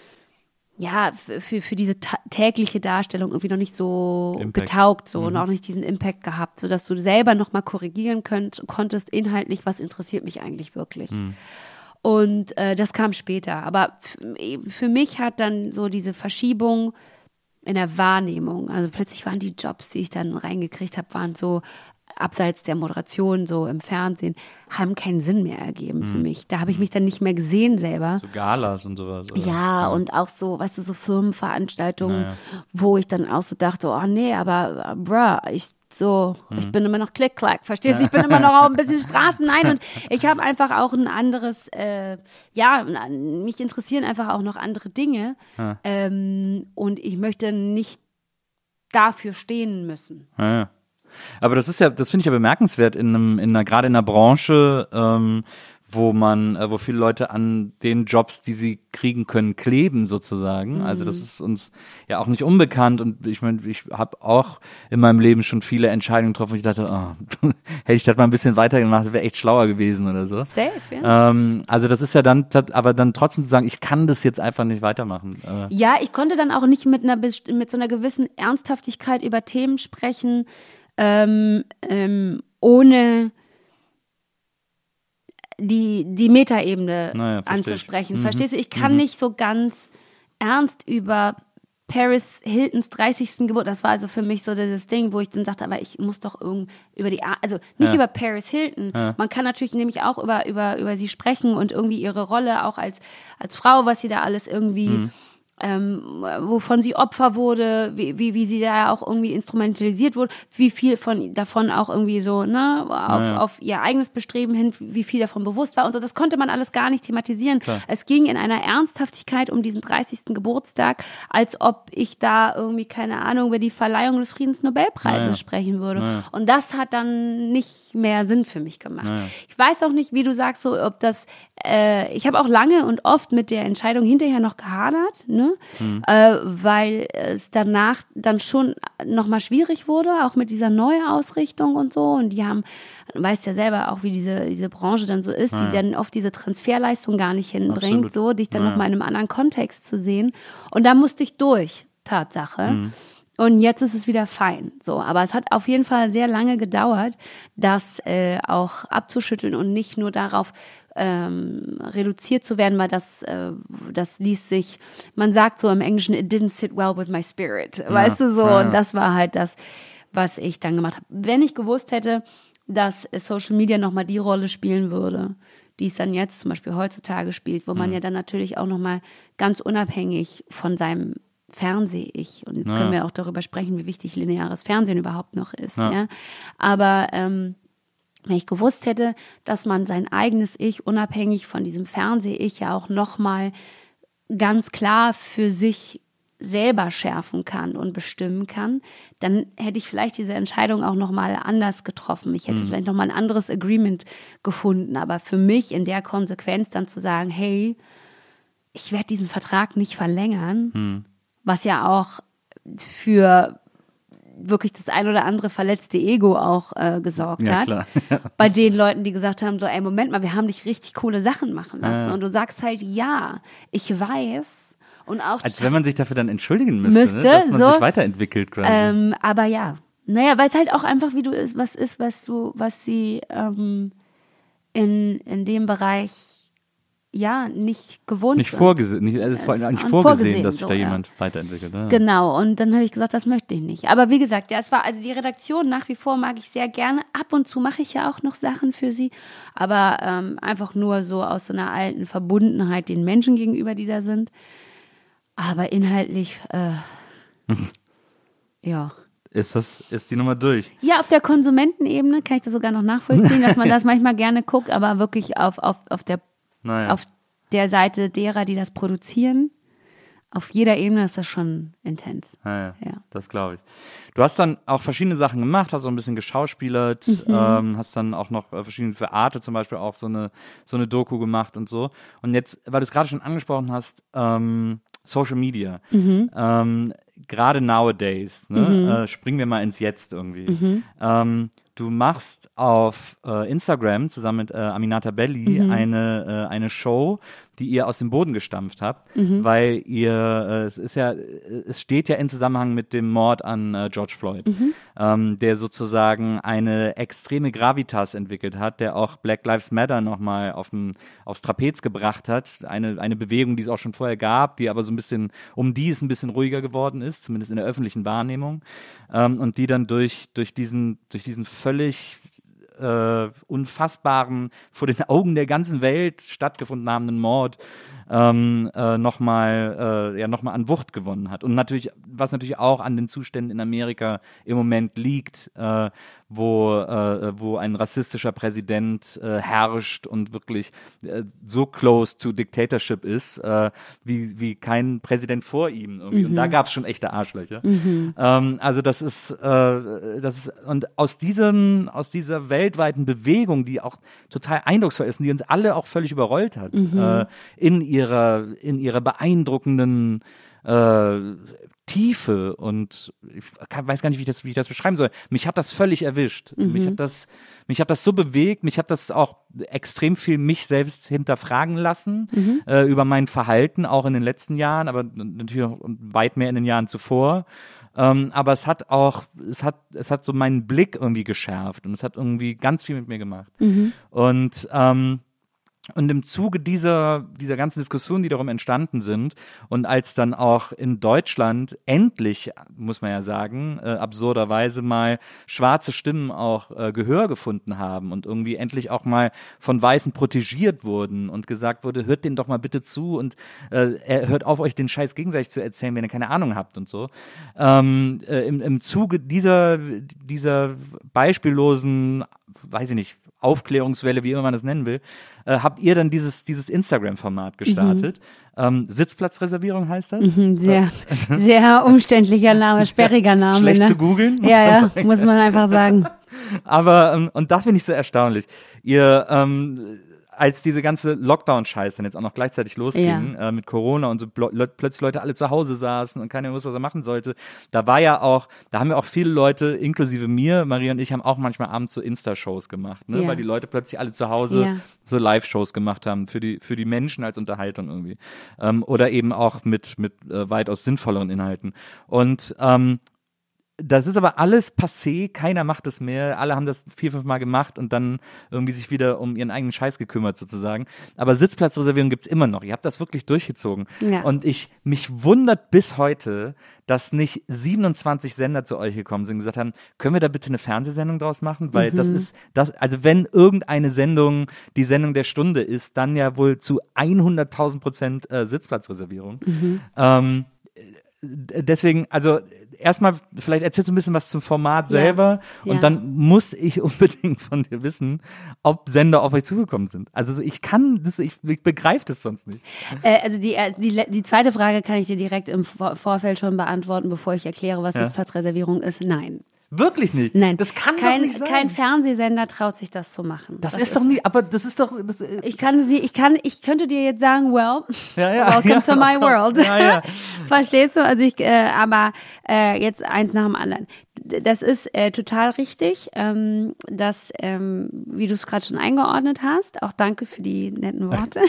ja, für, für diese ta- tägliche Darstellung irgendwie noch nicht so Impact. getaugt so Mhm. und auch nicht diesen Impact gehabt, sodass du selber nochmal korrigieren könnt, konntest inhaltlich, was interessiert mich eigentlich wirklich. Mhm. Und äh, das kam später. Aber f- für mich hat dann so diese Verschiebung in der Wahrnehmung, also plötzlich waren die Jobs, die ich dann reingekriegt habe, waren so abseits der Moderation, so im Fernsehen, haben keinen Sinn mehr ergeben für mich. Da habe ich mich dann nicht mehr gesehen selber. So Galas und sowas. Oder? Ja, und auch so, weißt du, so Firmenveranstaltungen, Naja. wo ich dann auch so dachte, oh nee, aber bruh, ich so, Mhm. ich bin immer noch Klick-Klack, verstehst du? Ich bin immer noch auch ein bisschen straßennein und ich habe einfach auch ein anderes, äh, ja, mich interessieren einfach auch noch andere Dinge Ja. ähm, und ich möchte nicht dafür stehen müssen. Ja, ja. Aber das ist ja, das finde ich ja bemerkenswert in einem, in einer, gerade in einer Branche, ähm, wo man, äh, wo viele Leute an den Jobs, die sie kriegen können, kleben sozusagen. Mhm. Also das ist uns ja auch nicht unbekannt und ich meine, ich habe auch in meinem Leben schon viele Entscheidungen getroffen, wo ich dachte, oh, hätte ich das mal ein bisschen weiter gemacht, wäre echt schlauer gewesen oder so. Safe, ja. Ähm, also das ist ja dann, aber dann trotzdem zu sagen, ich kann das jetzt einfach nicht weitermachen. Äh, Ja, ich konnte dann auch nicht mit einer best- mit so einer gewissen Ernsthaftigkeit über Themen sprechen, ähm, ähm, ohne die, die Metaebene Naja, versteh ich. anzusprechen. Mhm. Verstehst du? Ich kann Mhm. nicht so ganz ernst über Paris Hiltons dreißigsten Geburt, das war also für mich so dieses Ding, wo ich dann sagte, aber ich muss doch irgend über die, Ar- also nicht Ja. über Paris Hilton, Ja. man kann natürlich nämlich auch über, über, über sie sprechen und irgendwie ihre Rolle auch als, als Frau, was sie da alles irgendwie, Mhm. ähm, wovon sie Opfer wurde, wie, wie, wie sie da auch irgendwie instrumentalisiert wurde, wie viel von davon auch irgendwie so, ne, auf, Ja, ja. auf ihr eigenes Bestreben hin, wie viel davon bewusst war und so, das konnte man alles gar nicht thematisieren. Klar. Es ging in einer Ernsthaftigkeit um diesen dreißigsten Geburtstag, als ob ich da irgendwie, keine Ahnung, über die Verleihung des Friedensnobelpreises Naja. sprechen würde. Naja. Und das hat dann nicht mehr Sinn für mich gemacht. Naja. Ich weiß auch nicht, wie du sagst, so, ob das, äh, ich habe auch lange und oft mit der Entscheidung hinterher noch gehadert, ne? Mhm. Äh, weil es danach dann schon nochmal schwierig wurde, auch mit dieser Neuausrichtung und so. Und die haben, du weißt ja selber auch, wie diese, diese Branche dann so ist, Ja. die dann oft diese Transferleistung gar nicht hinbringt, Absolut. so, dich dann Ja. nochmal in einem anderen Kontext zu sehen. Und da musste ich durch, Tatsache. Mhm. Und jetzt ist es wieder fein. So, aber es hat auf jeden Fall sehr lange gedauert, das äh, auch abzuschütteln und nicht nur darauf ähm, reduziert zu werden, weil das äh, das ließ sich, man sagt so im Englischen, it didn't sit well with my spirit, ja. Weißt du so. Ja, ja. Und das war halt das, was ich dann gemacht habe. Wenn ich gewusst hätte, dass Social Media nochmal die Rolle spielen würde, die es dann jetzt zum Beispiel heutzutage spielt, wo man Mhm. ja dann natürlich auch nochmal ganz unabhängig von seinem Fernseh-Ich. Und jetzt Ja. können wir auch darüber sprechen, wie wichtig lineares Fernsehen überhaupt noch ist. Ja. Ja. Aber ähm, wenn ich gewusst hätte, dass man sein eigenes Ich unabhängig von diesem Fernseh-Ich ja auch nochmal ganz klar für sich selber schärfen kann und bestimmen kann, dann hätte ich vielleicht diese Entscheidung auch nochmal anders getroffen. Ich hätte mhm. vielleicht nochmal ein anderes Agreement gefunden. Aber für mich in der Konsequenz dann zu sagen, hey, ich werde diesen Vertrag nicht verlängern, mhm. was ja auch für wirklich das ein oder andere verletzte Ego auch äh, gesorgt ja, hat. Klar. Bei den Leuten, die gesagt haben, so, ey, Moment mal, wir haben dich richtig coole Sachen machen lassen. Ja. Und du sagst halt, ja, ich weiß. Und auch Als wenn man sich dafür dann entschuldigen müsste, müsste ne? Dass man so, sich weiterentwickelt quasi. Ähm, aber ja, naja, weil es halt auch einfach, wie du ist, was ist, was du, was sie ähm, in, in dem Bereich ja nicht gewohnt nicht sind. Vorgesehen, nicht, also vor allem nicht und vorgesehen, vorgesehen, dass sich so, da ja. jemand weiterentwickelt. Ne? Genau, und dann habe ich gesagt, das möchte ich nicht. Aber wie gesagt, ja, es war, also die Redaktion nach wie vor mag ich sehr gerne. Ab und zu mache ich ja auch noch Sachen für sie, aber ähm, einfach nur so aus so einer alten Verbundenheit den Menschen gegenüber, die da sind. Aber inhaltlich, äh, ja. Ist das, ist die Nummer durch? Ja, auf der Konsumentenebene kann ich das sogar noch nachvollziehen, dass man das manchmal gerne guckt, aber wirklich auf, auf, auf, der, Naja. auf der Seite derer, die das produzieren, auf jeder Ebene ist das schon intens. Ah, ja, Ja. Das glaube ich. Du hast dann auch verschiedene Sachen gemacht, hast so ein bisschen geschauspielert, Mhm. ähm, hast dann auch noch äh, verschiedene, für Arte zum Beispiel auch so eine, so eine Doku gemacht und so. Und jetzt, weil du es gerade schon angesprochen hast, ähm, Social Media. Mhm. Ähm, gerade nowadays, ne, Mhm. äh, springen wir mal ins Jetzt irgendwie. Mhm. Ähm, du machst auf äh, Instagram zusammen mit äh, Aminata Belli Mhm. eine, äh, eine Show, die ihr aus dem Boden gestampft habt, Mhm. weil ihr, äh, es ist ja, es steht ja in Zusammenhang mit dem Mord an äh, George Floyd, Mhm. ähm, der sozusagen eine extreme Gravitas entwickelt hat, der auch Black Lives Matter nochmal auf dem, aufs Trapez gebracht hat, eine, eine Bewegung, die es auch schon vorher gab, die aber so ein bisschen, um die es ein bisschen ruhiger geworden ist, zumindest in der öffentlichen Wahrnehmung, ähm, und die dann durch, durch diesen, durch diesen völlig äh, unfassbaren, vor den Augen der ganzen Welt stattgefunden habenden Mord ähm, äh, nochmal äh, ja, noch mal an Wucht gewonnen hat. Und natürlich, was natürlich auch an den Zuständen in Amerika im Moment liegt, äh, wo, äh, wo ein rassistischer Präsident äh, herrscht und wirklich äh, so close to dictatorship ist, äh, wie, wie kein Präsident vor ihm irgendwie. Und da gab es schon echte Arschlöcher. Mhm. Ähm, also das ist, äh, das ist, und aus diesem, aus dieser weltweiten Bewegung, die auch total eindrucksvoll ist und die uns alle auch völlig überrollt hat, Mhm. äh, in ihrer, in ihrer beeindruckenden äh, Tiefe, und ich kann, weiß gar nicht, wie ich, das, wie ich das beschreiben soll. Mich hat das völlig erwischt. Mhm. Mich hat das, mich hat das so bewegt, mich hat das auch extrem viel mich selbst hinterfragen lassen, Mhm. äh, über mein Verhalten, auch in den letzten Jahren, aber natürlich auch weit mehr in den Jahren zuvor. Ähm, aber es hat auch, es hat, es hat so meinen Blick irgendwie geschärft und es hat irgendwie ganz viel mit mir gemacht. Mhm. Und ähm, Und im Zuge dieser, dieser ganzen Diskussionen, die darum entstanden sind, und als dann auch in Deutschland endlich, muss man ja sagen, äh, absurderweise mal schwarze Stimmen auch äh, Gehör gefunden haben und irgendwie endlich auch mal von Weißen protegiert wurden und gesagt wurde, hört denen doch mal bitte zu und äh, hört auf, euch den Scheiß gegenseitig zu erzählen, wenn ihr keine Ahnung habt und so. Ähm, äh, im, im Zuge dieser, dieser beispiellosen, weiß ich nicht, Aufklärungswelle, wie immer man das nennen will, äh, habt ihr dann dieses, dieses Instagram-Format gestartet. Mhm. Ähm, Sitzplatzreservierung heißt das? Mhm, sehr, sehr umständlicher Name, sperriger Name. Schlecht ne? zu googeln? Ja, ja, muss man einfach sagen. Aber, ähm, und da finde ich so erstaunlich. Ihr, ähm, als diese ganze Lockdown-Scheiße dann jetzt auch noch gleichzeitig losging, ja. äh, mit Corona und so pl- plötzlich Leute alle zu Hause saßen und keiner wusste, was er machen sollte, da war ja auch, da haben ja auch viele Leute, inklusive mir, Maria und ich, haben auch manchmal abends so Insta-Shows gemacht, ne? Ja. Weil die Leute plötzlich alle zu Hause Ja. so Live-Shows gemacht haben für die, für die Menschen als Unterhaltung irgendwie. Ähm, oder eben auch mit, mit äh, weitaus sinnvolleren Inhalten. Und ähm, das ist aber alles passé, keiner macht das mehr, alle haben das vier, fünf Mal gemacht und dann irgendwie sich wieder um ihren eigenen Scheiß gekümmert sozusagen. Aber Sitzplatzreservierung gibt's immer noch, ihr habt das wirklich durchgezogen. Ja. Und ich, mich wundert bis heute, dass nicht siebenundzwanzig Sender zu euch gekommen sind und gesagt haben, können wir da bitte eine Fernsehsendung draus machen? Weil Mhm. das ist, das, also wenn irgendeine Sendung die Sendung der Stunde ist, dann ja wohl zu hunderttausend Prozent äh, Sitzplatzreservierung. Mhm. Ähm, deswegen, also erstmal, vielleicht erzählst du ein bisschen was zum Format selber ja. und dann muss ich unbedingt von dir wissen, ob Sender auf euch zugekommen sind. Also ich kann das, ich, ich begreife das sonst nicht. Äh, also die, die, die zweite Frage kann ich dir direkt im Vor- Vorfeld schon beantworten, bevor ich erkläre, was Ja. Sitzplatzreservierung ist. Nein. Wirklich nicht? Nein. Das kann kein, doch nicht sein. Kein Fernsehsender traut sich das zu machen. das, das ist doch nicht, aber das ist doch... Das, Ich kann, ich kann, ich könnte dir jetzt sagen, well, Ja, ja, welcome ja, to my komm. world. Ja, ja. Verstehst du? Also ich, äh, aber äh, jetzt eins nach dem anderen. Das ist äh, total richtig, ähm, dass, ähm, wie du es gerade schon eingeordnet hast, auch danke für die netten Worte.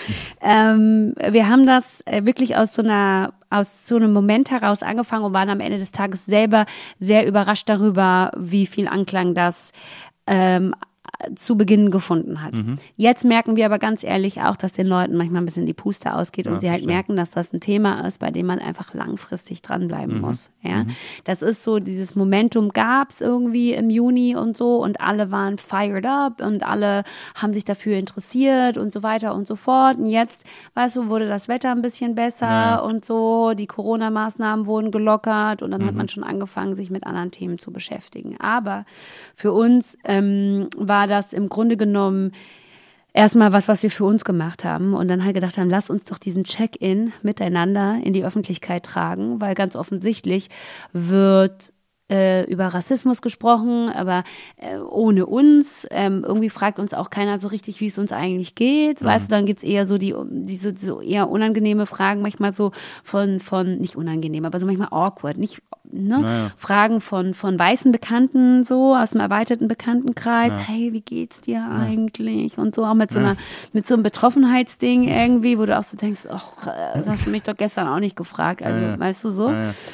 ähm, wir haben das äh, wirklich aus so einer, aus so einem Moment heraus angefangen und waren am Ende des Tages selber sehr überrascht darüber, wie viel Anklang das ähm, zu Beginn gefunden hat. Mhm. Jetzt merken wir aber ganz ehrlich auch, dass den Leuten manchmal ein bisschen die Puste ausgeht und Ja, sie halt verstehe. merken, dass das ein Thema ist, bei dem man einfach langfristig dranbleiben Mhm. muss. Ja, das ist so, dieses Momentum gab's irgendwie im Juni und so und alle waren fired up und alle haben sich dafür interessiert und so weiter und so fort. Und jetzt, weißt du, wurde das Wetter ein bisschen besser Naja. und so, die Corona-Maßnahmen wurden gelockert und dann hat man schon angefangen, sich mit anderen Themen zu beschäftigen. Aber für uns ähm, war das im Grunde genommen erstmal was, was wir für uns gemacht haben und dann halt gedacht haben, lass uns doch diesen Check-in miteinander in die Öffentlichkeit tragen, weil ganz offensichtlich wird äh, über Rassismus gesprochen, aber äh, ohne uns. Ähm, irgendwie fragt uns auch keiner so richtig, wie es uns eigentlich geht. Mhm. Weißt du, dann gibt's eher so die, die so, so eher unangenehme Fragen, manchmal so von, von nicht unangenehm, aber so manchmal awkward, nicht ne? Naja. Fragen von, von weißen Bekannten, so aus dem erweiterten Bekanntenkreis. Ja. Hey, wie geht's dir eigentlich? Und so auch mit so einer, mit so einem Betroffenheitsding irgendwie, wo du auch so denkst, ach, äh, das hast du mich doch gestern auch nicht gefragt. Also, Ja, ja. weißt du so? Ja, ja.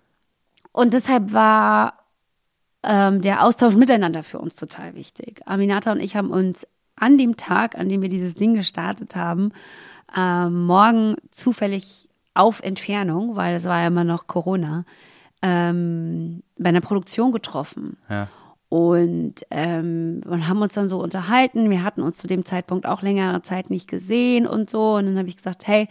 Und deshalb war ähm, der Austausch miteinander für uns total wichtig. Aminata und ich haben uns an dem Tag, an dem wir dieses Ding gestartet haben, ähm, morgen zufällig auf Entfernung, weil es war ja immer noch Corona, ähm, bei einer Produktion getroffen. Ja. Und, ähm, und haben uns dann so unterhalten. Wir hatten uns zu dem Zeitpunkt auch längere Zeit nicht gesehen und so. Und dann habe ich gesagt, hey,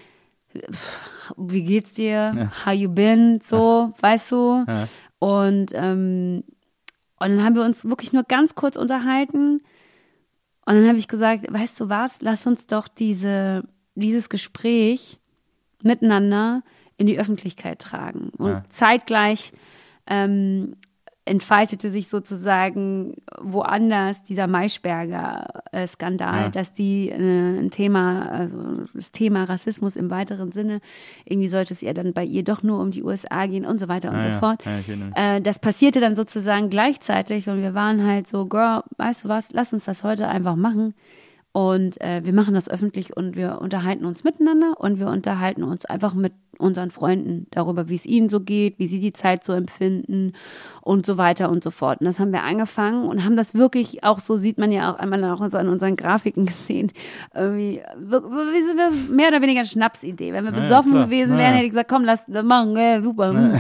wie geht's dir? Ja. How you been? So, weißt du? Ja. Und, ähm, und dann haben wir uns wirklich nur ganz kurz unterhalten. Und dann habe ich gesagt, weißt du was? Lass uns doch diese, dieses Gespräch miteinander in die Öffentlichkeit tragen. Und Ja. zeitgleich ähm, entfaltete sich sozusagen woanders dieser Maischberger-Skandal, Ja. dass die äh, ein Thema, also das Thema Rassismus im weiteren Sinne, irgendwie sollte es ja dann bei ihr doch nur um die U S A gehen und so weiter und Ah, so ja. fort. Ja, ich erinnere mich. Äh, das passierte dann sozusagen gleichzeitig und wir waren halt so, Girl, weißt du was, lass uns das heute einfach machen. Und äh, wir machen das öffentlich und wir unterhalten uns miteinander und wir unterhalten uns einfach mit unseren Freunden darüber, wie es ihnen so geht, wie sie die Zeit so empfinden und so weiter und so fort. Und das haben wir angefangen und haben das wirklich auch, so sieht man ja auch einmal auch an unseren Grafiken gesehen, irgendwie, wir- wir sind das mehr oder weniger eine Schnapsidee. Wenn wir Na ja, besoffen klar. gewesen Na wären, ja. hätte ich gesagt, komm, lass das machen, äh, super. hm.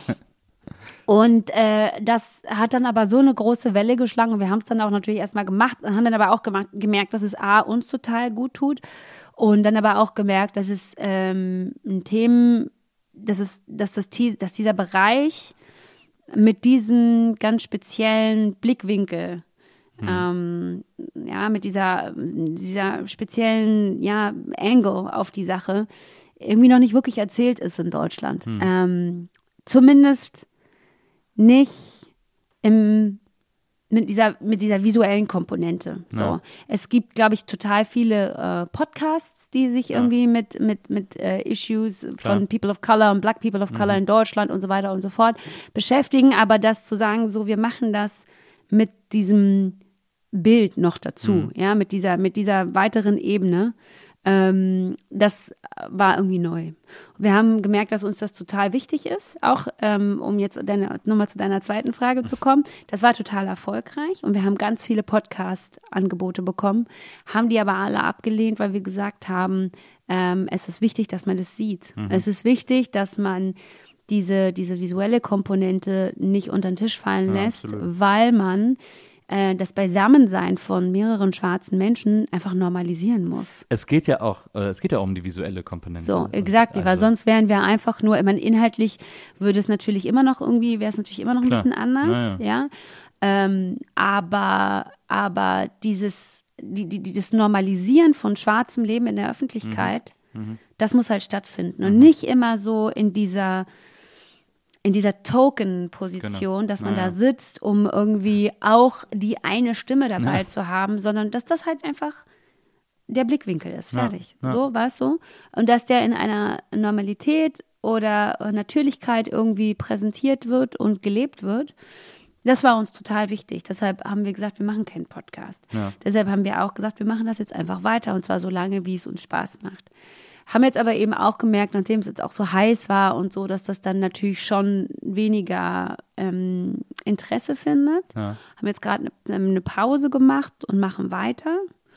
Und äh, das hat dann aber so eine große Welle geschlagen und wir haben es dann auch natürlich erstmal gemacht und haben dann aber auch gemacht, gemerkt, dass es A, uns total gut tut und dann aber auch gemerkt, dass es ähm, ein Thema, dass es, dass das, dass dieser Bereich mit diesem ganz speziellen Blickwinkel, ähm, ja, mit dieser, dieser speziellen, ja, Angle auf die Sache irgendwie noch nicht wirklich erzählt ist in Deutschland. Ähm, zumindest nicht im, mit dieser, mit dieser visuellen Komponente. So. Ja. Es gibt, glaube ich, total viele äh, Podcasts, die sich Ja. irgendwie mit, mit, mit äh, Issues Klar. von People of Color und Black People of Color in Deutschland und so weiter und so fort beschäftigen. Aber das zu sagen, so, wir machen das mit diesem Bild noch dazu, Mhm. ja, mit dieser, mit dieser weiteren Ebene, ähm, das war irgendwie neu. Wir haben gemerkt, dass uns das total wichtig ist, auch ähm, um jetzt deine, nochmal zu deiner zweiten Frage zu kommen. Das war total erfolgreich und wir haben ganz viele Podcast-Angebote bekommen, haben die aber alle abgelehnt, weil wir gesagt haben, ähm, es ist wichtig, dass man das sieht. Mhm. Es ist wichtig, dass man diese, diese visuelle Komponente nicht unter den Tisch fallen Ja, lässt, absolut. weil man äh, das Beisammensein von mehreren schwarzen Menschen einfach normalisieren muss. Es geht ja auch, äh, es geht ja auch um die visuelle Komponente. So, exakt, also, weil sonst wären wir einfach nur, ich meine, inhaltlich würde es natürlich immer noch irgendwie, wäre es natürlich immer noch ein klar. bisschen anders, ja. ja. Ähm, aber, aber dieses, die, die, das Normalisieren von schwarzem Leben in der Öffentlichkeit, mhm. das muss halt stattfinden. Und mhm. nicht immer so in dieser, in dieser Token-Position, genau. dass man naja. da sitzt, um irgendwie auch die eine Stimme dabei ja. zu haben, sondern dass das halt einfach der Blickwinkel ist, fertig. Ja. Ja. So, weißt du? Und dass der in einer Normalität oder Natürlichkeit irgendwie präsentiert wird und gelebt wird. Das war uns total wichtig. Deshalb haben wir gesagt, wir machen keinen Podcast. Ja. Deshalb haben wir auch gesagt, wir machen das jetzt einfach weiter und zwar so lange, wie es uns Spaß macht. Haben jetzt aber eben auch gemerkt, nachdem es jetzt auch so heiß war und so, dass das dann natürlich schon weniger ähm, Interesse findet. Ja. Haben jetzt gerade eine, eine Pause gemacht und machen weiter.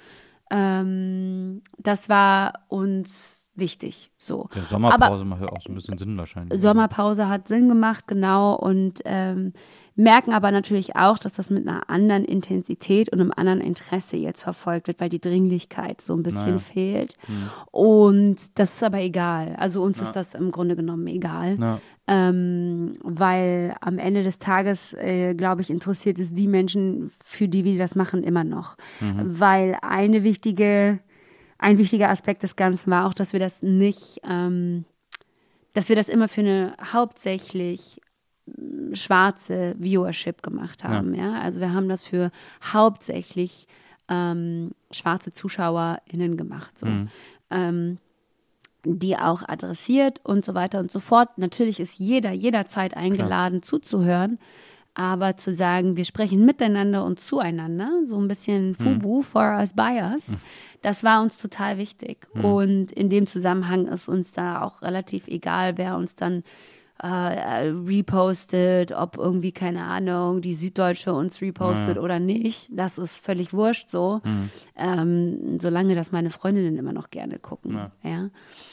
Ähm, das war uns wichtig. So. Ja, Sommerpause aber, macht ja auch so ein bisschen Sinn wahrscheinlich. Sommerpause hat Sinn gemacht, genau. Und ähm, merken aber natürlich auch, dass das mit einer anderen Intensität und einem anderen Interesse jetzt verfolgt wird, weil die Dringlichkeit so ein bisschen naja. fehlt. Hm. Und das ist aber egal. Also uns ja. ist das im Grunde genommen egal. Ja. Ähm, weil am Ende des Tages, äh, glaube ich, interessiert es die Menschen, für die wir das machen, immer noch. Mhm. Weil eine wichtige, ein wichtiger Aspekt des Ganzen war auch, dass wir das nicht, ähm, dass wir das immer für eine hauptsächlich schwarze Viewership gemacht haben. Ja. Ja? Also wir haben das für hauptsächlich ähm, schwarze ZuschauerInnen gemacht. So. Mhm. Ähm, die auch adressiert und so weiter und so fort. Natürlich ist jeder jederzeit eingeladen, Klar. zuzuhören, aber zu sagen, wir sprechen miteinander und zueinander, so ein bisschen Fubu, mhm. for us, by us, mhm. das war uns total wichtig. Mhm. Und in dem Zusammenhang ist uns da auch relativ egal, wer uns dann äh, repostet, ob irgendwie, keine Ahnung, die Süddeutsche uns repostet ja. oder nicht. Das ist völlig wurscht so, mhm. ähm, solange das meine Freundinnen immer noch gerne gucken. Ja. ja.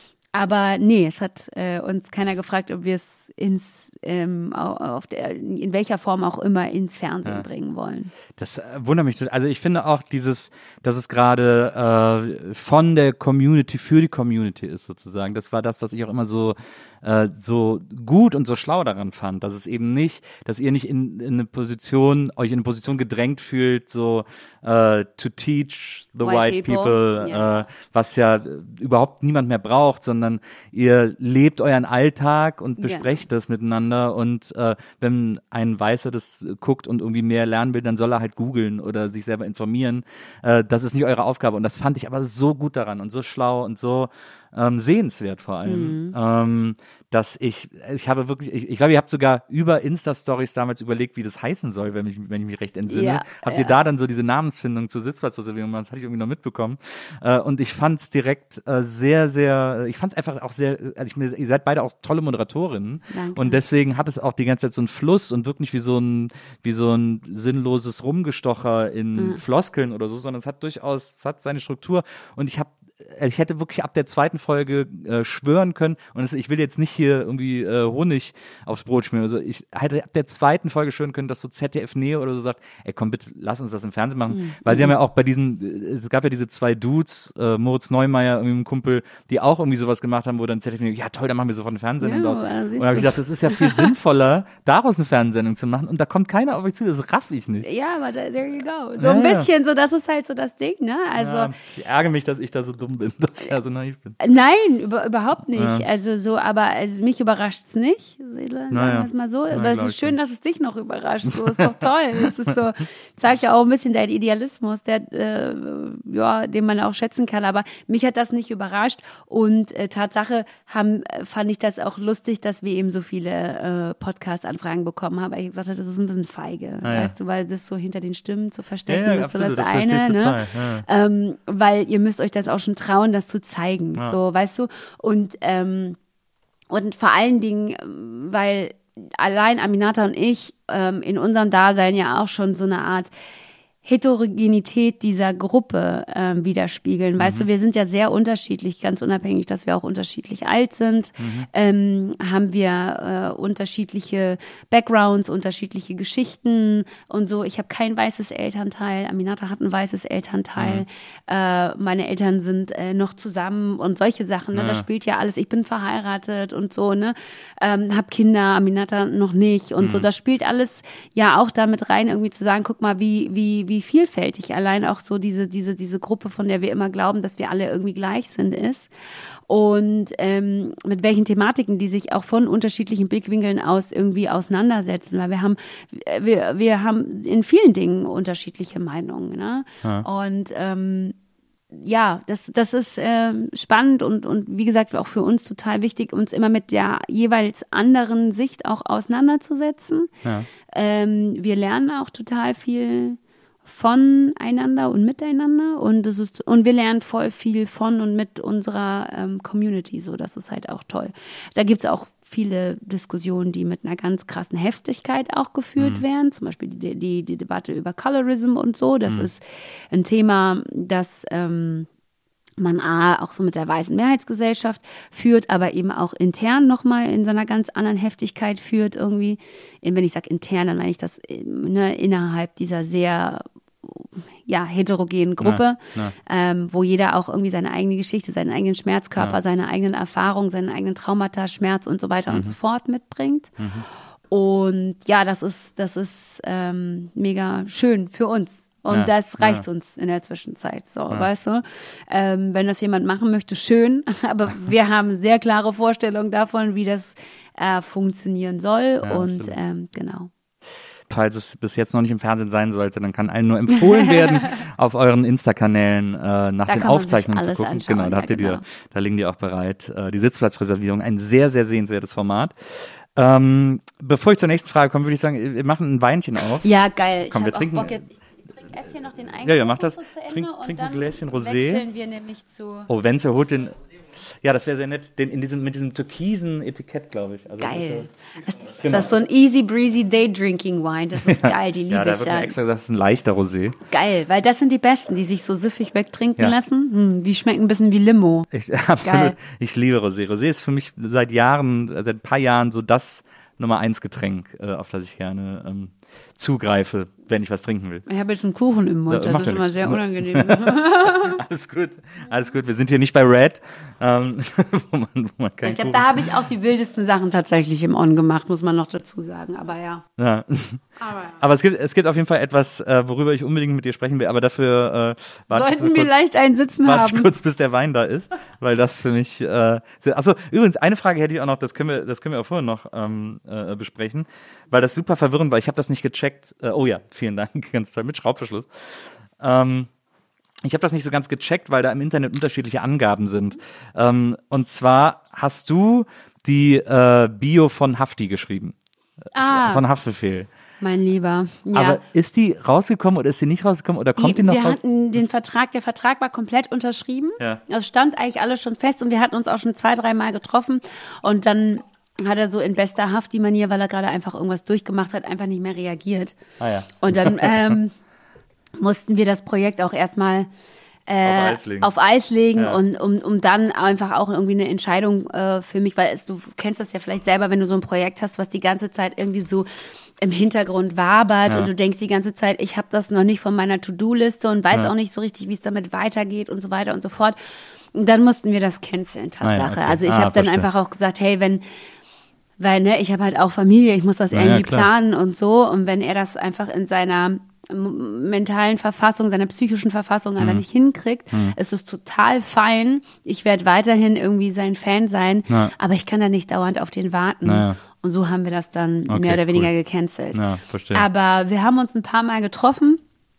Aber nee, es hat äh, uns keiner gefragt, ob wir es ins, ähm, auf der, in welcher Form auch immer ins Fernsehen ja. bringen wollen. Das äh, wundert mich. Also ich finde auch dieses, dass es gerade äh, von der Community für die Community ist sozusagen. Das war das, was ich auch immer so äh, so gut und so schlau daran fand, dass es eben nicht, dass ihr nicht in, in eine Position, euch in eine Position gedrängt fühlt, so äh, to teach the white, white people, people yeah. äh, was ja überhaupt niemand mehr braucht, sondern ihr lebt euren Alltag und besprecht yeah. das miteinander und äh, wenn ein Weißer das guckt und irgendwie mehr lernen will, dann soll er halt googeln oder sich selber informieren. Äh, das ist nicht eure Aufgabe und das fand ich aber so gut daran und so schlau und so ähm, sehenswert vor allem, mhm. ähm, dass ich, ich habe wirklich, ich, ich glaube, ihr habt sogar über Insta-Stories damals überlegt, wie das heißen soll, wenn ich, wenn ich mich recht entsinne. Ja, habt ja. ihr da dann so diese Namensfindung zur Sitzplatzreservierung gemacht? Das hatte ich irgendwie noch mitbekommen. Äh, und ich fand es direkt äh, sehr, sehr, ich fand es einfach auch sehr, also ich, ihr seid beide auch tolle Moderatorinnen. Danke. Und deswegen hat es auch die ganze Zeit so einen Fluss und wirklich wie so ein, wie so ein sinnloses Rumgestocher in mhm. Floskeln oder so, sondern es hat durchaus, es hat seine Struktur und ich habe ich hätte wirklich ab der zweiten Folge äh, schwören können, und das, ich will jetzt nicht hier irgendwie äh, Honig aufs Brot schmieren, also ich hätte ab der zweiten Folge schwören können, dass so Z D F Neo oder so sagt, ey komm bitte, lass uns das im Fernsehen machen, mhm. weil sie haben ja auch bei diesen, es gab ja diese zwei Dudes, äh, Moritz Neumeier, irgendwie ein Kumpel, die auch irgendwie sowas gemacht haben, wo dann Z D F Neo, ja toll, dann machen wir sofort eine Fernsehsendung ja, draus. Und da habe ich gedacht, das ist ja viel sinnvoller, daraus eine Fernsehsendung zu machen, und da kommt keiner auf euch zu, das raff ich nicht. Ja, aber da, there you go. So ja, ein bisschen, so das ist halt so das Ding, ne? Also ja, ich ärgere mich, dass ich da so dumm bin, dass ich da so naiv bin. Nein, über, überhaupt nicht. Ja. Also so, aber also mich überrascht es nicht, sagen naja. wir es mal so. Ja, aber es ist schön, dass es dich noch überrascht. So ist doch toll. Es ist so, zeigt ja auch ein bisschen deinen Idealismus, der, äh, ja, den man auch schätzen kann. Aber mich hat das nicht überrascht. Und äh, Tatsache haben, fand ich das auch lustig, dass wir eben so viele äh, Podcast-Anfragen bekommen haben. Weil ich gesagt habe, das ist ein bisschen feige, ah, ja. weißt du, weil das so hinter den Stimmen zu verstecken ja, ja, ist so das, das eine. Ne? Total, ja. ähm, weil ihr müsst euch das auch schon trauen, das zu zeigen, ja. so, weißt du, und ähm, und vor allen Dingen, weil allein Aminata und ich ähm, in unserem Dasein ja auch schon so eine Art Heterogenität dieser Gruppe ähm, widerspiegeln. Weißt Mhm. du, wir sind ja sehr unterschiedlich, ganz unabhängig, dass wir auch unterschiedlich alt sind, Mhm. ähm, haben wir äh, unterschiedliche Backgrounds, unterschiedliche Geschichten und so. Ich habe kein weißes Elternteil, Aminata hat ein weißes Elternteil, Mhm. äh, meine Eltern sind äh, noch zusammen und solche Sachen, ne? Ja. Das spielt ja alles. Ich bin verheiratet und so, ne, ähm, hab Kinder, Aminata noch nicht und so. Das spielt alles ja auch damit rein, irgendwie zu sagen, guck mal, wie wie wie vielfältig allein auch so diese diese diese Gruppe, von der wir immer glauben, dass wir alle irgendwie gleich sind, ist. Und ähm, mit welchen Thematiken die sich auch von unterschiedlichen Blickwinkeln aus irgendwie auseinandersetzen, weil wir haben wir wir haben in vielen Dingen unterschiedliche Meinungen, ne? Ja. Und ähm, ja, das, das ist äh, spannend und, und wie gesagt auch für uns total wichtig, uns immer mit der jeweils anderen Sicht auch auseinanderzusetzen. Ja. Ähm, wir lernen auch total viel voneinander und miteinander und das ist und wir lernen voll viel von und mit unserer ähm, Community, so das ist halt auch toll. Da gibt's auch viele Diskussionen, die mit einer ganz krassen Heftigkeit auch geführt Mhm. werden, zum Beispiel die, die, die Debatte über Colorism und so, das Mhm. ist ein Thema, das ähm, man A, auch so mit der weißen Mehrheitsgesellschaft führt, aber eben auch intern nochmal in so einer ganz anderen Heftigkeit führt irgendwie. Wenn ich sage intern, dann meine ich das ne, innerhalb dieser sehr ja, heterogenen Gruppe, Na, ähm, wo jeder auch irgendwie seine eigene Geschichte, seinen eigenen Schmerzkörper, Ja. seine eigenen Erfahrungen, seinen eigenen Traumata, Schmerz und so weiter Mhm. und so fort mitbringt. Und ja, das ist, das ist ähm, mega schön für uns. Und Ja, das reicht ja. uns in der Zwischenzeit, so, weißt du? Ähm, wenn das jemand machen möchte, schön. Aber wir haben sehr klare Vorstellungen davon, wie das äh, funktionieren soll. Ja, und absolut. ähm, genau. Falls es bis jetzt noch nicht im Fernsehen sein sollte, dann kann allen nur empfohlen werden, auf euren Insta-Kanälen äh, nach Da den kann man sich Aufzeichnungen zu alles gucken. anschauen, Genau, da ja, habt ihr genau. die, da liegen die auch bereit. Äh, die Sitzplatzreservierung, ein sehr, sehr sehenswertes Format. Ähm, bevor ich zur nächsten Frage komme, würde ich sagen, wir machen ein Weinchen auf. Ja, geil. Komm, ich wir hab trinken- Auch Bock jetzt, ich, ich trinke erst hier noch den einen Ja, ja, mach das. Kokos zu Ende Trink- und trink ein dann Gläschen Rosé. wechseln wir nämlich zu... Oh, Wenzel holt den. Ja, das wäre sehr nett. Den in diesem, mit diesem türkisen Etikett, glaube ich. Also das Geil. ist Das, das ist so ein easy breezy day drinking wine. Das ist geil, die ja, liebe da ich wird ja. mir extra gesagt, das ist ein leichter Rosé. Geil, weil das sind die besten, die sich so süffig wegtrinken Ja. lassen. Hm, die schmecken ein bisschen wie Limo. Ich, absolut. Geil. Ich liebe Rosé. Rosé ist für mich seit Jahren, äh, seit ein paar Jahren so das Nummer eins Getränk, äh, auf das ich gerne ähm, zugreife, wenn ich was trinken will. Ich habe jetzt einen Kuchen im Mund, Ja, das macht ist ja immer nichts. sehr unangenehm. Alles gut, alles gut. Wir sind hier nicht bei Red, ähm, wo man, wo man kein Ich glaube, Kuchen- da habe ich auch die wildesten Sachen tatsächlich im On gemacht, muss man noch dazu sagen. Aber ja. Ja. Aber ja. Aber es gibt, es gibt auf jeden Fall etwas, äh, worüber ich unbedingt mit dir sprechen will, aber dafür äh, warte ich jetzt Sollten mal wir kurz, leicht einen Sitzen warte ich haben. kurz, bis der Wein da ist, weil das für mich. Äh, sehr- achso, übrigens eine Frage hätte ich auch noch, das können wir, das können wir auch vorher noch ähm, äh, besprechen, weil das super verwirrend war. Ich habe das nicht gecheckt. Äh, oh ja, vielen Dank, ganz toll mit Schraubverschluss. Ähm, Ich habe das nicht so ganz gecheckt, weil da im Internet unterschiedliche Angaben sind. Ähm, und zwar hast du die äh, Bio von Hafti geschrieben. Ah, Von Haftbefehl. mein Lieber. Ja. Aber ist die rausgekommen oder ist sie nicht rausgekommen oder kommt die, Die- noch wir raus? hatten den Vertrag, der Vertrag war komplett unterschrieben. Ja. Es stand eigentlich alles schon fest und wir hatten uns auch schon zwei, dreimal getroffen und dann hat er so in bester Hafti-Manier, weil er gerade einfach irgendwas durchgemacht hat, einfach nicht mehr reagiert. Ah ja. Und dann ähm, mussten wir das Projekt auch erstmal äh, Auf Eis legen. auf Eis legen Ja. und um, um dann einfach auch irgendwie eine Entscheidung äh, für mich, weil es, du kennst das ja vielleicht selber, wenn du so ein Projekt hast, was die ganze Zeit irgendwie so im Hintergrund wabert Ja. und du denkst die ganze Zeit, ich habe das noch nicht von meiner To-Do-Liste und weiß Ja. auch nicht so richtig, wie es damit weitergeht und so weiter und so fort. Und dann mussten wir das canceln, Tatsache. Ah ja, okay. Also ich Ah, habe dann verstehe. einfach auch gesagt, hey, wenn weil ne, ich habe halt auch Familie, ich muss das Na ja, irgendwie klar. planen und so. Und wenn er das einfach in seiner m- mentalen Verfassung, seiner psychischen Verfassung Mhm. einfach nicht hinkriegt, ist es total fein. Ich werde weiterhin irgendwie sein Fan sein, Ja. aber ich kann da nicht dauernd auf den warten. Na ja. Und so haben wir das dann Okay, mehr oder weniger cool. gecancelt. Ja, verstehe. Aber wir haben uns ein paar Mal getroffen.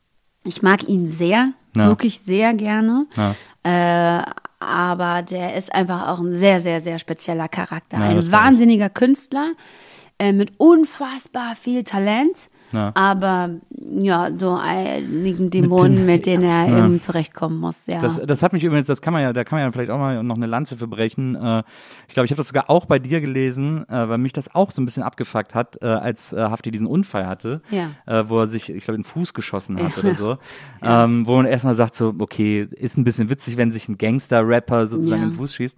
Ich mag ihn sehr, Ja. wirklich sehr gerne. Ja. Äh, aber der ist einfach auch ein sehr, sehr, sehr spezieller Charakter. Ja, ein das glaub ich. wahnsinniger Künstler äh, mit unfassbar viel Talent. Ja. aber ja, so einigen Dämonen, mit denen er Ja. eben zurechtkommen muss, ja. Das, das hat mich übrigens, das kann man ja, da kann man ja vielleicht auch mal noch eine Lanze für brechen. Äh, ich glaube, ich habe das sogar auch bei dir gelesen, äh, weil mich das auch so ein bisschen abgefuckt hat, äh, als äh, Hafti diesen Unfall hatte, Ja. äh, wo er sich, ich glaube, in den Fuß geschossen hat oder so. Ähm, wo man erstmal sagt so, okay, ist ein bisschen witzig, wenn sich ein Gangster-Rapper sozusagen Ja. in den Fuß schießt.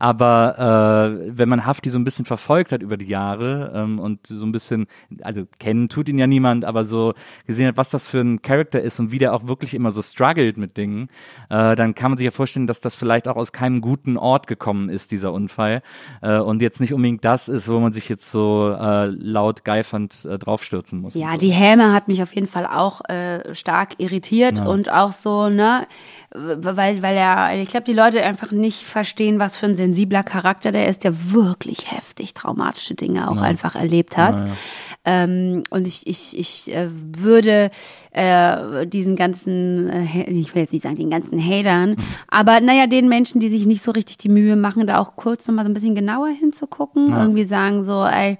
Aber äh, wenn man Hafti so ein bisschen verfolgt hat über die Jahre ähm, und so ein bisschen, also kennen tut ihn ja niemand, aber so gesehen hat, was das für ein Charakter ist und wie der auch wirklich immer so struggelt mit Dingen, äh, dann kann man sich ja vorstellen, dass das vielleicht auch aus keinem guten Ort gekommen ist, dieser Unfall. Äh, und jetzt nicht unbedingt das ist, wo man sich jetzt so äh, laut geifernd äh, draufstürzen muss. Ja, und so. die Häme hat mich auf jeden Fall auch äh, stark irritiert Ja. und auch so, ne, weil, weil er, ich glaube, die Leute einfach nicht verstehen, was für ein sensibler Charakter der ist, der wirklich heftig traumatische Dinge auch Ja. einfach erlebt hat. Ja, ja. Ähm, und ich, ich, ich äh, würde äh, diesen ganzen, äh, ich will jetzt nicht sagen den ganzen Hatern, aber naja, den Menschen, die sich nicht so richtig die Mühe machen, da auch kurz nochmal so ein bisschen genauer hinzugucken, Ja. irgendwie sagen so, ey,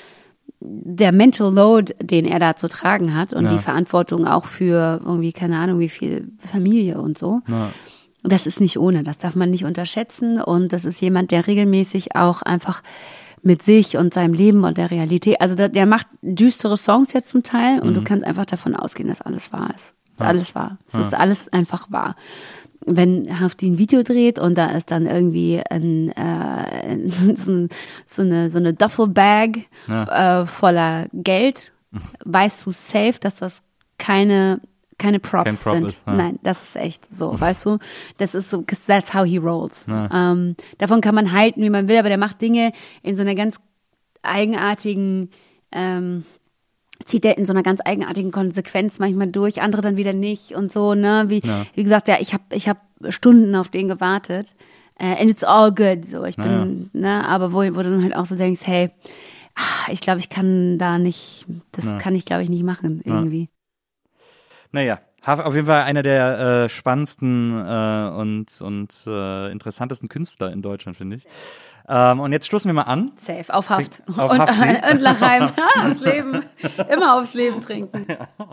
der Mental Load, den er da zu tragen hat und Ja. die Verantwortung auch für irgendwie, keine Ahnung, wie viel Familie und so. Ja. Das ist nicht ohne, das darf man nicht unterschätzen und das ist jemand, der regelmäßig auch einfach mit sich und seinem Leben und der Realität, also der, der macht düstere Songs jetzt zum Teil und Mhm. du kannst einfach davon ausgehen, dass alles wahr ist. Dass Ja. alles wahr. Es Ja. ist alles einfach wahr. Wenn Hafti ein Video dreht und da ist dann irgendwie ein, äh, so, ein, so eine, so eine Duffelbag äh, voller Geld, weißt du safe, dass das keine keine Props Kein Prop sind. ist, ja. Nein, das ist echt so, weißt du? Das ist so, 'cause that's how he rolls. Ja. Ähm, davon kann man halten, wie man will, aber der macht Dinge in so einer ganz eigenartigen, ähm, zieht der in so einer ganz eigenartigen Konsequenz manchmal durch, andere dann wieder nicht und so, ne? Wie, Ja. wie gesagt, ja, ich habe ich hab Stunden auf den gewartet. Uh, and it's all good. So, ich Ja, bin, ne, aber wo, wo du dann halt auch so denkst, hey, ah, ich glaube, ich kann da nicht, das Ja. kann ich, glaube ich, nicht machen, irgendwie. Naja, Haf- auf jeden Fall einer der äh, spannendsten äh, und, und äh, interessantesten Künstler in Deutschland, finde ich. Ähm, und jetzt stoßen wir mal an. Safe, auf Haft. Auf und, Hafti. und Lachheim. aufs Leben. Immer aufs Leben trinken.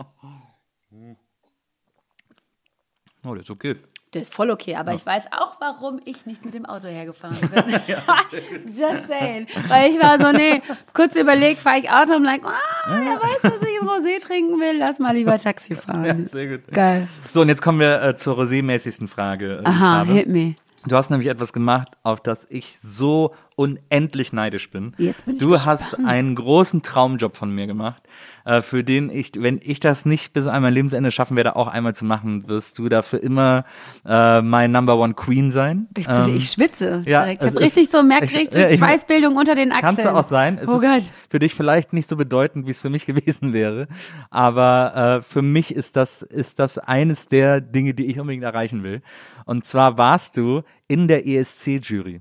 Oh, das ist okay. Das ist voll okay, aber ich weiß auch, warum ich nicht mit dem Auto hergefahren bin. Just saying. Weil ich war so, nee, kurz überlegt, fahre ich Auto und like, ah, er weiß, dass ich Rosé trinken will, lass mal lieber Taxi fahren. Ja, sehr gut. Geil. So, und jetzt kommen wir äh, zur Rosé-mäßigsten Frage. äh, die ich Aha, habe. hit me. Du hast nämlich etwas gemacht, auf das ich so unendlich neidisch bin. Jetzt bin ich du gespannt. hast einen großen Traumjob von mir gemacht, äh, für den ich, wenn ich das nicht bis an mein Lebensende schaffen werde, auch einmal zu machen, wirst du dafür immer äh, mein Number One Queen sein. Ich, Ähm, ich schwitze ja, direkt. Ich es habe ist- richtig so, merk ich- richtig ja, ich- Schweißbildung unter den Achseln. Kannst du auch sein. Es Oh ist Gott. für dich vielleicht nicht so bedeutend, wie es für mich gewesen wäre. Aber äh, für mich ist das, ist das eines der Dinge, die ich unbedingt erreichen will. Und zwar warst du in der E S C-Jury.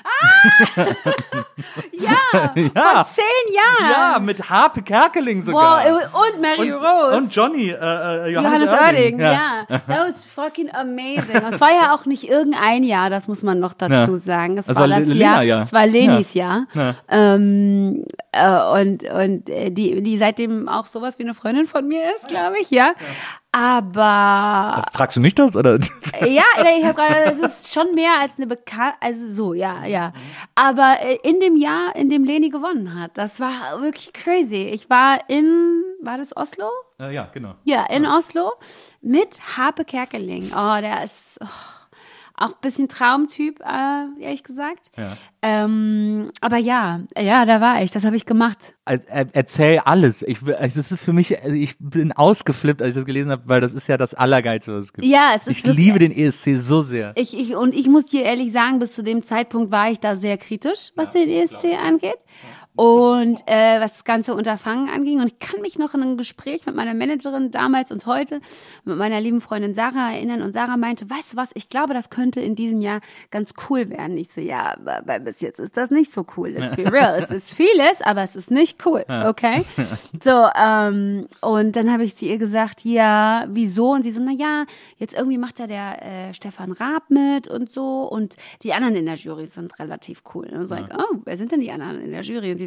Ja, Ja. vor zehn Jahren. Ja, mit Harpe Kerkeling sogar. Wow, und Mary und, Rose. und Johnny, äh, äh, Johannes, Johannes Oerding, ja. ja. That was fucking amazing. Und es war ja auch nicht irgendein Jahr, das muss man noch dazu Ja. sagen. Es Das war war das Le- Jahr, Lena-Jahr. es war Lenis Jahr. Ja. Ähm, äh, und und äh, die, die seitdem auch sowas wie eine Freundin von mir ist, glaube ich, ja. Aber Fragst du mich das? Oder? ja, ich habe gerade, es ist schon mehr als eine Bekannte, also so, ja, ja. Aber äh, in dem Jahr, in dem Leni gewonnen hat, das war wirklich crazy. Ich war in, war das Oslo? äh, ja, genau. Ja, in Oslo mit Harpe Kerkeling. Oh, der ist oh, auch ein bisschen Traumtyp, äh, ehrlich gesagt. Ja. Ähm, aber ja, ja, da war ich, das habe ich gemacht. Er, er, erzähl alles. Ich, es ist für mich, also ich bin ausgeflippt, als ich das gelesen habe, weil das ist ja das Allergeilste, was es gibt. Ja, es ist ich wirklich- liebe den E S C so sehr. Ich, ich, und ich muss dir ehrlich sagen, bis zu dem Zeitpunkt war ich da sehr kritisch, was den E S C angeht. Und äh, was das ganze Unterfangen anging. Und ich kann mich noch an ein Gespräch mit meiner Managerin damals und heute, mit meiner lieben Freundin Sarah erinnern. Und Sarah meinte, weißt du was, ich glaube, das könnte in diesem Jahr ganz cool werden. Ich so, ja, aber bis jetzt ist das nicht so cool. Let's be real. Es ist vieles, aber es ist nicht cool, okay? So, ähm, und dann habe ich zu ihr gesagt, ja, wieso? Und sie so, na ja, jetzt irgendwie macht da der äh, Stefan Raab mit und so. Und die anderen in der Jury sind relativ cool. Und ich so, like, oh, wer sind denn die anderen in der Jury? Und sie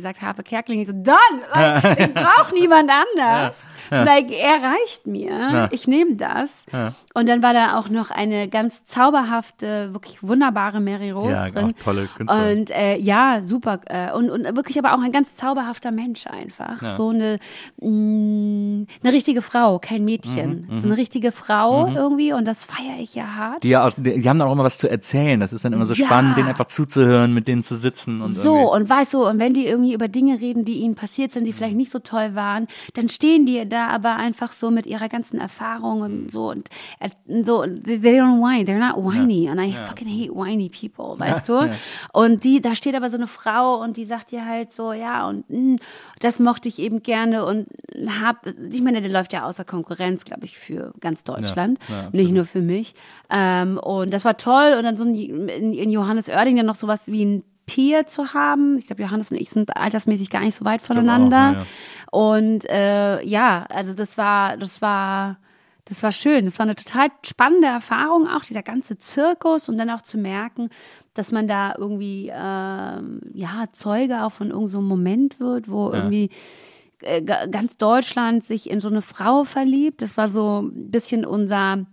gesagt, Harpe Kerkeling. Ich so, done! Like, ich brauche niemand anders. Ja. Like, er reicht mir. Ja. Ich nehme das. Ja. Und dann war da auch noch eine ganz zauberhafte, wirklich wunderbare Mary Rose ja, drin. Auch tolle Künstlerin. Und äh, ja, super. Äh, und, und wirklich aber auch ein ganz zauberhafter Mensch einfach. Ja. So eine, mh, eine richtige Frau, kein Mädchen. Mhm, so eine richtige Frau mhm. irgendwie. Und das feiere ich ja hart. Die, ja auch, die, die haben dann auch immer was zu erzählen. Das ist dann immer so ja. spannend, denen einfach zuzuhören, mit denen zu sitzen. Und so, irgendwie. Und weißt du, und wenn die irgendwie über Dinge reden, die ihnen passiert sind, die vielleicht nicht so toll waren, dann stehen die da aber einfach so mit ihrer ganzen Erfahrung und so und so, they don't whine, they're not whiny ja. and I ja. fucking hate whiny people, weißt ja. du? Ja. Und die, da steht aber so eine Frau und die sagt dir halt so, ja und mh, das mochte ich eben gerne und hab, ich meine, der läuft ja außer Konkurrenz, glaube ich, für ganz Deutschland, ja. Ja, nicht nur für mich. Ähm, und das war toll und dann so ein, in, in Johannes Oerding dann noch sowas wie ein Peer zu haben. Ich glaube, Johannes und ich sind altersmäßig gar nicht so weit voneinander. Auch, ja. Und äh, ja, also das war, das war, das war schön. Das war eine total spannende Erfahrung, auch dieser ganze Zirkus und dann auch zu merken, dass man da irgendwie äh, ja Zeuge auch von irgendeinem so Moment wird, wo ja. irgendwie äh, ganz Deutschland sich in so eine Frau verliebt. Das war so ein bisschen unser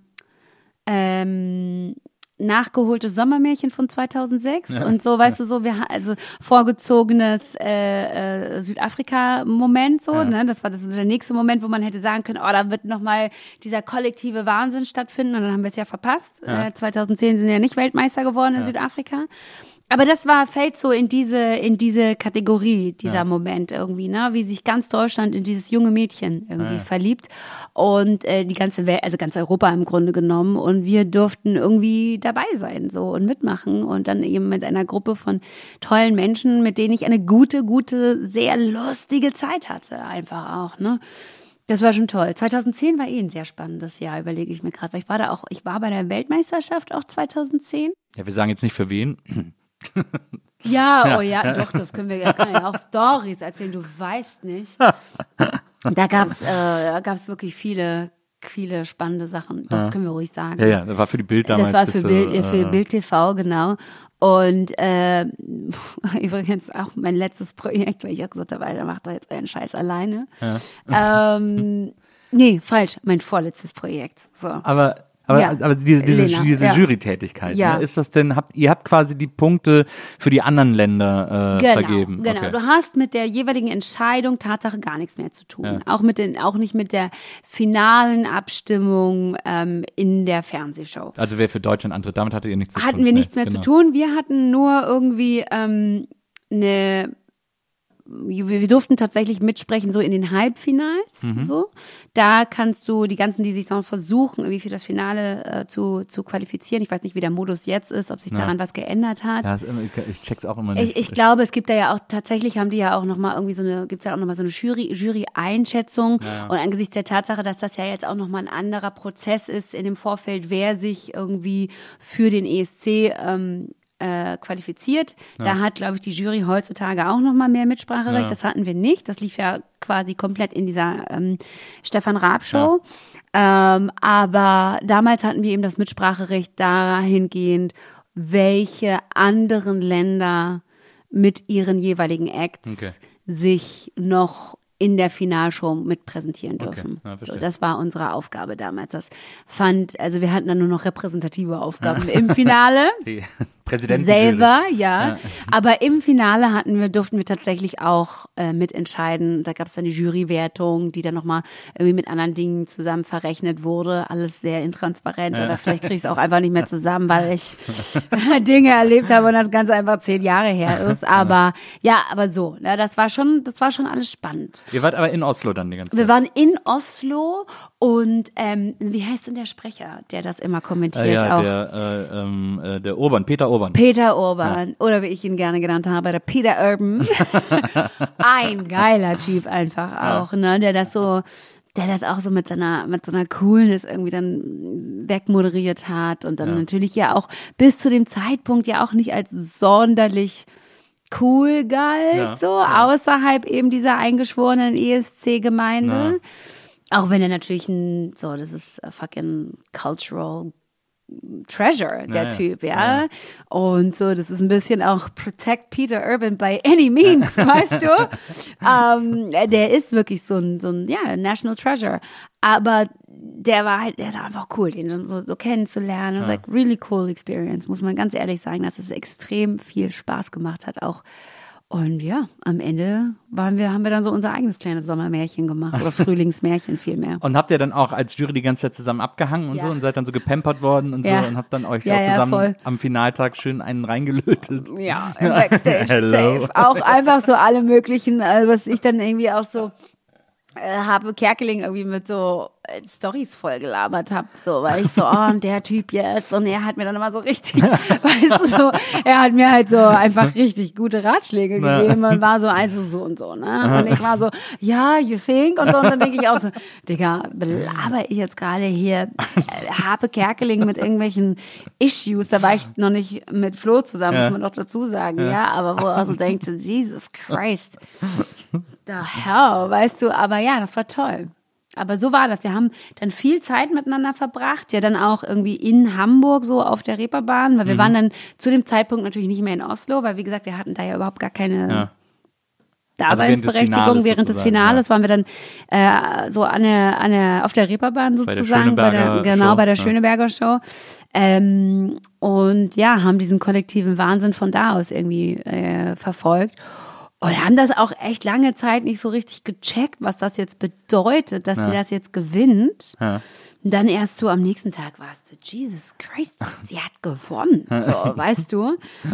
ähm, nachgeholtes Sommermärchen von zweitausendsechs ja. und so, weißt ja. du, so, wir also vorgezogenes äh, äh, Südafrika-Moment so, ja. ne, das war das der nächste Moment, wo man hätte sagen können, oh, da wird nochmal dieser kollektive Wahnsinn stattfinden und dann haben wir es ja verpasst. Ja. Äh, zweitausendzehn sind ja nicht Weltmeister geworden in ja. Südafrika. Aber das war, fällt so in diese, in diese Kategorie, dieser ja. Moment irgendwie, ne, wie sich ganz Deutschland in dieses junge Mädchen irgendwie ja. verliebt und äh, die ganze Welt, also ganz Europa im Grunde genommen und wir durften irgendwie dabei sein, so und mitmachen und dann eben mit einer Gruppe von tollen Menschen, mit denen ich eine gute, gute, sehr lustige Zeit hatte, einfach auch, ne. Das war schon toll. zweitausendzehn war eh ein sehr spannendes Jahr, überlege ich mir gerade, weil ich war da auch, ich war bei der Weltmeisterschaft auch zweitauszehn. Ja, wir sagen jetzt nicht für wen. Ja, ja, oh ja, doch, das können wir ja kann ja auch Storys erzählen, du weißt nicht. Da gab's, äh, da gab's wirklich viele, viele spannende Sachen. Das ja. können wir ruhig sagen. Ja, ja, das war für die Bild damals. Das war für Bild, du, für äh, Bild T V, genau. Und äh, übrigens auch mein letztes Projekt, weil ich auch gesagt habe, Alter, macht doch jetzt euren Scheiß alleine. Ja. Ähm, nee, falsch, mein vorletztes Projekt. So. Aber Aber, ja. aber diese, diese, Lena, diese ja. Jury-Tätigkeit, ja. ne? Ist das denn, habt, ihr habt quasi die Punkte für die anderen Länder äh, genau, vergeben? Genau, okay. Du hast mit der jeweiligen Entscheidung Tatsache gar nichts mehr zu tun. Ja. Auch mit den, auch nicht mit der finalen Abstimmung ähm, in der Fernsehshow. Also wer für Deutschland antritt, damit hattet ihr nichts zu hatten tun? Hatten wir nichts nee, mehr genau. zu tun. Wir hatten nur irgendwie ähm, eine wir durften tatsächlich mitsprechen, so in den Halbfinals, mhm. so. Da kannst du die ganzen, die sich noch versuchen, irgendwie für das Finale äh, zu, zu qualifizieren. Ich weiß nicht, wie der Modus jetzt ist, ob sich ja. daran was geändert hat. Ja, ist immer, ich check's auch immer nicht. Ich, ich glaube, es gibt da ja auch, tatsächlich haben die ja auch nochmal irgendwie so eine, gibt's ja auch nochmal so eine Jury, Jury-Einschätzung. Ja. Und angesichts der Tatsache, dass das ja jetzt auch nochmal ein anderer Prozess ist in dem Vorfeld, wer sich irgendwie für den E S C, ähm, Äh, qualifiziert. Ja. Da hat, glaube ich, die Jury heutzutage auch noch mal mehr Mitspracherecht. Ja. Das hatten wir nicht. Das lief ja quasi komplett in dieser ähm, Stefan Raab-Show. Ja. Ähm, aber damals hatten wir eben das Mitspracherecht dahingehend, welche anderen Länder mit ihren jeweiligen Acts okay. sich noch in der Finalshow mit präsentieren dürfen. Okay. Ja, so, das war unsere Aufgabe damals. Das fand, also wir hatten dann nur noch repräsentative Aufgaben ja. im Finale. Die Präsidenten selber, ja. ja. Aber im Finale hatten wir, durften wir tatsächlich auch äh, mitentscheiden. Da gab es dann die Jurywertung, die dann nochmal irgendwie mit anderen Dingen zusammen verrechnet wurde. Alles sehr intransparent. Ja. Oder vielleicht kriege ich es auch einfach nicht mehr zusammen, weil ich Dinge erlebt habe und das Ganze einfach zehn Jahre her ist. Aber ja, ja aber so. Ja, das war schon, das war schon alles spannend. Ihr wart aber in Oslo dann die ganze Zeit. Wir waren in Oslo und ähm, wie heißt denn der Sprecher, der das immer kommentiert? Äh, ja, auch? Der, äh, ähm, äh, der Urban, Peter Urban. Peter Urban, ja. Oder wie ich ihn gerne genannt habe, der Peter Urban. Ein geiler Typ einfach auch, ja. ne, der das so, der das auch so mit seiner, mit so einer Coolness irgendwie dann wegmoderiert hat und dann ja. natürlich ja auch bis zu dem Zeitpunkt ja auch nicht als sonderlich cool galt, ja, so ja. außerhalb eben dieser eingeschworenen E S C-Gemeinde. Ja. Auch wenn er natürlich ein, so, das ist a fucking cultural Treasure, der ja, Typ, ja? ja. Und so, das ist ein bisschen auch Protect Peter Urban by any means, weißt du? ähm, der ist wirklich so ein, so ein, ja, National Treasure. Aber der war halt, der war einfach cool, den dann so, so kennenzulernen. It was like really cool experience, muss man ganz ehrlich sagen, dass es extrem viel Spaß gemacht hat auch. Und ja, am Ende waren wir, haben wir dann so unser eigenes kleines Sommermärchen gemacht oder Frühlingsmärchen vielmehr. Und habt ihr dann auch als Jury die ganze Zeit zusammen abgehangen und Ja. so und seid dann so gepampert worden und Ja. so und habt dann euch Ja, auch ja, zusammen voll. am Finaltag schön einen reingelötet? Ja, im Backstage Hello. safe. Auch einfach so alle möglichen, also was ich dann irgendwie auch so äh, habe Kerkeling irgendwie mit so äh, Storys voll gelabert habe, so, weil ich so, oh, und der Typ jetzt, und er hat mir dann immer so richtig, weißt du, so, er hat mir halt so einfach richtig gute Ratschläge gegeben und war so, also so und so, ne, und ich war so, ja, you think, und so, und dann denke ich auch so, Digga, belaber ich jetzt gerade hier äh, Harpe Kerkeling mit irgendwelchen Issues, da war ich noch nicht mit Flo zusammen, Ja. muss man doch dazu sagen, ja, ja, aber wo er so denkt, so, Jesus Christ, the hell, weißt du, aber ja, das war toll. Aber so war das. Wir haben dann viel Zeit miteinander verbracht, ja dann auch irgendwie in Hamburg so auf der Reeperbahn, weil wir Mhm. waren dann zu dem Zeitpunkt natürlich nicht mehr in Oslo, weil wie gesagt, wir hatten da ja überhaupt gar keine Ja. Daseinsberechtigung. Also während des Während des sozusagen, Finales waren wir dann äh, so an der, an der, auf der Reeperbahn der sozusagen, bei der, Schöneberger genau, Show, bei der ja. Schöneberger Show. Ähm, und ja, haben diesen kollektiven Wahnsinn von da aus irgendwie äh, verfolgt. Und haben das auch echt lange Zeit nicht so richtig gecheckt, was das jetzt bedeutet, dass sie das jetzt gewinnt. Ja. Und dann erst so am nächsten Tag war es so, Jesus Christ, sie hat gewonnen, so, weißt du.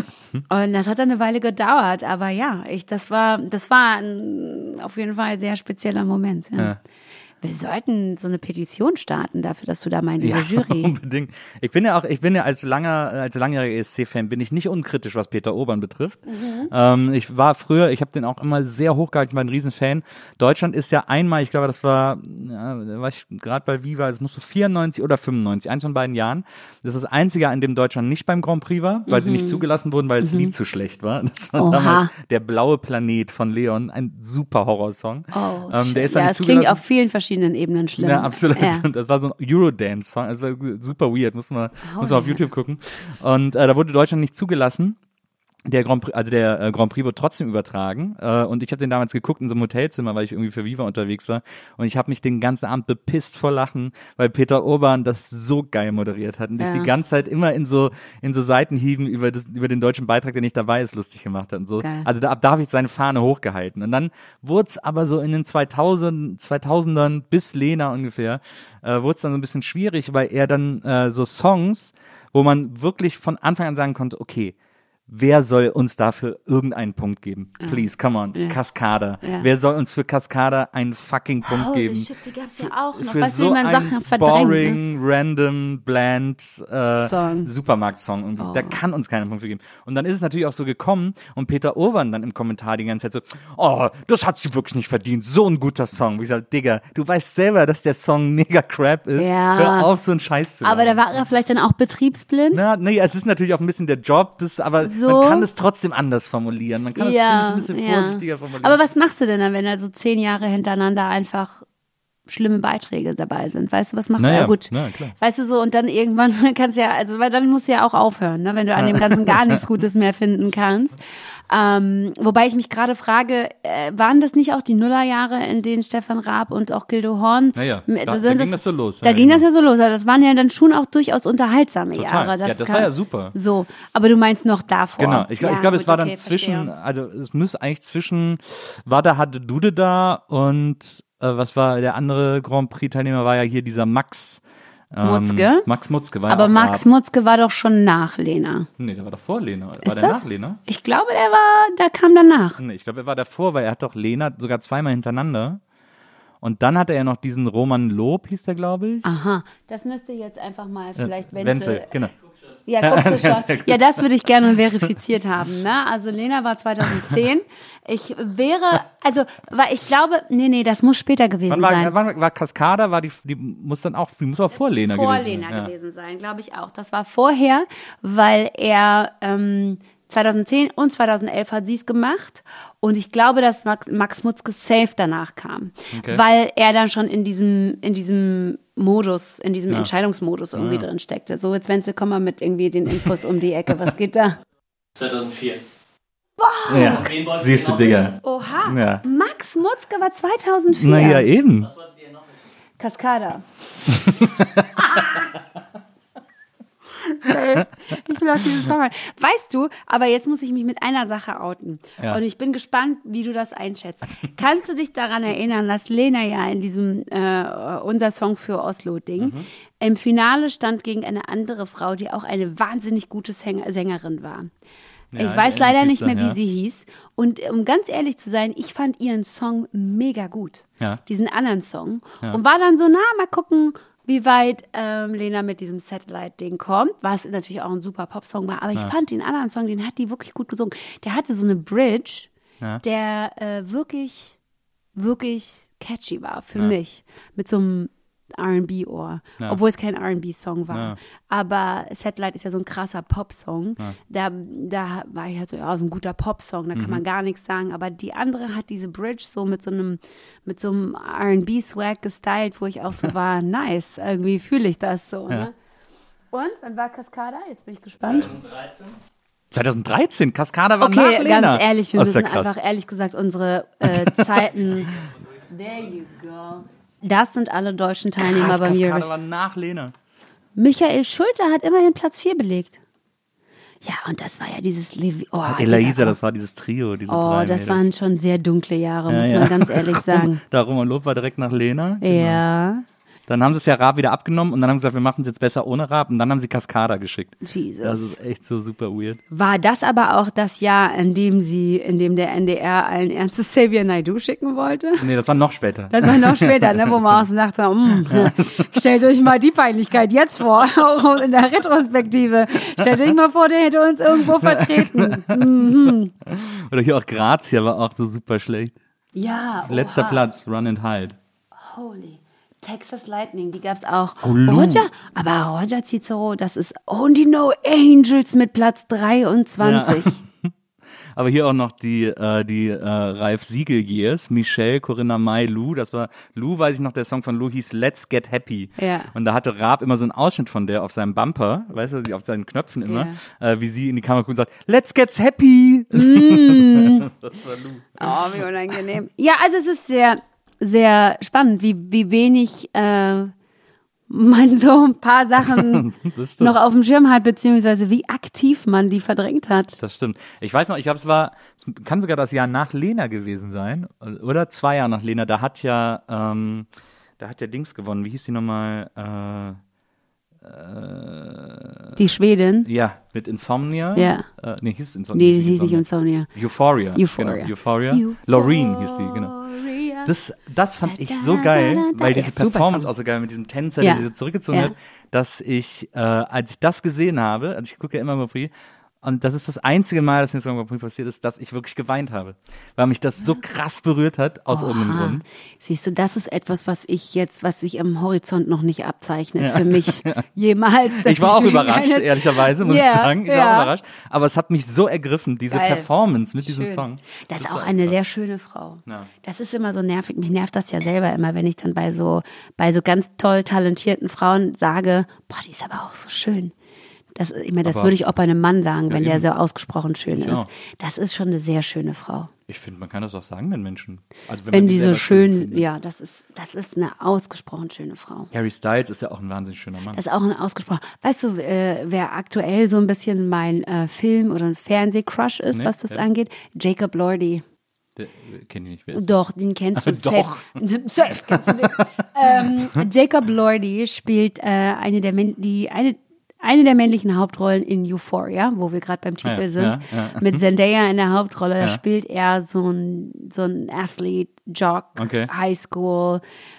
Und das hat dann eine Weile gedauert, aber ja, ich, das war, das war ein, auf jeden Fall ein sehr spezieller Moment. Ja. Ja. Wir sollten so eine Petition starten dafür, dass du da mal in Ja, diese Jury. unbedingt. Ich bin ja auch, ich bin ja als langer, als langjähriger E S C-Fan bin ich nicht unkritisch, was Peter Urban betrifft. Mhm. Ähm, ich war früher, ich habe den auch immer sehr hochgehalten, war ein Riesenfan. Deutschland ist ja einmal, ich glaube, das war, ja, da war ich gerade bei Viva, es muss so vierundneunzig oder fünfundneunzig, eins von beiden Jahren. Das ist das einzige, an dem Deutschland nicht beim Grand Prix war, weil sie nicht zugelassen wurden, weil das Lied zu schlecht war. Das war Mhm. Oha. damals Der blaue Planet von Leon, ein super Horrorsong. Oh, ähm, der ist dann ja, nicht es klingt zugelassen. auf vielen verschiedenen Ebenen schlimm. Ja, absolut. Ja. Und das war so ein Eurodance-Song. Das war super weird. Muss man, Oh, muss man auf ja. YouTube gucken. Und äh, da wurde Deutschland nicht zugelassen. Der Grand Prix, also der äh, Grand Prix wurde trotzdem übertragen. Äh, und ich habe den damals geguckt in so einem Hotelzimmer, weil ich irgendwie für Viva unterwegs war. Und ich habe mich den ganzen Abend bepisst vor Lachen, weil Peter Urban das so geil moderiert hat und sich Ja. die ganze Zeit immer in so in so Seitenhieben über das über den deutschen Beitrag, der nicht dabei ist, lustig gemacht hat und so. Geil. Also da, ab da habe ich seine Fahne hochgehalten. Und dann wurde es aber so in den zweitausend, zweitausendern bis Lena ungefähr, äh, wurde es dann so ein bisschen schwierig, weil er dann äh, so Songs, wo man wirklich von Anfang an sagen konnte, okay, wer soll uns dafür irgendeinen Punkt geben? Please, come on. Ja. Cascada. Ja. Wer soll uns für Cascada einen fucking Punkt Holy geben? shit, die gab's ja auch noch. Für Weißt du, so wie man Sachen einen verdrängt, ne? boring, random, bland äh, Song. Supermarkt-Song. irgendwie. Oh. Da kann uns keinen Punkt für geben. Und dann ist es natürlich auch so gekommen und Peter Urban dann im Kommentar die ganze Zeit so, oh, das hat sie wirklich nicht verdient. So ein guter Song. Wie ich sage, Digga, du weißt selber, dass der Song mega crap ist. Ja. Hör auf, so einen Scheiß zu Aber da labern. war er vielleicht dann auch betriebsblind. Na, nee, es ist natürlich auch ein bisschen der Job, das, aber So. man kann es trotzdem anders formulieren. Man kann es Ja, finde ich, ein bisschen ja. vorsichtiger formulieren. Aber was machst du denn dann, wenn da so zehn Jahre hintereinander einfach schlimme Beiträge dabei sind? Weißt du, was machst du? Naja, Ja, gut. na, klar. Weißt du so, und dann irgendwann kannst du ja, also, weil dann musst du ja auch aufhören, ne, wenn du an dem Ganzen gar nichts Gutes mehr finden kannst. Ähm, wobei ich mich gerade frage, äh, waren das nicht auch die Nullerjahre, in denen Stefan Raab und auch Gildo Horn? Naja, mit- da- da ging das so los, Da ja, ging genau. das ja so los. Also das waren ja dann schon auch durchaus unterhaltsame Total. Jahre. Ja, das kann- war ja super. So, aber du meinst noch davor. Genau, ich, glaub- Ja, ich glaube, es gut, war dann okay, zwischen, verstehe. also es müsste eigentlich zwischen Wada hatte Dude da und äh, was war der andere Grand Prix-Teilnehmer, war ja hier dieser Max. Ähm, Mutzke? Max Mutzke war Aber ja auch Max Raab. Mutzke war doch schon nach Lena. Nee, der war doch vor Lena. War Ist der das? nach Lena? Ich glaube, der war, der kam danach. Nee, ich glaube, er war davor, weil er hat doch Lena sogar zweimal hintereinander. Und dann hatte er noch diesen Roman Lob, hieß der, glaube ich. Aha, das müsste jetzt einfach mal vielleicht, wenn Wenzel, genau. Ja, guckst du Sehr schon. gut. Ja, das würde ich gerne verifiziert haben. Ne? Also Lena war zweitausendzehn. Ich wäre, also, weil ich glaube, nee, nee, das muss später gewesen Wann war, sein. wann war Cascada, war die, die muss dann auch, die muss auch vor Lena vor gewesen Lena sein. Ja. gewesen sein, glaube ich auch. Das war vorher, weil er ähm, zweitausendzehn und zweitausendelf hat sie es gemacht. Und ich glaube, dass Max, Max Mutzke safe danach kam. Okay. Weil er dann schon in diesem, in diesem Modus, in diesem Ja. Entscheidungsmodus irgendwie Ja. drin steckte. So, jetzt Wenzel, komm mal mit irgendwie den Infos um die Ecke. Was geht da? zweitausendvier. Ja, Wen wolltet siehst du, ihr noch Digga. Oha, Ja. Max Mutzke war zweitausendvier. Naja, eben. Was wolltet ihr noch wissen? Cascada. Safe. Ich will auch diesen Song hören. Weißt du, aber jetzt muss ich mich mit einer Sache outen. Ja. Und ich bin gespannt, wie du das einschätzt. Kannst du dich daran erinnern, dass Lena ja in diesem äh, unser Song für Oslo-Ding Mhm. im Finale stand gegen eine andere Frau, die auch eine wahnsinnig gute Sänger Sängerin war. Ja, ich weiß die leider hieß nicht mehr, dann, wie ja. sie hieß. Und um ganz ehrlich zu sein, ich fand ihren Song mega gut. Ja. Diesen anderen Song. Ja. Und war dann so, na, mal gucken, wie weit ähm, Lena mit diesem Satellite-Ding kommt, was natürlich auch ein super Popsong war. Aber ich fand den anderen Song, den hat die wirklich gut gesungen. Der hatte so eine Bridge, Ja. der äh, wirklich, wirklich catchy war für Ja. mich. Mit so einem R and B-Ohr. Ja. Obwohl es kein R and B-Song war. Ja. Aber Satellite ist ja so ein krasser Popsong. Da, da war ich halt so, ja, so ein guter Popsong, da kann Mhm. man gar nichts sagen. Aber die andere hat diese Bridge so mit so einem, mit so einem R and B-Swag gestylt, wo ich auch so war, nice, irgendwie fühle ich das so. Ja. Ne? Und, wann war Cascada? Jetzt bin ich gespannt. zweitausenddreizehn. zweitausenddreizehn, Cascada war nach Okay, Lena. ganz ehrlich, wir Das ist ja müssen krass. einfach ehrlich gesagt unsere äh, Zeiten. There you go. Das sind alle deutschen Teilnehmer Krass, beim Cascada Eurovision. war nach Lena. Michael Schulte hat immerhin Platz vier belegt. Ja, und das war ja dieses Levi. Oh, Elisa, Digga, das war dieses Trio, diese oh, drei oh, das Mädels. waren schon sehr dunkle Jahre, Ja, muss ja. man ganz ehrlich sagen. Darum und Lob war direkt nach Lena. Ja, Dann haben sie es ja Raab wieder abgenommen und dann haben sie gesagt, wir machen es jetzt besser ohne Raab und dann haben sie Cascada geschickt. Jesus. Das ist echt so super weird. War das aber auch das Jahr, in dem sie, in dem der N D R allen Ernstes Xavier Naidoo schicken wollte? Nee, das war noch später. Das war noch später, ne, wo man auch so dachte, mm, stellt euch mal die Peinlichkeit jetzt vor, auch in der Retrospektive. Stellt euch mal vor, der hätte uns irgendwo vertreten. Mhm. Oder hier auch Grazia war auch so super schlecht. Ja, Letzter oha. Platz, Run and Hide. Holy. Texas Lightning, die gab's auch. Oh, Lou. Roger, aber Roger Cicero, das ist Only No Angels mit Platz dreiundzwanzig. Aber hier auch noch die, äh, die äh, Ralf Siegel Years, Michelle, Corinna May, Lou. Das war, Lou, weiß ich noch, der Song von Lou hieß Let's Get Happy. Ja. Und da hatte Raab immer so einen Ausschnitt von der auf seinem Bumper, weißt du, auf seinen Knöpfen immer, äh, wie sie in die Kamera guckt und sagt, Let's Get Happy. Mm. Das war Lou. Oh, wie unangenehm. Ja, also es ist sehr, sehr spannend, wie, wie wenig äh, man so ein paar Sachen Das stimmt. noch auf dem Schirm hat, beziehungsweise wie aktiv man die verdrängt hat. Das stimmt. Ich weiß noch, ich glaube, es war, es kann sogar das Jahr nach Lena gewesen sein, oder zwei Jahre nach Lena. Da hat ja, ähm, da hat ja Dings gewonnen. Wie hieß die nochmal? Äh, äh, Die Schwedin. ja, mit Insomnia. Ja. Äh, nee, hieß es Insomnia? Nee, das hieß nicht Insomnia. Euphoria. Euphoria. Genau, Euphoria. Loreen hieß die, genau. Das, das fand ich so geil, weil diese Ja, super Performance Song. auch so geil mit diesem Tänzer, Ja. der sie so zurückgezogen Ja. hat, dass ich, äh, als ich das gesehen habe, also ich gucke ja immer Grand Prix, und das ist das einzige Mal, dass mir so Grand Prix passiert ist, dass ich wirklich geweint habe, weil mich das so krass berührt hat, aus irgendeinem Aha. Grund. Siehst du, das ist etwas, was ich jetzt, was sich am Horizont noch nicht abzeichnet für mich jemals. dass Ich war auch wegen überrascht, eines- ehrlicherweise, muss Ja, ich sagen. Ich war ja. auch überrascht. Aber es hat mich so ergriffen, diese Geil. Performance mit diesem Schön. Song. Das ist Das auch war eine krass. sehr schöne Frau. Ja. Das ist immer so nervig. Mich nervt das ja selber immer, wenn ich dann bei so, bei so ganz toll talentierten Frauen sage, boah, die ist aber auch so schön. Das, ich meine, das Aber- würde ich auch bei einem Mann sagen, Ja, wenn der eben. so ausgesprochen schön Ich ist. auch. Das ist schon eine sehr schöne Frau. Ich finde, man kann das auch sagen, wenn Menschen. Also Wenn man die so selber schön, findet. ja, das ist, das ist eine ausgesprochen schöne Frau. Harry Styles ist ja auch ein wahnsinnig schöner Mann. Das ist auch ein ausgesprochen. Weißt du, äh, wer aktuell so ein bisschen mein äh, Film- oder ein Fernsehcrush ist, Nee, was das ja. angeht? Jacob Lordy. Der, kenn ich nicht, wer ist Doch, den kennst du. Doch. Safe. Safe kennst du den. ähm, Jacob Lordy spielt äh, eine der Män- die eine eine der männlichen Hauptrollen in Euphoria, wo wir gerade beim Titel Ja, sind, ja, ja. mit Zendaya in der Hauptrolle. Da Ja. spielt er so ein so ein Athlete, Jock, Okay. High School,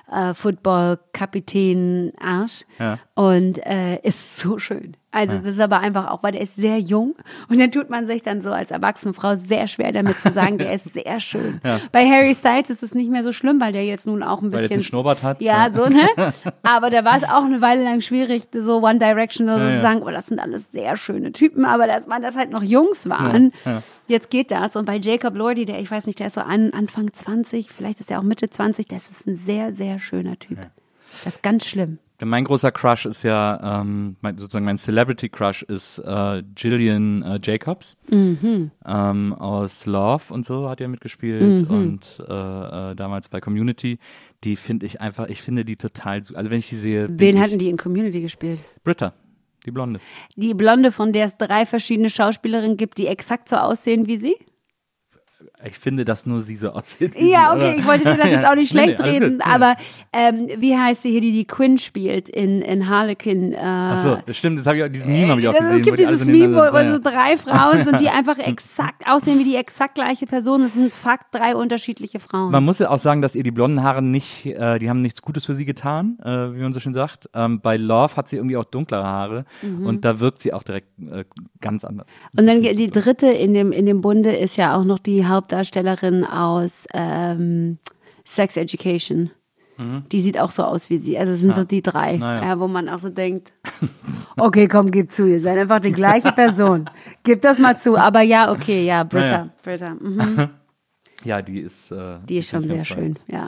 äh, Football-Kapitän-Arsch. Ja. Und äh, ist so schön. Also das ist aber einfach auch, weil der ist sehr jung und dann tut man sich dann so als erwachsene Frau sehr schwer damit zu sagen, der ist sehr schön. Ja. Bei Harry Styles ist es nicht mehr so schlimm, weil der jetzt nun auch ein bisschen... Weil er jetzt einen Schnurrbart hat. Ja, so, ne? Aber da war es auch eine Weile lang schwierig, so One Direction so Ja, ja. zu sagen, oh, das sind alles sehr schöne Typen, aber dass man das halt noch Jungs waren. Ja, ja. Jetzt geht das. Und bei Jacob Lordy, der, ich weiß nicht, der ist so an, Anfang zwanzig, vielleicht ist er auch Mitte zwanzig, das ist ein sehr, sehr schöner Typ. Ja. Das ist ganz schlimm. Mein großer Crush ist ja, ähm, mein, sozusagen mein Celebrity-Crush ist äh, Gillian äh, Jacobs Mhm. ähm, aus Love und so hat ja mitgespielt Mhm. und äh, äh, damals bei Community. Die finde ich einfach, ich finde die total, su- also wenn ich die sehe. bin Wen ich, hatten die in Community gespielt? Britta, die Blonde. Die Blonde, von der es drei verschiedene Schauspielerinnen gibt, die exakt so aussehen wie sie? Ich finde, dass nur sie so aussieht. wie Ja, sie, okay, aber- ich wollte dir das jetzt auch nicht Nee, nee, schlecht alles reden, gut. aber ähm, wie heißt sie hier, die die Quinn spielt in, in Harlequin? Äh, Ach so, das stimmt, das habe ich auch, dieses Meme habe ich auch das, gesehen. es gibt wo die alle dieses so Meme, wo, nebeneinander- wo so drei Frauen sind, die einfach exakt aussehen wie die exakt gleiche Person. Das sind fakt drei unterschiedliche Frauen. Man muss ja auch sagen, dass ihr die blonden Haare nicht, äh, die haben nichts Gutes für sie getan, äh, wie man so schön sagt. Ähm, bei Love hat sie irgendwie auch dunklere Haare und da wirkt sie auch direkt äh, ganz anders. Und dann die dritte in dem, in dem Bunde ist ja auch noch die Hauptdarstellerin aus ähm, Sex Education. Die sieht auch so aus wie sie. Also es sind Ja. so die drei, Na ja. ja, wo man auch so denkt, okay, komm, gib zu, ihr seid einfach die gleiche Person. Gib das mal zu. Aber ja, okay, ja, Britta. Na ja. Britta. Mhm. Ja, die ist äh, Die ist schon ganz sehr toll. schön, ja.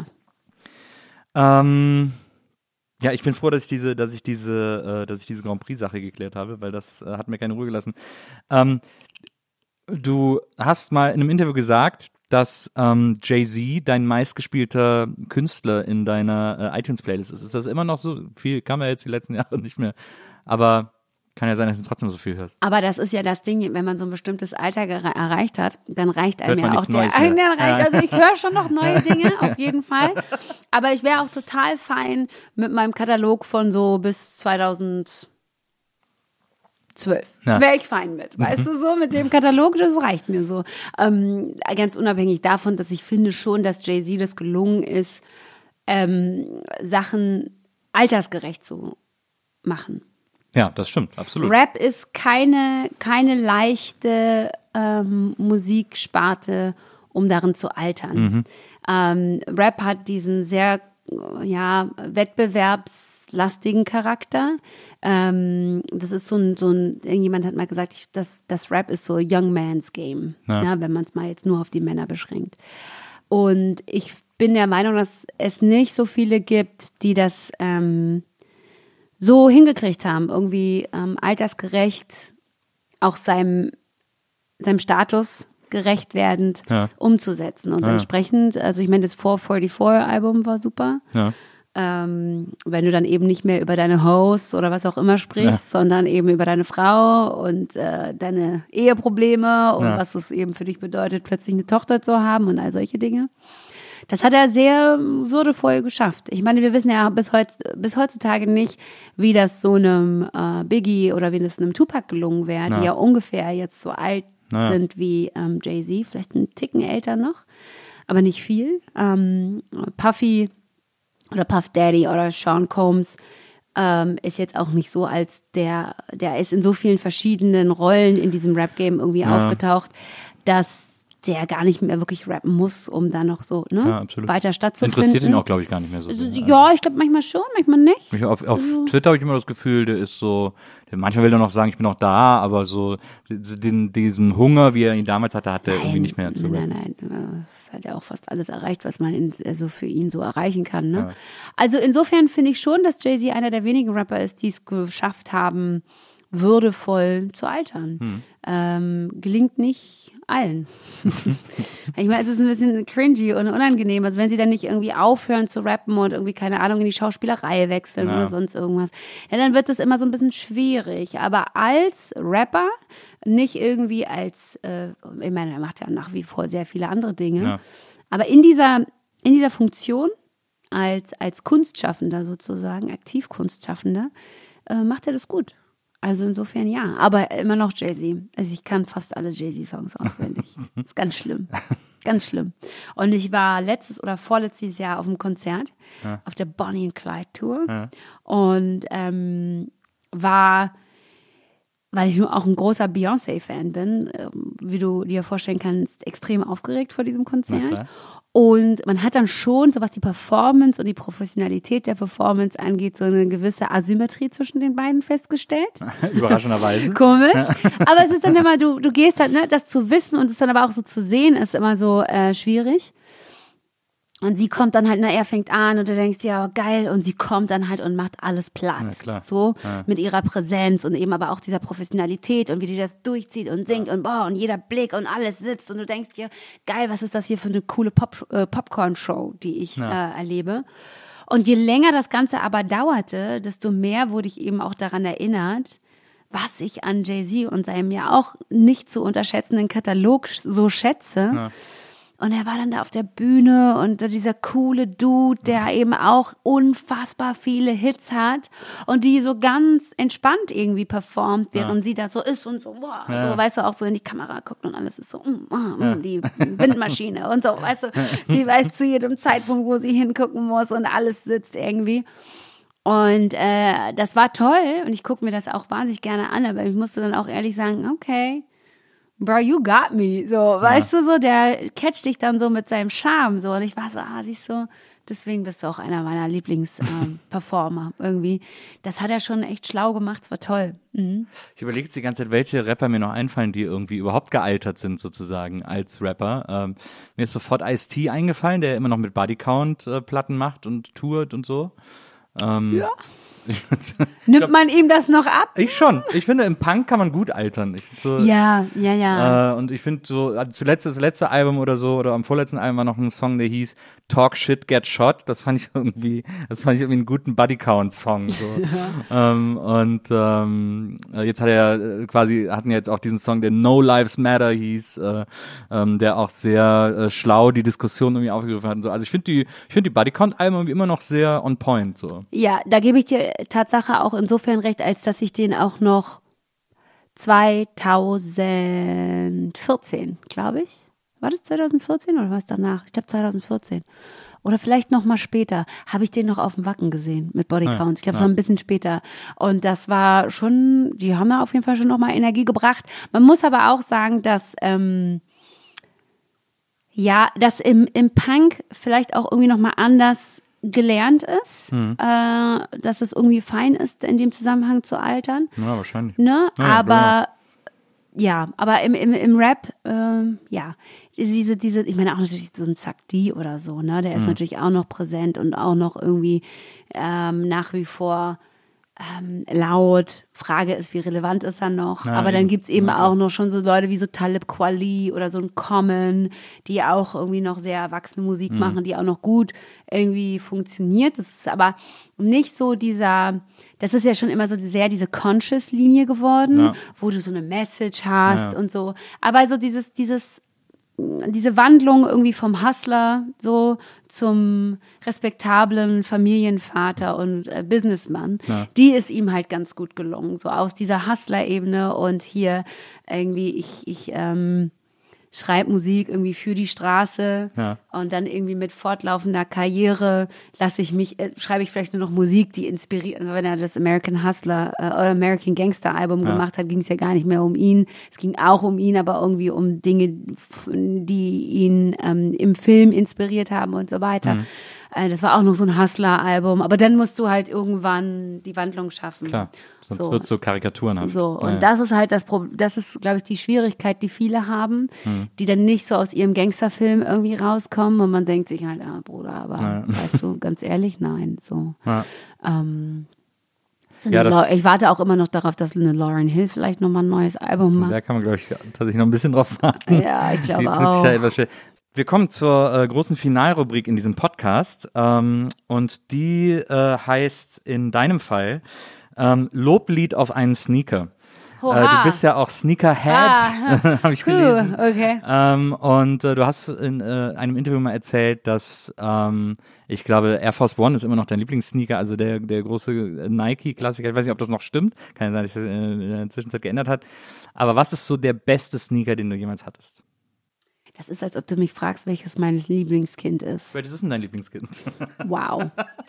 Ähm, ja, ich bin froh, dass ich diese, dass ich diese, äh, dass ich diese Grand Prix-Sache geklärt habe, weil das äh, hat mir keine Ruhe gelassen. Ähm, du hast mal in einem Interview gesagt, dass ähm, Jay-Z dein meistgespielter Künstler in deiner äh, iTunes-Playlist ist. Ist das immer noch so? Viel kam ja jetzt die letzten Jahre nicht mehr. Aber kann ja sein, dass du trotzdem so viel hörst. Aber das ist ja das Ding, wenn man so ein bestimmtes Alter gere- erreicht hat, dann reicht einem Hört man ja auch nichts der. Neues mehr. Dann reicht, also ich höre schon noch neue Dinge, auf jeden Fall. Aber ich wäre auch total fein mit meinem Katalog von so bis zweitausendzwölf. Ja. Wäre ich fein mit. Weißt du, so mit dem Katalog, das reicht mir so. Ähm, ganz unabhängig davon, dass ich finde schon, dass Jay-Z das gelungen ist, ähm, Sachen altersgerecht zu machen. Ja, das stimmt, absolut. Rap ist keine, keine leichte ähm, Musiksparte, um darin zu altern. Mhm. Ähm, Rap hat diesen sehr ja, wettbewerbslastigen Charakter. Ähm, das ist so ein, so ein, irgendjemand hat mal gesagt, ich, das, das Rap ist so a young man's game, Ja. ja, wenn man es mal jetzt nur auf die Männer beschränkt. Und ich bin der Meinung, dass es nicht so viele gibt, die das ähm, so hingekriegt haben, irgendwie ähm, altersgerecht, auch seinem, seinem Status gerecht werdend Ja. umzusetzen. Und Ja. entsprechend, also ich meine, das four forty-four Album war super. Ja. Ähm, wenn du dann eben nicht mehr über deine Hosts oder was auch immer sprichst, sondern eben über deine Frau und äh, deine Eheprobleme und Ja. was es eben für dich bedeutet, plötzlich eine Tochter zu haben und all solche Dinge. Das hat er sehr würdevoll geschafft. Ich meine, wir wissen ja bis, heutz, bis heutzutage nicht, wie das so einem äh, Biggie oder wie das einem Tupac gelungen wäre, Ja. die ja ungefähr jetzt so alt Ja. sind wie ähm, Jay-Z, vielleicht einen Ticken älter noch, aber nicht viel. Ähm, Puffy oder Puff Daddy oder Sean Combs ähm, ist jetzt auch nicht so als der, der ist in so vielen verschiedenen Rollen in diesem Rap-Game irgendwie Ja. aufgetaucht, dass der gar nicht mehr wirklich rappen muss, um da noch so ne, Ja, absolut. weiter stattzufinden. Interessiert ihn auch, glaube ich, gar nicht mehr so Also, sehr. ja, ich glaube manchmal schon, manchmal nicht. Ich, auf auf Twitter habe ich immer das Gefühl, der ist so, der, manchmal will er noch sagen, ich bin noch da, aber so den, diesen Hunger, wie er ihn damals hatte, hat er irgendwie nicht mehr zu Nein, rappen. nein, nein. Das hat ja auch fast alles erreicht, was man in, also für ihn so erreichen kann. Ne? Ja. Also insofern finde ich schon, dass Jay-Z einer der wenigen Rapper ist, die es geschafft haben, würdevoll zu altern. Hm. Ähm, gelingt nicht allen. Ich meine, es ist ein bisschen cringy und unangenehm. Also wenn sie dann nicht irgendwie aufhören zu rappen und irgendwie, keine Ahnung, in die Schauspielerei wechseln Ja. oder sonst irgendwas, ja, dann wird das immer so ein bisschen schwierig. Aber als Rapper, nicht irgendwie als, äh, ich meine, er macht ja nach wie vor sehr viele andere Dinge, Ja. aber in dieser, in dieser Funktion als, als Kunstschaffender sozusagen, Aktivkunstschaffender, äh, macht er das gut. Also insofern ja, aber immer noch Jay-Z. Also ich kann fast alle Jay-Z-Songs auswendig. Ist ganz schlimm. ganz schlimm. Und ich war letztes oder vorletztes Jahr auf einem Konzert, Ja. auf der Bonnie and Clyde Tour Ja. und ähm, war, weil ich nur auch ein großer Beyoncé-Fan bin, ähm, wie du dir vorstellen kannst, extrem aufgeregt vor diesem Na Konzert. klar. Und man hat dann schon, so was die Performance und die Professionalität der Performance angeht, so eine gewisse Asymmetrie zwischen den beiden festgestellt. Überraschenderweise. Komisch. Aber es ist dann immer, du, du gehst halt, ne, das zu wissen und es dann aber auch so zu sehen, ist immer so äh, schwierig. Und sie kommt dann halt, na, er fängt an und du denkst, ja, geil. Und sie kommt dann halt und macht alles platt. Ja, klar. So, Ja. mit ihrer Präsenz und eben aber auch dieser Professionalität und wie die das durchzieht und singt und boah, und jeder Blick und alles sitzt und du denkst dir, geil, was ist das hier für eine coole Pop, äh, Popcorn-Show, die ich Ja. äh, erlebe. Und je länger das Ganze aber dauerte, desto mehr wurde ich eben auch daran erinnert, was ich an Jay-Z und seinem ja auch nicht zu unterschätzenden Katalog so schätze. Ja. Und er war dann da auf der Bühne und dieser coole Dude, der eben auch unfassbar viele Hits hat und die so ganz entspannt irgendwie performt, während Ja. sie da so ist und so, boah, Ja. so, weißt du, auch so in die Kamera guckt und alles ist so, mm, mm, mm, die Windmaschine und so, weißt du, sie weiß zu jedem Zeitpunkt, wo sie hingucken muss und alles sitzt irgendwie. Und äh, das war toll und ich gucke mir das auch wahnsinnig gerne an, aber ich musste dann auch ehrlich sagen, okay, bro, you got me, so, weißt du, so, der catcht dich dann so mit seinem Charme, so, und ich war so, ah, siehst du, deswegen bist du auch einer meiner Lieblings-Performer, ähm, irgendwie. Das hat er schon echt schlau gemacht, es war toll. Mhm. Ich überlege jetzt die ganze Zeit, welche Rapper mir noch einfallen, die irgendwie überhaupt gealtert sind, sozusagen, als Rapper. Ähm, mir ist sofort Ice-T eingefallen, der immer noch mit Bodycount-Platten macht und tourt und so. Ähm, Ja. Nimmt man ihm das noch ab? Ich schon. Ich finde, im Punk kann man gut altern. Ich, so, Ja, ja, ja. Äh, und ich finde so, also zuletzt das letzte Album oder so, oder am vorletzten Album war noch ein Song, der hieß Talk Shit, Get Shot. Das fand ich irgendwie, das fand ich irgendwie einen guten Bodycount-Song. So. ähm, und ähm, jetzt hat er äh, quasi, hatten jetzt auch diesen Song, der No Lives Matter hieß, äh, ähm, der auch sehr äh, schlau die Diskussion irgendwie aufgegriffen hat. Und so. Also ich finde die, ich finde die Bodycount-Alben irgendwie immer noch sehr on point. So. Ja, da gebe ich dir Tatsache auch insofern recht, als dass ich den auch noch zweitausendvierzehn, glaube ich. War das zweitausendvierzehn oder was danach? Ich glaube zweitausendvierzehn. Oder vielleicht noch mal später, habe ich den noch auf dem Wacken gesehen mit Bodycount. Ich glaube, es war ein bisschen später. Und das war schon, die haben da auf jeden Fall schon noch mal Energie gebracht. Man muss aber auch sagen, dass ähm, ja, dass im, im Punk vielleicht auch irgendwie noch mal anders gelernt ist, Mhm. äh, dass es irgendwie fein ist, in dem Zusammenhang zu altern. Ja, wahrscheinlich. Ne? Ja, aber ja, aber im, im, im Rap, ähm, ja, diese, diese, ich meine auch natürlich so ein Chuck D oder so, ne? Der ist Mhm. natürlich auch noch präsent und auch noch irgendwie ähm, nach wie vor ähm, laut. Frage ist, wie relevant ist er noch? Ja, aber dann eben. gibt's eben Ja, klar. auch noch schon so Leute wie so Talib Kweli oder so ein Common, die auch irgendwie noch sehr erwachsene Musik Mhm. machen, die auch noch gut irgendwie funktioniert. Das ist aber nicht so dieser, das ist ja schon immer so sehr diese Conscious-Linie geworden, Ja. wo du so eine Message hast Ja. und so. Aber so dieses, dieses, diese Wandlung irgendwie vom Hustler so zum respektablen Familienvater und äh, Businessman, Ja. die ist ihm halt ganz gut gelungen. So aus dieser Hustler-Ebene und hier irgendwie, ich, ich ähm, schreibe Musik irgendwie für die Straße Ja. und dann irgendwie mit fortlaufender Karriere lasse ich mich, äh, schreibe ich vielleicht nur noch Musik, die inspiriert. Also wenn er das American Hustler äh, oder American Gangster Album Ja. gemacht hat, ging es ja gar nicht mehr um ihn. Es ging auch um ihn, aber irgendwie um Dinge, die ihn ähm, im Film inspiriert haben und so weiter. Mhm. Äh, das war auch noch so ein Hustler-Album. Aber dann musst du halt irgendwann die Wandlung schaffen. Klar, sonst So. wird es so karikaturenhaft. So, und Ja. das ist halt das Problem, das ist, glaube ich, die Schwierigkeit, die viele haben, Hm. die dann nicht so aus ihrem Gangsterfilm irgendwie rauskommen und man denkt sich halt, ah, Bruder, aber Ja. weißt du, ganz ehrlich, nein, so. Ja. Ähm, so Ja, eine das- Lau- ich warte auch immer noch darauf, dass eine Lauryn Hill vielleicht nochmal ein neues Album macht. Da kann man, glaube ich, tatsächlich noch ein bisschen drauf warten. Ja, ich glaube Die tut auch. sich ja etwas schwer. Wir kommen zur äh, großen Finalrubrik in diesem Podcast ähm, und die äh, heißt in deinem Fall ähm, Loblied auf einen Sneaker. Äh, Hurra. du bist ja auch Sneakerhead, Ah. habe ich Puh, gelesen. okay. Ähm, und äh, du hast in äh, einem Interview mal erzählt, dass ähm, ich glaube, Air Force One ist immer noch dein Lieblingssneaker, also der der große Nike-Klassiker. Ich weiß nicht, ob das noch stimmt. Kann ja sein, dass sich das äh, in der Zwischenzeit geändert hat. Aber was ist so der beste Sneaker, den du jemals hattest? Das ist, als ob du mich fragst, welches mein Lieblingskind ist. Welches ist denn dein Lieblingskind? Wow.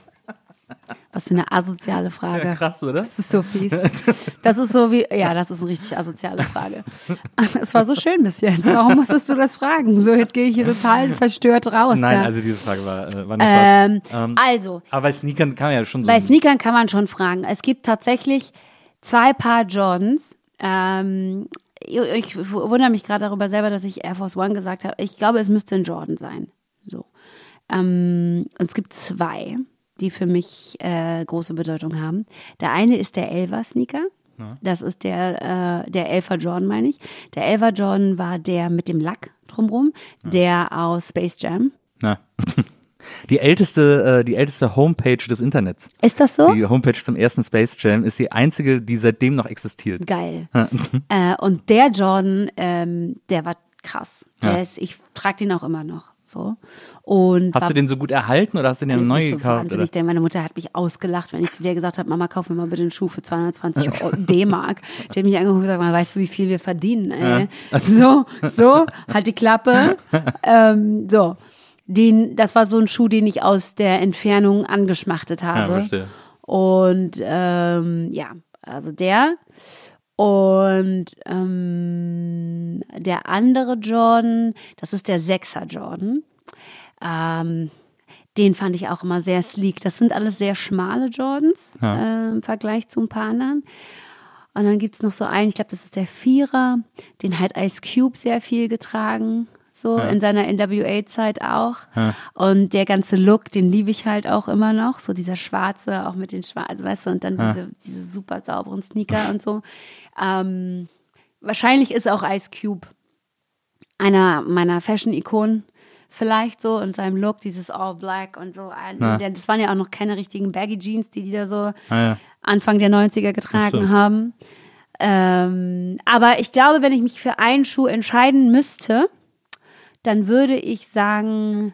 Was für eine asoziale Frage. Ja, krass, oder? Das ist so fies. Das ist so wie, ja, das ist eine richtig asoziale Frage. Es war so schön bis jetzt. Warum musstest du das fragen? So, jetzt gehe ich hier total verstört raus. Nein, ja. also diese Frage war, äh, war nicht ähm, was. Ähm, also. aber bei Sneakern kann man ja schon so. Bei Sneakern kann man schon fragen. Es gibt tatsächlich zwei Paar Jordans. Ähm, ich wundere mich gerade darüber selber, dass ich Air Force One gesagt habe. Ich glaube, es müsste ein Jordan sein. So. Ähm, und es gibt zwei, die für mich äh, große Bedeutung haben. Der eine ist der Elva Sneaker. Ja. Das ist der, äh, der Elfer Jordan, meine ich. Der Elfer Jordan war der mit dem Lack drumrum, ja. der aus Space Jam. Ja. Die älteste, äh, die älteste Homepage des Internets. Ist das so? Die Homepage zum ersten Space Jam ist die einzige, die seitdem noch existiert. Geil. äh, und der Jordan, ähm, der war krass. Der Ja. ist, ich trage den auch immer noch. So. Und hast war, du den so gut erhalten oder hast du den ja neu nicht so gekauft? wahnsinnig, Oder? denn meine Mutter hat mich ausgelacht, wenn ich zu der gesagt habe, Mama, kauf mir mal bitte einen Schuh für zweihundertzwanzig D-Mark. Die hat mich angeguckt und gesagt, man, weißt du, wie viel wir verdienen, ey? Ja. So, so, halt die Klappe. ähm, so. Den, das war so ein Schuh, den ich aus der Entfernung angeschmachtet habe. Ja, verstehe. Und ähm, ja, also der. Und ähm, der andere Jordan, das ist der Sechser Jordan. Ähm, den fand ich auch immer sehr sleek. Das sind alles sehr schmale Jordans Ja. äh, im Vergleich zu ein paar anderen. Und dann gibt's noch so einen, ich glaube, das ist der Vierer. Den hat Ice Cube sehr viel getragen. So Ja. in seiner N W A-Zeit auch. Ja. Und der ganze Look, den liebe ich halt auch immer noch. So dieser schwarze, auch mit den schwarzen, weißt du, und dann Ja. diese, diese super sauberen Sneaker und so. Ähm, wahrscheinlich ist auch Ice Cube einer meiner Fashion-Ikonen. Vielleicht so in seinem Look, dieses All Black und so. Ja. Das waren ja auch noch keine richtigen Baggy Jeans, die die da so Ah, ja. Anfang der neunziger getragen Ach so. haben. Ähm, aber ich glaube, wenn ich mich für einen Schuh entscheiden müsste, dann würde ich sagen,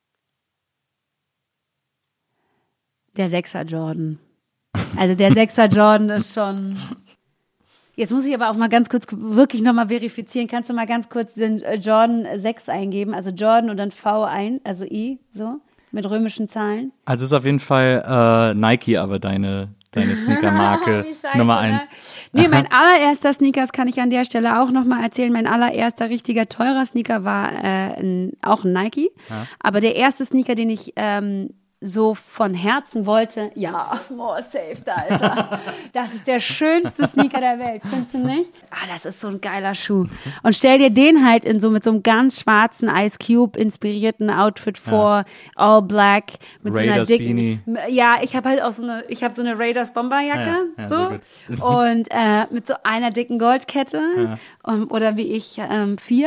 der Sechser Jordan. Also der Sechser Jordan ist schon... Jetzt muss ich aber auch mal ganz kurz wirklich nochmal verifizieren. Kannst du mal ganz kurz den Jordan sechs eingeben? Also Jordan und dann V ein, also I, so, mit römischen Zahlen. Also ist auf jeden Fall äh, Nike, aber deine, deine Sneaker-Marke Wie scheiße, Nummer eins. Ne? Nee, mein allererster Sneaker, das kann ich an der Stelle auch nochmal erzählen, mein allererster richtiger teurer Sneaker war äh, ein, auch ein Nike. Ja. Aber der erste Sneaker, den ich ähm, so von Herzen wollte, ja, more safe, da ist er. Das ist der schönste Sneaker der Welt, findest du nicht? Ah, das ist so ein geiler Schuh. Und stell dir den halt in so mit so einem ganz schwarzen Ice Cube inspirierten Outfit vor, ja. All Black, mit Raiders so einer dicken, Beanie. ja, ich habe halt auch so eine, ich habe so eine Raiders Bomberjacke, ja, ja, so, und äh, mit so einer dicken Goldkette, ja. um, oder wie ich, ähm, vier,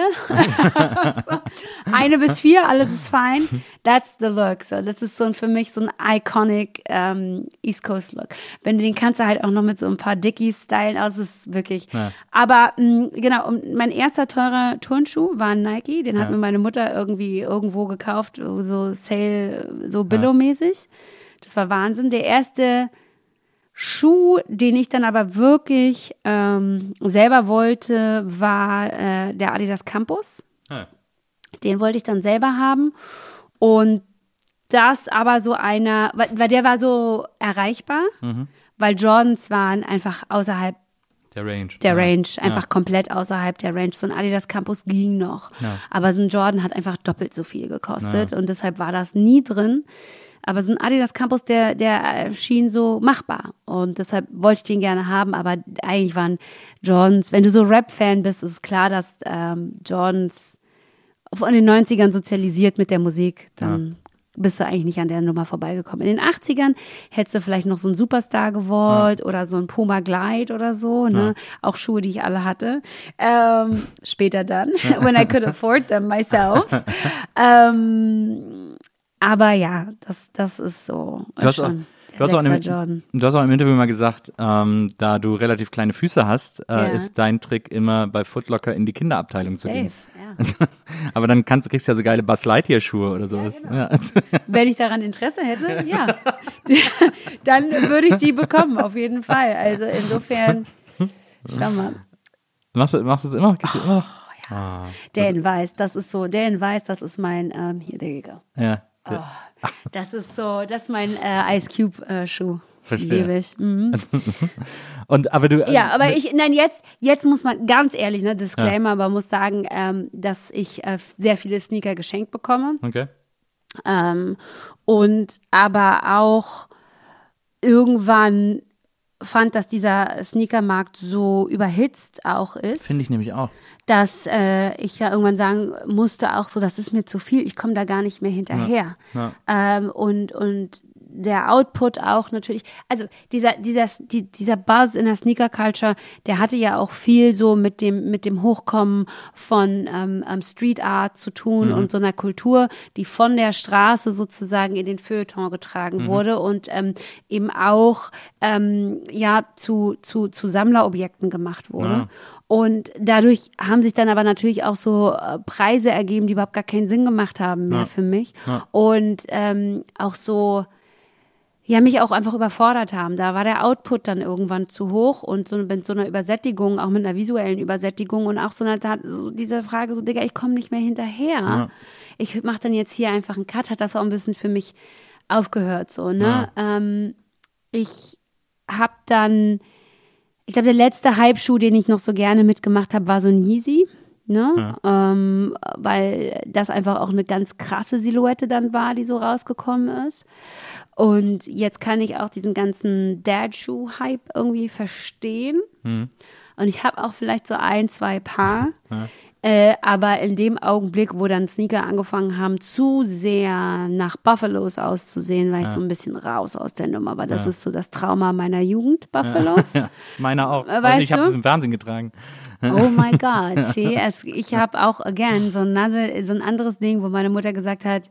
so. Eine bis vier, alles ist fein, that's the look, so, das ist so ein für mich so ein iconic ähm, East Coast Look. Wenn du den kannst du halt auch noch mit so ein paar Dickies stylen aus, das ist wirklich, ja. aber mh, genau, und mein erster teurer Turnschuh war ein Nike, den ja. hat mir meine Mutter irgendwie irgendwo gekauft, so Sale, so Billo-mäßig. Das war Wahnsinn. Der erste Schuh, den ich dann aber wirklich ähm, selber wollte, war äh, der Adidas Campus. Ja. Den wollte ich dann selber haben und das aber so einer, weil der war so erreichbar, mhm. weil Jordans waren einfach außerhalb der Range. Der ja. Range, einfach ja. komplett außerhalb der Range. So ein Adidas Campus ging noch, ja. aber so ein Jordan hat einfach doppelt so viel gekostet ja. und deshalb war das nie drin. Aber so ein Adidas Campus, der, der schien so machbar und deshalb wollte ich den gerne haben, aber eigentlich waren Jordans, wenn du so Rap-Fan bist, ist klar, dass ähm, Jordans von den neunzigern sozialisiert mit der Musik, dann ja. bist du eigentlich nicht an der Nummer vorbeigekommen. In den achtzigern hättest du vielleicht noch so einen Superstar gewollt ja. oder so ein Puma Glide oder so, ne? Ja. Auch Schuhe, die ich alle hatte. Ähm, später dann, when I could afford them myself. ähm, aber ja, das, das ist so. Du hast, auch, du, hast auch im, du hast auch im Interview mal gesagt, ähm, da du relativ kleine Füße hast, äh, ja. ist dein Trick immer bei Foot Locker in die Kinderabteilung zu Safe. gehen. Aber dann kannst, kriegst du ja so geile Buzz Lightyear Schuhe oder sowas. Ja, genau. ja. Wenn ich daran Interesse hätte, ja, dann würde ich die bekommen, auf jeden Fall. Also insofern, schau mal. Machst du, machst du es immer? Gehst du immer? Oh, Ah, der in weiß, das ist so, der in weiß, das ist mein, ähm, hier, there you go. Ja. Oh, das ist so, das ist mein äh, Ice Cube äh, Schuh. Verstehe. Liebe ich. Mhm. Und aber du. Ja, aber ich, nein, jetzt, jetzt muss man ganz ehrlich, ne, Disclaimer, ja. aber muss sagen, ähm, dass ich äh, sehr viele Sneaker geschenkt bekomme. Okay. Ähm, und aber auch irgendwann fand, dass dieser Sneakermarkt so überhitzt auch ist. Finde ich nämlich auch. Dass äh, ich ja irgendwann sagen musste auch so, das ist mir zu viel, ich komme da gar nicht mehr hinterher. Ja, ja. Ähm, und, und der Output auch natürlich, also dieser, dieser, die, dieser Buzz in der Sneaker-Culture, der hatte ja auch viel so mit dem, mit dem Hochkommen von ähm, Street Art zu tun mhm. und so einer Kultur, die von der Straße sozusagen in den Feuilleton getragen mhm. wurde und ähm, eben auch ähm, ja zu, zu, zu Sammlerobjekten gemacht wurde. Ja. Und dadurch haben sich dann aber natürlich auch so äh, Preise ergeben, die überhaupt gar keinen Sinn gemacht haben mehr ja. für mich. Ja. Und ähm, auch so, ja, mich auch einfach überfordert haben. Da war der Output dann irgendwann zu hoch und so mit so einer Übersättigung, auch mit einer visuellen Übersättigung und auch so, eine, so diese Frage, so, Digga, ich komme nicht mehr hinterher. Ja. Ich mache dann jetzt hier einfach einen Cut, hat das auch ein bisschen für mich aufgehört, so, ne? Ja. Ähm, ich habe dann, ich glaube, der letzte Hype-Schuh, den ich noch so gerne mitgemacht habe, war so ein Yeezy. Ne? Ja. Ähm, weil das einfach auch eine ganz krasse Silhouette dann war, die so rausgekommen ist. Und jetzt kann ich auch diesen ganzen Dad-Shoe-Hype irgendwie verstehen. Mhm. Und ich habe auch vielleicht so ein, zwei Paar. Ja. Äh, aber in dem Augenblick, wo dann Sneaker angefangen haben, zu sehr nach Buffalos auszusehen, war ich ja. so ein bisschen raus aus der Nummer. Aber das ja. ist so das Trauma meiner Jugend, Buffalos. Ja. Meiner auch. Weißt also ich habe du? das im Fernsehen getragen. Oh my God, see, es, ich habe auch, again, so, another, so ein anderes Ding, wo meine Mutter gesagt hat,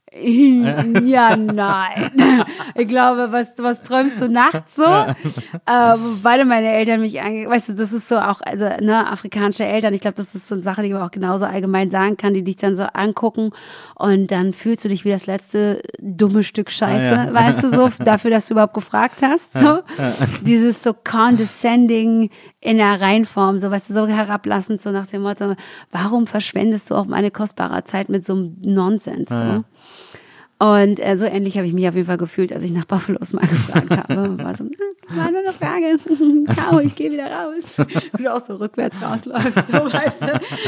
ja, nein. Ich glaube, was, was träumst du nachts so? Ja. Äh, wo beide meine Eltern mich ange... Weißt du, das ist so auch, also, ne, afrikanische Eltern, ich glaube, das ist so eine Sache, die man auch genauso allgemein sagen kann, die dich dann so angucken und dann fühlst du dich wie das letzte dumme Stück Scheiße, ja, ja. weißt du, so, dafür, dass du überhaupt gefragt hast, so. Ja, ja. Dieses so condescending in der Reinform, so, weißt du, so herablassend, so nach dem Motto, warum verschwendest du auch meine kostbare Zeit mit so einem Nonsens, so? Ja. Und äh, so ähnlich habe ich mich auf jeden Fall gefühlt, als ich nach Buffalos mal gefragt habe. War so, war nur eine Frage. Ciao, ich gehe wieder raus. Wie du auch so rückwärts rausläufst, so, weißt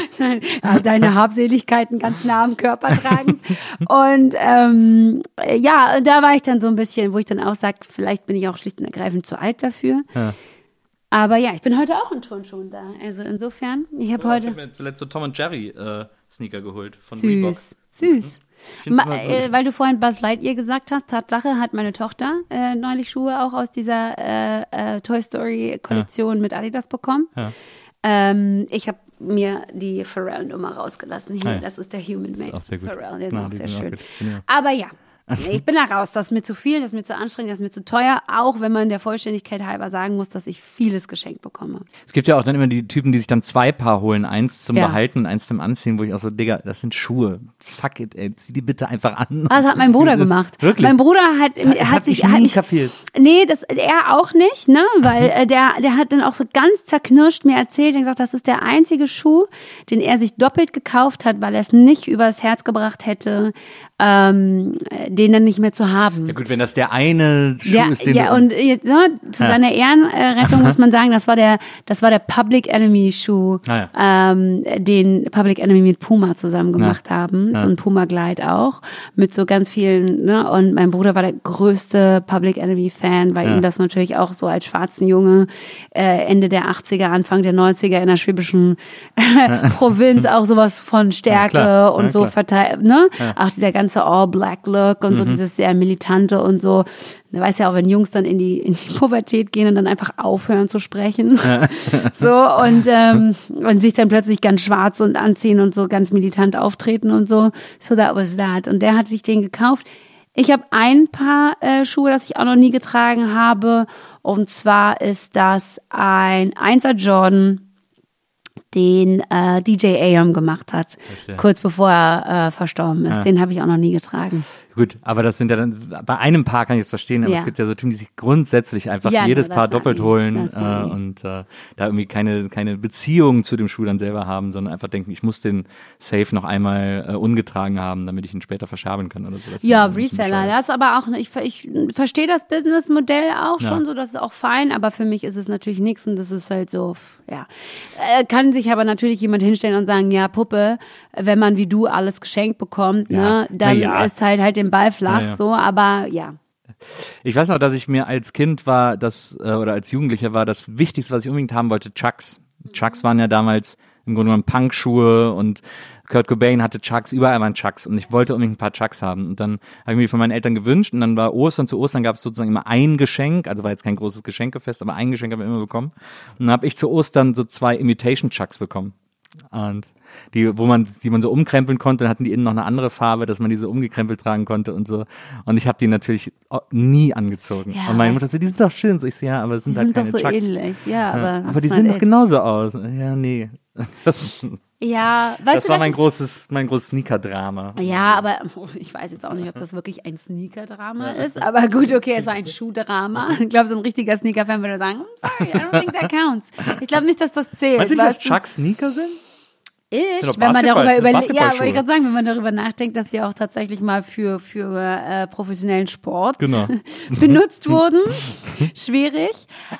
du. Deine Habseligkeiten ganz nah am Körper tragen. Und ähm, ja, da war ich dann so ein bisschen, wo ich dann auch sage, vielleicht bin ich auch schlicht und ergreifend zu alt dafür. Ja. Aber ja, ich bin heute auch in Turnschuhen da. Also insofern, ich habe oh, heute... Ich habe mir zuletzt so Tom und Jerry äh, Sneaker geholt von süß, Reebok. Süß. Ma, äh, weil du vorhin Buzz Lightyear gesagt hast, Tatsache hat meine Tochter äh, neulich Schuhe auch aus dieser äh, äh, Toy Story Kollektion ja. mit Adidas bekommen. Ja. Ähm, ich habe mir die Pharrell-Nummer rausgelassen. Hier, ah, ja. Das ist der Human Made Pharrell, der ist auch sehr schön. Auch Aber ja, ich bin da raus. Das ist mir zu viel, das ist mir zu anstrengend, das ist mir zu teuer. Auch wenn man der Vollständigkeit halber sagen muss, dass ich vieles geschenkt bekomme. Es gibt ja auch dann immer die Typen, die sich dann zwei Paar holen. Eins zum ja. Behalten und eins zum Anziehen, wo ich auch so, Digga, das sind Schuhe. Fuck it, ey, zieh die bitte einfach an. Das hat mein Bruder gemacht. Wirklich? Mein Bruder hat, das hat, hat, hat sich... Ich nie hat nicht kapiert. Nee, das, er auch nicht, ne, weil äh, der, der hat dann auch so ganz zerknirscht mir erzählt und gesagt, das ist der einzige Schuh, den er sich doppelt gekauft hat, weil er es nicht übers Herz gebracht hätte, ähm, den dann nicht mehr zu haben. Ja gut, wenn das der eine Schuh der, ist, den ja, und jetzt, ne, zu ja. seiner Ehrenrettung muss man sagen, das war der, das war der Public Enemy Schuh, ah, ja. ähm, den Public Enemy mit Puma zusammen gemacht ja. haben, ja. so ein Puma Glide auch, mit so ganz vielen, ne, und mein Bruder war der größte Public Enemy Fan, weil ja. ihm das natürlich auch so als schwarzen Junge äh, Ende der achtziger, Anfang der neunziger in der schwäbischen äh, Provinz auch sowas von Stärke ja, und ja, so verteilt, ne, ja. auch dieser ganze All-Black-Look und mhm. so dieses sehr militante und so. Du weißt ja auch, wenn Jungs dann in die in die Pubertät gehen und dann einfach aufhören zu sprechen. so und ähm, und sich dann plötzlich ganz schwarz und anziehen und so ganz militant auftreten und so. So that was that. Und der hat sich den gekauft. Ich habe ein Paar äh, Schuhe, das ich auch noch nie getragen habe. Und zwar ist das ein Einser Jordan, den äh, D J Ayam gemacht hat, Verstehe. kurz bevor er äh, verstorben ist. Ja. Den habe ich auch noch nie getragen. Gut, aber das sind ja dann, bei einem Paar kann ich es verstehen, aber Ja. es gibt ja so Typen, die sich grundsätzlich einfach Ja, jedes das Paar sagen doppelt die, holen das äh, sagen die. und äh, da irgendwie keine keine Beziehung zu dem Schuh dann selber haben, sondern einfach denken, ich muss den safe noch einmal äh, ungetragen haben, damit ich ihn später verscherbeln kann oder so. Das Ja, finde ich ein bisschen Reseller, bescheuert. das aber auch, ich, ich verstehe das Businessmodell auch Ja. schon so, das ist auch fein, aber für mich ist es natürlich nichts und das ist halt so, ja. Äh, kann sich aber natürlich jemand hinstellen und sagen, ja, Puppe, wenn man wie du alles geschenkt bekommt, Ja. ne, dann Na ja. ist halt halt den Ball flach, Na ja. so, aber ja. Ich weiß noch, dass ich mir als Kind war, das äh, oder als Jugendlicher war, das Wichtigste, was ich unbedingt haben wollte, Chucks. Chucks waren ja damals im Grunde genommen Punkschuhe und Kurt Cobain hatte Chucks, überall waren Chucks und ich wollte unbedingt ein paar Chucks haben und dann habe ich mir die von meinen Eltern gewünscht und dann war Ostern, zu Ostern gab es sozusagen immer ein Geschenk, also war jetzt kein großes Geschenkefest, aber ein Geschenk haben wir immer bekommen und dann habe ich zu Ostern so zwei Imitation Chucks bekommen und die, wo man, die man so umkrempeln konnte, dann hatten die innen noch eine andere Farbe, dass man diese umgekrempelt tragen konnte und so. Und ich habe die natürlich nie angezogen. Ja, und meine was- Mutter so, die sind doch schön. So, ich so, ja, aber es sind Die halt sind doch keine so Chucks. ähnlich, ja, aber. Ja, aber die hat's sehen halt doch echt. genauso aus. Ja, nee. Das, Ja, weißt das du, war das mein ist- großes, mein großes Sneaker-Drama. Ja, aber ich weiß jetzt auch nicht, ob das wirklich ein Sneaker-Drama ist. Aber gut, okay, es war ein Schuh-Drama. Ich glaube, so ein richtiger Sneaker-Fan würde sagen, sorry, I don't think that counts. Ich glaube nicht, dass das zählt. Weißt du nicht, dass weißt du? Chucks Sneaker sind? Ich, doch wenn man Basketball- darüber überlegt, ja, Basketballschuhe. wollte ich gerade sagen, wenn man darüber nachdenkt, dass die auch tatsächlich mal für für äh, professionellen Sport Genau. benutzt wurden, schwierig.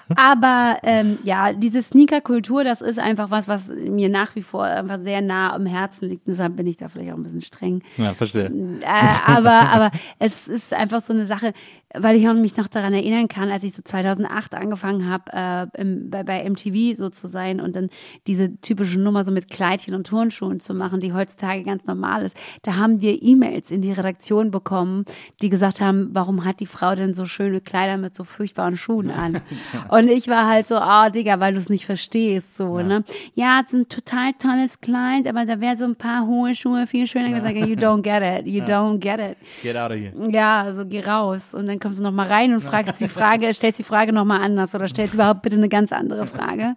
Aber ähm, ja, diese Sneaker-Kultur, das ist einfach was, was mir nach wie vor einfach sehr nah am Herzen liegt. Deshalb bin ich da vielleicht auch ein bisschen streng. Ja, verstehe. Äh, aber, aber es ist einfach so eine Sache, weil ich auch mich noch daran erinnern kann, als ich so zweitausendacht angefangen habe, äh, im, bei, bei M T V so zu sein und dann diese typische Nummer so mit Kleidchen und Turnschuhen zu machen, die heutzutage ganz normal ist. Da haben wir E-Mails in die Redaktion bekommen, die gesagt haben, warum hat die Frau denn so schöne Kleider mit so furchtbaren Schuhen an? Und ich war halt so, ah, Digga, weil du es nicht verstehst, so, ne? Ja, es ist ein total tolles Kleid, aber da wäre so ein paar hohe Schuhe viel schöner gesagt. You don't get it, you don't get it. Get out of here. Ja, also geh raus und dann kommst du noch mal rein und fragst die Frage, stellst die Frage noch mal anders oder stellst überhaupt bitte eine ganz andere Frage.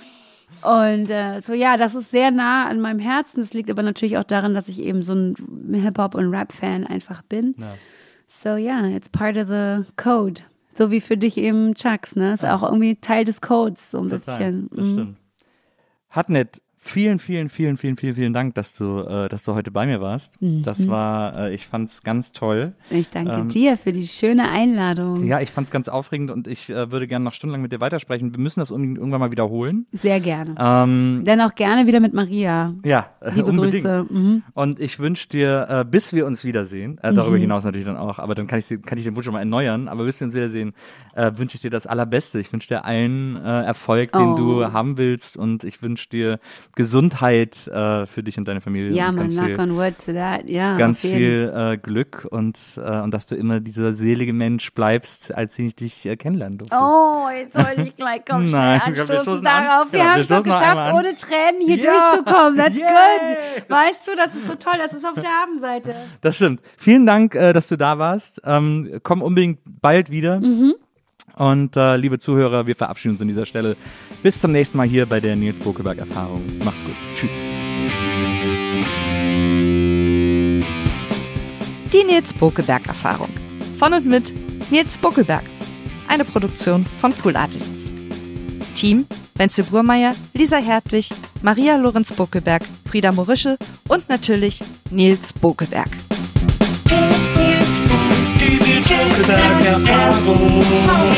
Und äh, so, ja, das ist sehr nah an meinem Herzen. Das liegt aber natürlich auch daran, dass ich eben so ein Hip-Hop- und Rap-Fan einfach bin. Ja. So, ja, yeah, it's part of the code. So wie für dich eben Chucks, ne? Ist auch irgendwie Teil des Codes, so ein Total, bisschen. das Mhm. stimmt. Hatnet, vielen, vielen, vielen, vielen, vielen, vielen Dank, dass du, äh, dass du heute bei mir warst. Das war, äh, ich fand's ganz toll. Ich danke Ähm, dir für die schöne Einladung. Ja, ich fand's ganz aufregend und ich äh, würde gerne noch stundenlang mit dir weitersprechen. Wir müssen das unbedingt irgendwann mal wiederholen. Sehr gerne. Ähm, Dann auch gerne wieder mit Maria. ja, äh, Liebe unbedingt. Grüße. Mhm. Und ich wünsche dir, äh, bis wir uns wiedersehen, äh, darüber hinaus natürlich dann auch, aber dann kann ich, kann ich den Wunsch schon mal erneuern, aber bis wir uns wiedersehen, äh, wünsche ich dir das Allerbeste. Ich wünsche dir allen äh, Erfolg, den Oh. du haben willst und ich wünsche dir Gesundheit äh, für dich und deine Familie. Ja, und man, ganz knock viel, on wood to that. Ja, ganz auf jeden. viel äh, Glück und, äh, und dass du immer dieser selige Mensch bleibst, als den ich dich äh, kennenlernen durfte. Oh, jetzt soll ich gleich kommen, schnell Nein, wir anstoßen stoßen an. darauf. Wir Genau, haben wir es doch stoßen noch geschafft, einmal an. ohne Tränen hier Ja. durchzukommen. That's Yay. good. Weißt du, das ist so toll. Das ist auf der Habenseite. Das stimmt. Vielen Dank, äh, dass du da warst. Ähm, komm unbedingt bald wieder. Mhm. Und äh, liebe Zuhörer, wir verabschieden uns an dieser Stelle. Bis zum nächsten Mal hier bei der Nils Bokelberg-Erfahrung. Macht's gut. Tschüss. Die Nils Bokelberg-Erfahrung. Von und mit Nils Bokelberg. Eine Produktion von Pool Artists. Team: Wenzel Burmeier, Lisa Hertwig, Maria Lorenz Bokelberg, Frieda Morische und natürlich Nils Bokelberg. Die Nils Bokelberg Erfahrung.